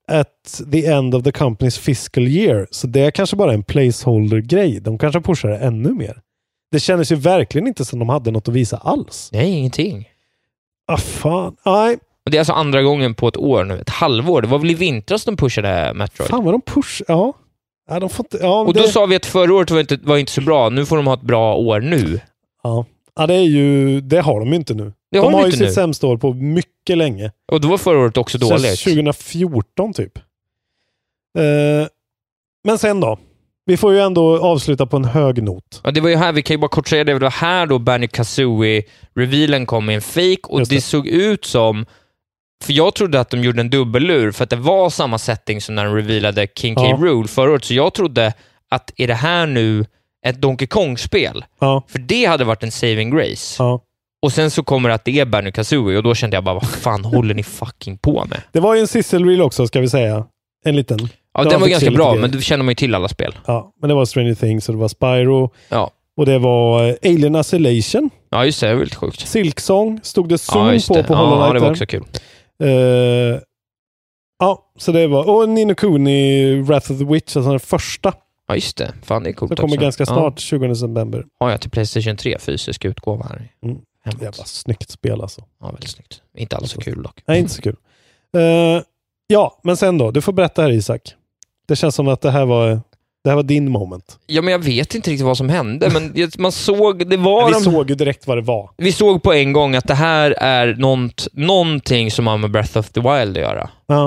at the end of the company's fiscal year. Så det är kanske bara en placeholder-grej. De kanske pushar det ännu mer. Det kändes ju verkligen inte som de hade något att visa alls. Nej, ingenting. Ah, fan. Nej. Och det är alltså andra gången på ett år nu. Ett halvår. Det var väl i vintras de pushade Metroid? Fan vad de push... Ja. Ja, de får inte... ja och det... då sa vi att förra året var inte, var inte så bra. Nu får de ha ett bra år nu. Ja. Ja, det är ju... Det har de ju inte nu. Det de har, har ju sitt nu. Sämsta år på mycket länge. Och då var förra året också så dåligt. tjugo fjorton typ. Uh, men sen då? Vi får ju ändå avsluta på en hög not. Ja, det var ju här, vi kan ju bara kort säga det, det var här då Banjo-Kazooie-revealen kom med en fake och det. det såg ut som, för jag trodde att de gjorde en dubbellur för att det var samma setting som när de revealade King K. Ja. Rool förra året, så jag trodde att är det här nu ett Donkey Kong-spel? Ja. För det hade varit en saving grace. Ja. Och sen så kommer det att det är Banjo-Kazooie och då kände jag bara, vad fan håller ni fucking på med? Det var ju en sizzle-reel också, ska vi säga. En liten. Ja, den var ganska bra, men det känner man ju till alla spel. Ja, men det var Stranger Things och det var Spyro. Ja. Och det var Alien Isolation. Ja, just det. Det är väldigt sjukt. Silksong stod det Zoom ja, på det. på Hollow Knight. Ja, det var också kul. Uh, ja, så det var... Och Ni no Kuni Wrath of the Witch, alltså den första. Ja, just det. Fan, det är coolt. Det kommer också. ganska snart, ja. tjugonde september. Har jag till PlayStation tre fysisk utgåva här. Mm. Jävla snyggt spel alltså. Ja, väldigt snyggt. Inte alls så kul dock. Nej, inte så kul. Uh, ja, men sen då. Du får berätta här, Isak. Det känns som att det här var, det här var din moment. Ja, men jag vet inte riktigt vad som hände, men man såg, det var... Vi de... såg ju direkt vad det var. Vi såg på en gång att det här är något, någonting som har med Breath of the Wild att göra. Ja.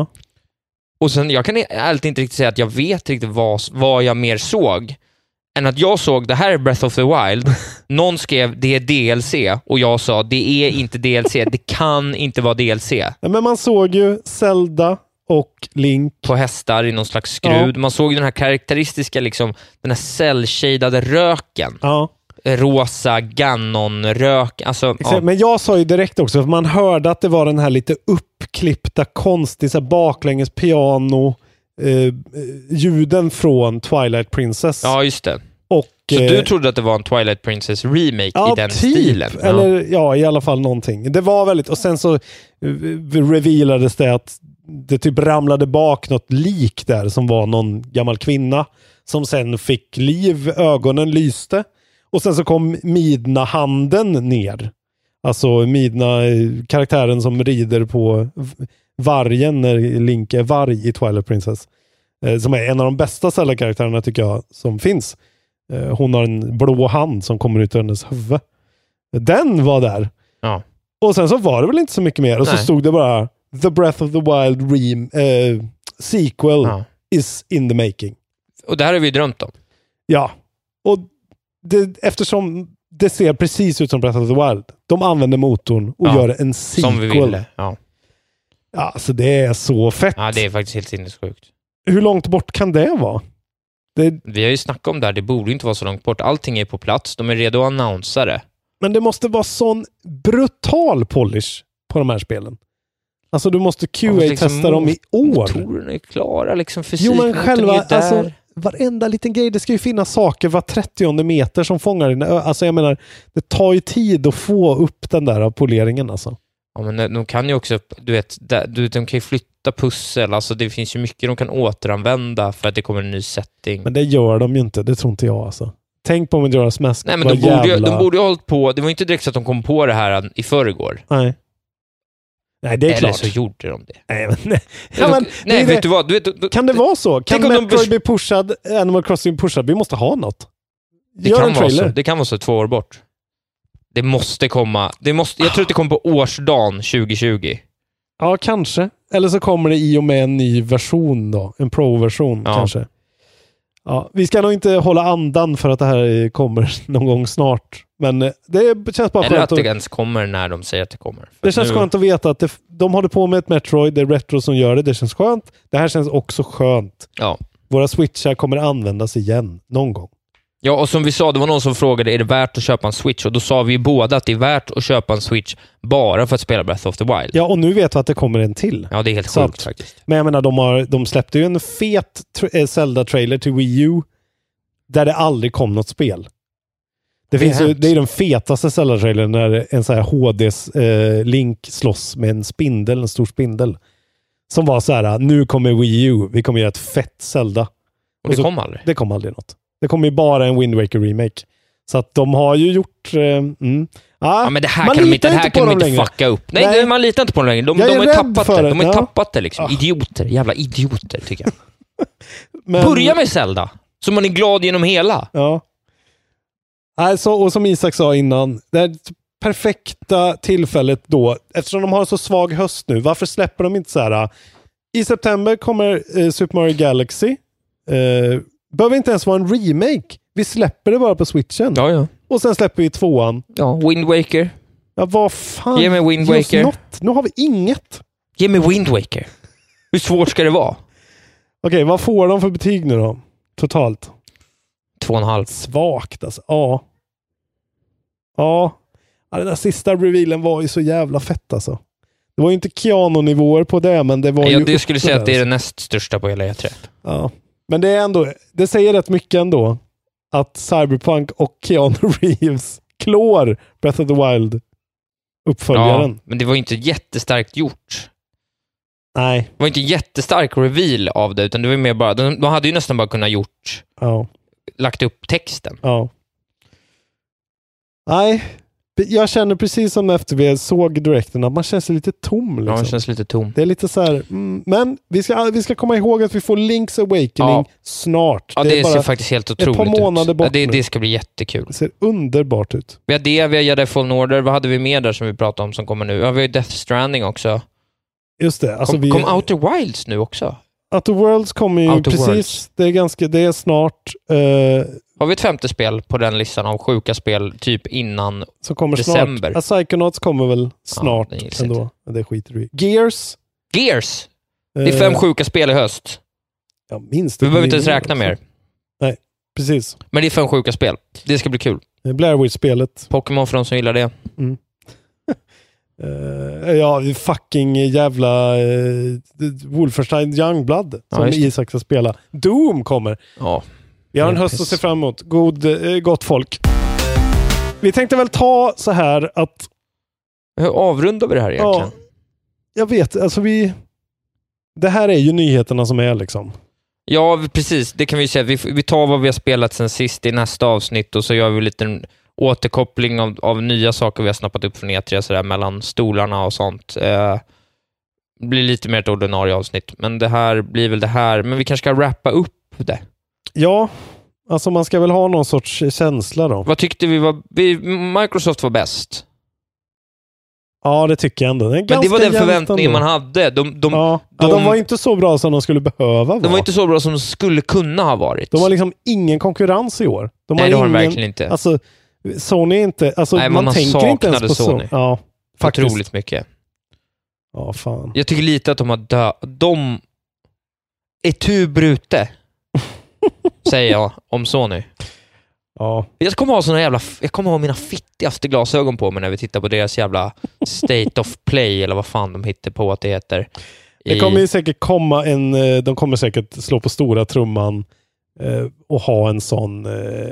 Och sen, jag kan ärligt inte riktigt säga att jag vet riktigt vad, vad jag mer såg än att jag såg, det här är Breath of the Wild. Någon skrev, det är D L C. Och jag sa, det är inte D L C. Det kan inte vara D L C. Ja, men man såg ju Zelda och Link på hästar i någon slags skrud. Ja. Man såg den här karaktäristiska, liksom, den här cell-shadade röken. Ja. Rosa Ganon-rök. Alltså, ja. Men jag sa ju direkt också, för man hörde att det var den här lite uppklippta, konstiga baklänges piano eh, ljuden från Twilight Princess. Ja, just det. Och, så eh, du trodde att det var en Twilight Princess remake ja, i den typ, stilen? Ja. Eller ja, i alla fall någonting. Det var väldigt, och sen så uh, revealades det att det typ ramlade bak något lik där som var någon gammal kvinna som sen fick liv, ögonen lyste. Och sen så kom Midna-handen ner. Alltså Midna, karaktären som rider på vargen när Link är varg i Twilight Princess. Eh, som är en av de bästa Zelda-karaktärerna tycker jag som finns. Eh, hon har en blå hand som kommer ut ur hennes huvud. Den var där. Ja. Och sen så var det väl inte så mycket mer. Och Nej. så stod det bara The Breath of the Wild rem, eh, sequel ja. is in the making. Och det här har vi drömt om. Ja. Och det, eftersom det ser precis ut som Breath of the Wild. De använder motorn och ja. gör en sequel. Som vi ville. Ja. Ja, så det är så fett. Ja, det är faktiskt helt sinnessjukt. Hur långt bort kan det vara? Det... Vi har ju snackat om det här. Det borde inte vara så långt bort. Allting är på plats. De är redo att annonsera det. Men det måste vara sån brutal polish på de här spelen. Alltså du måste Q A-testa liksom dem i år. Motorerna är klara, liksom fysik. Jo, men själva, alltså, varenda liten grej, det ska ju finnas saker var trettionde meter som fångar din. Alltså jag menar, det tar ju tid att få upp den där poleringen alltså. Ja, men de kan ju också, du vet, de kan ju flytta pussel, alltså det finns ju mycket de kan återanvända för att det kommer en ny setting. Men det gör de ju inte, det tror inte jag alltså. Tänk på om Majora's Mask. Nej, men de borde, jävla... ju, de borde ju ha hållit på, det var inte direkt så att de kom på det här i förrgår. Nej. Nej, det är Eller klart. så gjorde de det. Nej, men, nej. Ja, men, nej det, vet du vad? Du vet, du, kan det vara så? Kan Metroid börs... bli pushad, Animal Crossing pushad? Vi måste ha något. Det kan, vara så. det kan vara så två år bort. Det måste komma. Det måste, jag tror att det kommer på årsdagen tjugo tjugo. Ja, kanske. Eller så kommer det i och med en ny version då. En Pro-version ja. kanske. Ja, vi ska nog inte hålla andan för att det här kommer någon gång snart. Men det känns bara Eller skönt att det ens kommer när de säger att det kommer. För det känns nu... skönt att veta att det, de håller på med ett Metroid. Det är Retro som gör det. Det känns skönt. Det här känns också skönt. Ja. Våra switchar kommer användas igen någon gång. Ja, och som vi sa, det var någon som frågade, är det värt att köpa en Switch? Och då sa vi båda att det är värt att köpa en Switch bara för att spela Breath of the Wild. Ja, och nu vet vi att det kommer en till. Ja, det är helt så sjukt att, faktiskt. Men jag menar, de, har, de släppte ju en fet tra- Zelda-trailer till Wii U där det aldrig kom något spel. Det, det, finns ju, det är den fetaste Zelda-trailern när en så här H D's eh, Link slåss med en spindel, en stor spindel. som var så här, nu kommer Wii U, vi kommer göra ett fett Zelda. Och det och så, kom aldrig? Det kom aldrig något. Det kom ju bara en Wind Waker remake. Så att de har ju gjort... Eh, mm. ah, ja, men det här kan de inte, det här kan de inte fucka upp. Nej, Nej, man litar inte på dem längre. De, de har tappat det. De har ja. tappat det liksom. Ah. Idioter, jävla idioter tycker jag. men... Börja med Zelda, så man är glad genom hela. Ja. Alltså, och som Isak sa innan, det är perfekta tillfället då, eftersom de har så svag höst nu, varför släpper de inte så här? I september kommer eh, Super Mario Galaxy. Eh, behöver inte ens vara en remake. Vi släpper det bara på Switchen. Ja, ja. Och sen släpper vi tvåan. Ja, Wind Waker. Ja, vad fan? Ge mig Wind Waker. Något. Nu har vi inget. Ge mig Wind Waker. Hur svårt ska det vara? Okej, vad får de för betyg nu då? Totalt? Två och en halv. Svagt alltså. Ja. Ja. Ja, den där sista revealen var ju så jävla fett alltså. Det var ju inte Keanu-nivåer på det, men det var ja, ju... Jag skulle säga att det är det näst största på hela E tre. Ja. Men det är ändå... Det säger rätt mycket ändå. Att Cyberpunk och Keanu Reeves klår Breath of the Wild uppföljaren. Ja, men det var ju inte jättestarkt gjort. Nej. Det var inte jättestark reveal av det, utan det var mer bara... De, de hade ju nästan bara kunnat gjort... Ja. Lagt upp texten. Ja. Nej... Jag känner precis som efter vi såg direkten att man känner sig lite tom. Liksom. Ja, man känns lite tom. Det är lite så här, mm, men vi ska, vi ska komma ihåg att vi får Link's Awakening ja. snart. Ja, det, det är ser faktiskt helt otroligt ett par månader ut. Bort ja, det, det ska bli jättekul. Det ser underbart ut. Vi har det, vi har Jedi Fallen Order. Vad hade vi mer där som vi pratade om som kommer nu? Ja, vi har Death Stranding också. Just det. Alltså kom, vi... kom Outer Wilds nu också? Outer Worlds kommer ju Outer precis. Worlds. Det är ganska, det är snart... Uh... Har vi ett femte spel på den listan av sjuka spel typ innan som kommer december? Snart. A Psychonauts kommer väl snart ja, det ändå. Det skiter vi. Gears. Gears? Det är fem uh... sjuka spel i höst. Ja, minst. Vi behöver inte ens räkna mer. Nej, precis. Men det är fem sjuka spel. Det ska bli kul. Blair Witch-spelet. Pokémon för de som gillar det. Mm. Uh, ja, fucking jävla uh, Wolfenstein Youngblood som ja, Isak ska spela. Doom kommer. Ja. Vi har en höst att se fram emot. God, uh, gott folk. Vi tänkte väl ta så här att... Hur avrundar vi det här egentligen? Ja, jag vet, alltså vi... Det här är ju nyheterna som är liksom. Ja, precis. Det kan vi säga. Vi, vi tar vad vi har spelat sen sist i nästa avsnitt och så gör vi lite återkoppling av, av nya saker vi har snappat upp från E tre så där, mellan stolarna och sånt. Eh, det blir lite mer ett ordinarie avsnitt. Men det här blir väl det här. Men vi kanske ska wrappa upp det. Ja, alltså man ska väl ha någon sorts känsla då. Vad tyckte vi var... Vi, Microsoft var bäst. Ja, det tycker jag ändå. Det men det var den förväntningen man hade. De, de, ja. De, ja, de var inte så bra som de skulle behöva vara. De var inte så bra som de skulle kunna ha varit. De har liksom ingen konkurrens i år. De Nej, har det har ingen, de verkligen inte. Alltså, Sony är inte... Alltså, Nej, man, man tänker inte ens på Sony. Så. Ja, faktiskt. Otroligt mycket. Ja, fan. Jag tycker lite att de har dö... De är tu brute. Säger jag om Sony. Ja. Jag kommer ha såna jävla... Jag kommer ha mina fittigaste glasögon på mig när vi tittar på deras jävla State of Play eller vad fan de hittar på att det heter. I... Det kommer ju säkert komma en... De kommer säkert slå på stora trumman eh, och ha en sån eh,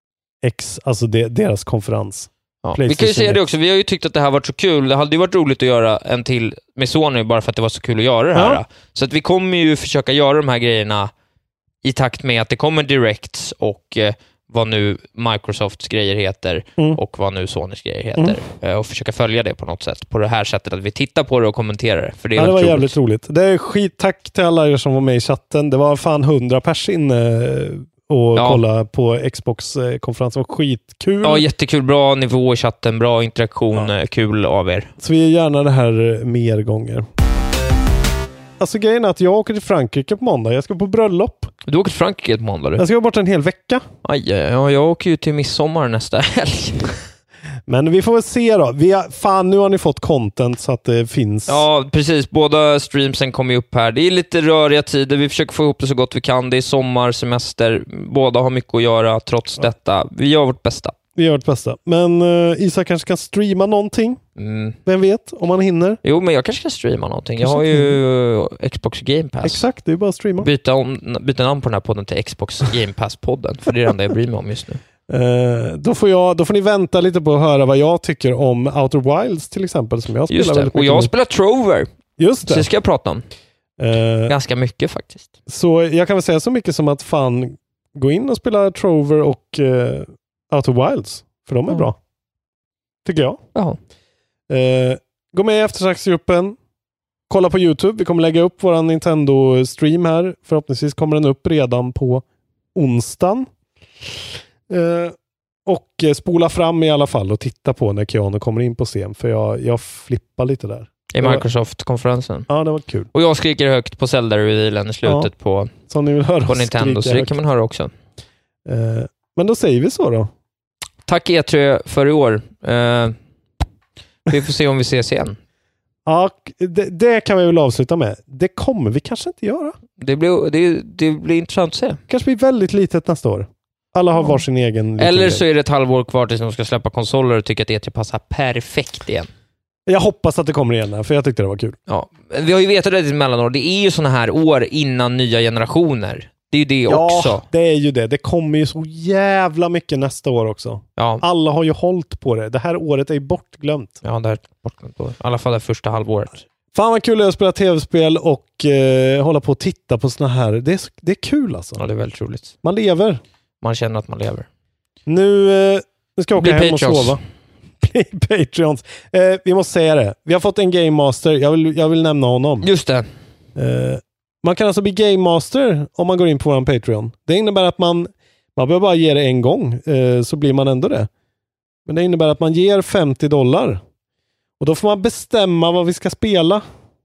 ex, alltså de, deras konferens. Ja. Vi kan ju säga det också. Vi har ju tyckt att det här varit så kul. Det hade ju varit roligt att göra en till med Sony bara för att det var så kul att göra det här. Ja. Så att vi kommer ju försöka göra de här grejerna i takt med att det kommer directs och eh, vad nu Microsofts grejer heter mm. och vad nu Sonys grejer heter. Mm. Och försöka följa det på något sätt. På det här sättet att vi tittar på det och kommenterar det. För det, är ja, det var roligt. jävligt roligt. Det är skit tack till alla er som var med i chatten. Det var fan hundra pers inne och ja. kolla på Xbox-konferensen. Det var skitkul. Ja, jättekul. Bra nivå i chatten. Bra interaktion. Ja. Kul av er. Så vi gör gärna det här mer gånger. Alltså grejen är att jag åker till Frankrike på måndag. Jag ska på bröllop. Du åker till Frankrike på måndag? Du? Jag ska vara borta en hel vecka. Aj, ja, jag åker ju till midsommar nästa helg. Men vi får väl se då. Vi har, fan, nu har ni fått content så att det finns. Ja, precis. Båda streamsen kommer ju upp här. Det är lite röriga tider. Vi försöker få ihop det så gott vi kan. Det är sommar, semester. Båda har mycket att göra trots ja. detta. Vi gör vårt bästa. Vi gör vårt bästa. Men uh, Isak kanske kan streama någonting. Mm. Vem vet, om man hinner. Jo, men jag kanske kan streama någonting. Kanske jag har ju Xbox Game Pass. Exakt, det är bara att streama. Byta, om, byta namn på den här podden till Xbox Game Pass-podden. För det är det enda jag bryr mig om just nu. Uh, då, får jag, då får ni vänta lite på att höra vad jag tycker om Outer Wilds till exempel. Som jag spelar just det, och jag spelar Trover. Just det. Så ska jag prata om. Uh, Ganska mycket faktiskt. Så jag kan väl säga så mycket som att fan gå in och spela Trover och uh, Outer Wilds. För de är mm. bra. Tycker jag. Jaha. Uh, gå med i eftersnacksgruppen. Kolla på YouTube. Vi kommer lägga upp våran Nintendo-stream här. Förhoppningsvis kommer den upp redan på onsdagen. Uh, och uh, spola fram i alla fall och titta på när Keanu kommer in på scen. För jag, jag flippar lite där. I Microsoft-konferensen. Ja, det var kul. Och jag skriker högt på Zelda-revealen i slutet ja, på, så ni vill höra på Nintendo. Så det kan man höra också. Uh, men då säger vi så då. Tack E tre för i år. Uh, vi får se om vi ses igen. Ja, det, det kan vi väl avsluta med. Det kommer vi kanske inte göra. Det blir, det, det blir intressant att se. Kanske blir väldigt litet nästa år. Alla har ja. varsin egen... Eller så är det ett halvår kvar tills de ska släppa konsoler och tycker att E tre passar perfekt igen. Jag hoppas att det kommer igen här, för jag tyckte det var kul. Ja, vi har ju vetat det i mellanår. Det är ju såna här år innan nya generationer. Det är ju det ja, också. Ja, det är ju det. Det kommer ju så jävla mycket nästa år också. Ja. Alla har ju hållit på det. Det här året är ju bortglömt. Ja, det är bortglömt. I alla fall det första halvåret. Fan vad kul det är att spela tv-spel och eh, hålla på och titta på såna här. Det är, det är kul alltså. Ja, det är väldigt roligt. Man lever. Man känner att man lever. Nu, eh, nu ska jag åka Bli hem Patreons. och sova. Bli Patreons. Eh, vi måste säga det. Vi har fått en Game Master. Jag vill, jag vill nämna honom. Just det. Eh, man kan alltså bli Game Master om man går in på vår Patreon. Det innebär att man man behöver bara ge det en gång eh, så blir man ändå det. Men det innebär att man ger femtio dollar. Och då får man bestämma vad vi ska spela.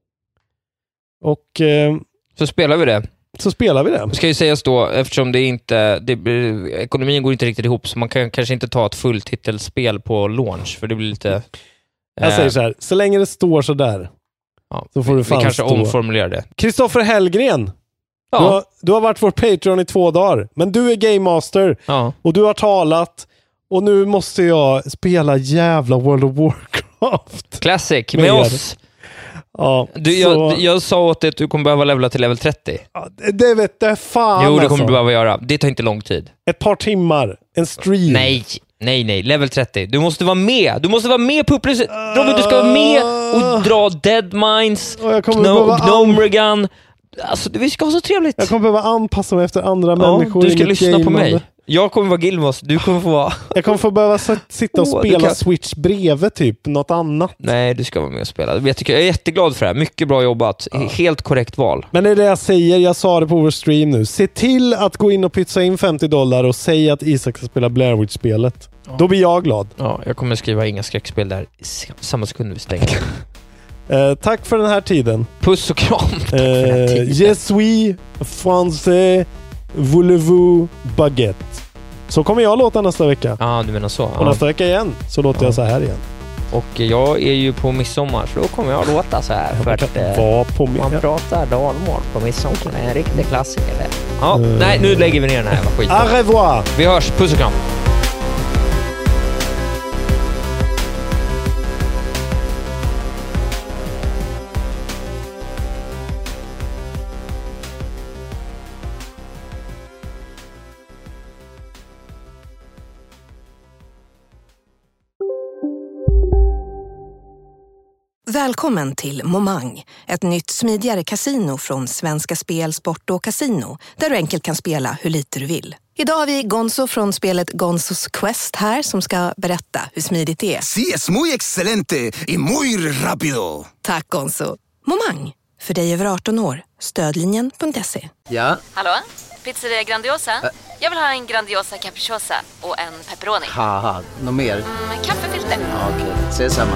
Och eh, så spelar vi det. Så spelar vi det. Det ska ju sägas då, eftersom det inte det, ekonomin går inte riktigt ihop, så man kan kanske inte ta ett fulltitelspel på launch, för det blir lite... Jag eh, säger så här, så länge det står så där. Ja, så får du fan vi kanske stå. omformulerar det. Kristoffer Hellgren. Ja. Du, har, du har varit vår Patreon i två dagar. Men du är Game Master. Ja. Och du har talat. Och nu måste jag spela jävla World of Warcraft. Classic, med, med oss. Ja, du, jag, jag sa åt dig att du kommer behöva levela till level trettio. Ja, det, det vet jag fan. Jo, det kommer alltså. du behöva göra. Det tar inte lång tid. Ett par timmar. En stream. Nej, nej, nej. Level trettio. Du måste vara med. Du måste vara med på upplösning. Uh, Robin, du ska vara med och dra Dead Mines, Gno- Gnomeregan. Alltså, det ska vara så trevligt. Jag kommer behöva anpassa mig efter andra ja, människor. Du ska lyssna på mig. Jag kommer vara Gilmos, du kommer få vara... Jag kommer få behöva sitta och oh, spela kan... Switch bredvid typ, något annat. Nej, du ska vara med och spela. Jag, tycker, jag är jätteglad för det här. Mycket bra jobbat. Ja. Helt korrekt val. Men det är det jag säger, jag sa det på vår stream nu. Se till att gå in och pytsa in femtio dollar och säga att Isak ska spela Blair Witch-spelet. Ja. Då blir jag glad. Ja, jag kommer skriva inga skräckspel där samma sekund vi stänger. eh, tack för den här tiden. Puss och kram. Eh, yes oui, français, voulez-vous baguette. Så kommer jag låta nästa vecka. Ja, ah, du menar så. Och ah. nästa vecka igen så låter ah. jag så här igen. Och jag är ju på midsommar, så då kommer jag låta så här. Jag för att vara på man ja. pratar dalmål på midsommar. Det är en riktig klassiker det. Ja, uh. nej, nu lägger vi ner den här jävla skiten. Au revoir! Vi hörs, puss och kram. Välkommen till Momang, ett nytt smidigare kasino från Svenska Spel, Sport och Casino, där du enkelt kan spela hur lite du vill. Idag har vi Gonzo från spelet Gonzos Quest här som ska berätta hur smidigt det är. Sí, es muy excelente y muy rápido. Tack Gonzo. Momang, för dig över arton år. Stödlinjen punkt se. Ja? Hallå? Pizzeria Grandiosa? Ä Jag vill ha en Grandiosa capriciosa och en pepperoni. Haha, något mer? Mm, kaffefilter. Ja, okej, okay. Ses samma.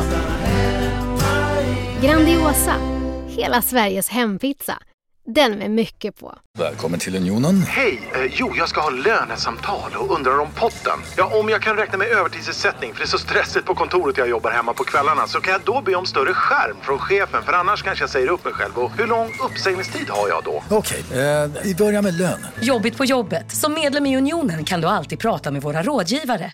Grandiosa, hela Sveriges hempizza. Den med mycket på. Välkommen till Unionen. Hej, eh, jo jag ska ha lönesamtal och undrar om potten. Ja, om jag kan räkna med övertidsersättning för det är så stressigt på kontoret jag jobbar hemma på kvällarna, så kan jag då be om större skärm från chefen, för annars kanske jag säger upp mig själv. Och hur lång uppsägningstid har jag då? Okej, eh, vi börjar med lön. Jobbigt på jobbet. Som medlem i Unionen kan du alltid prata med våra rådgivare.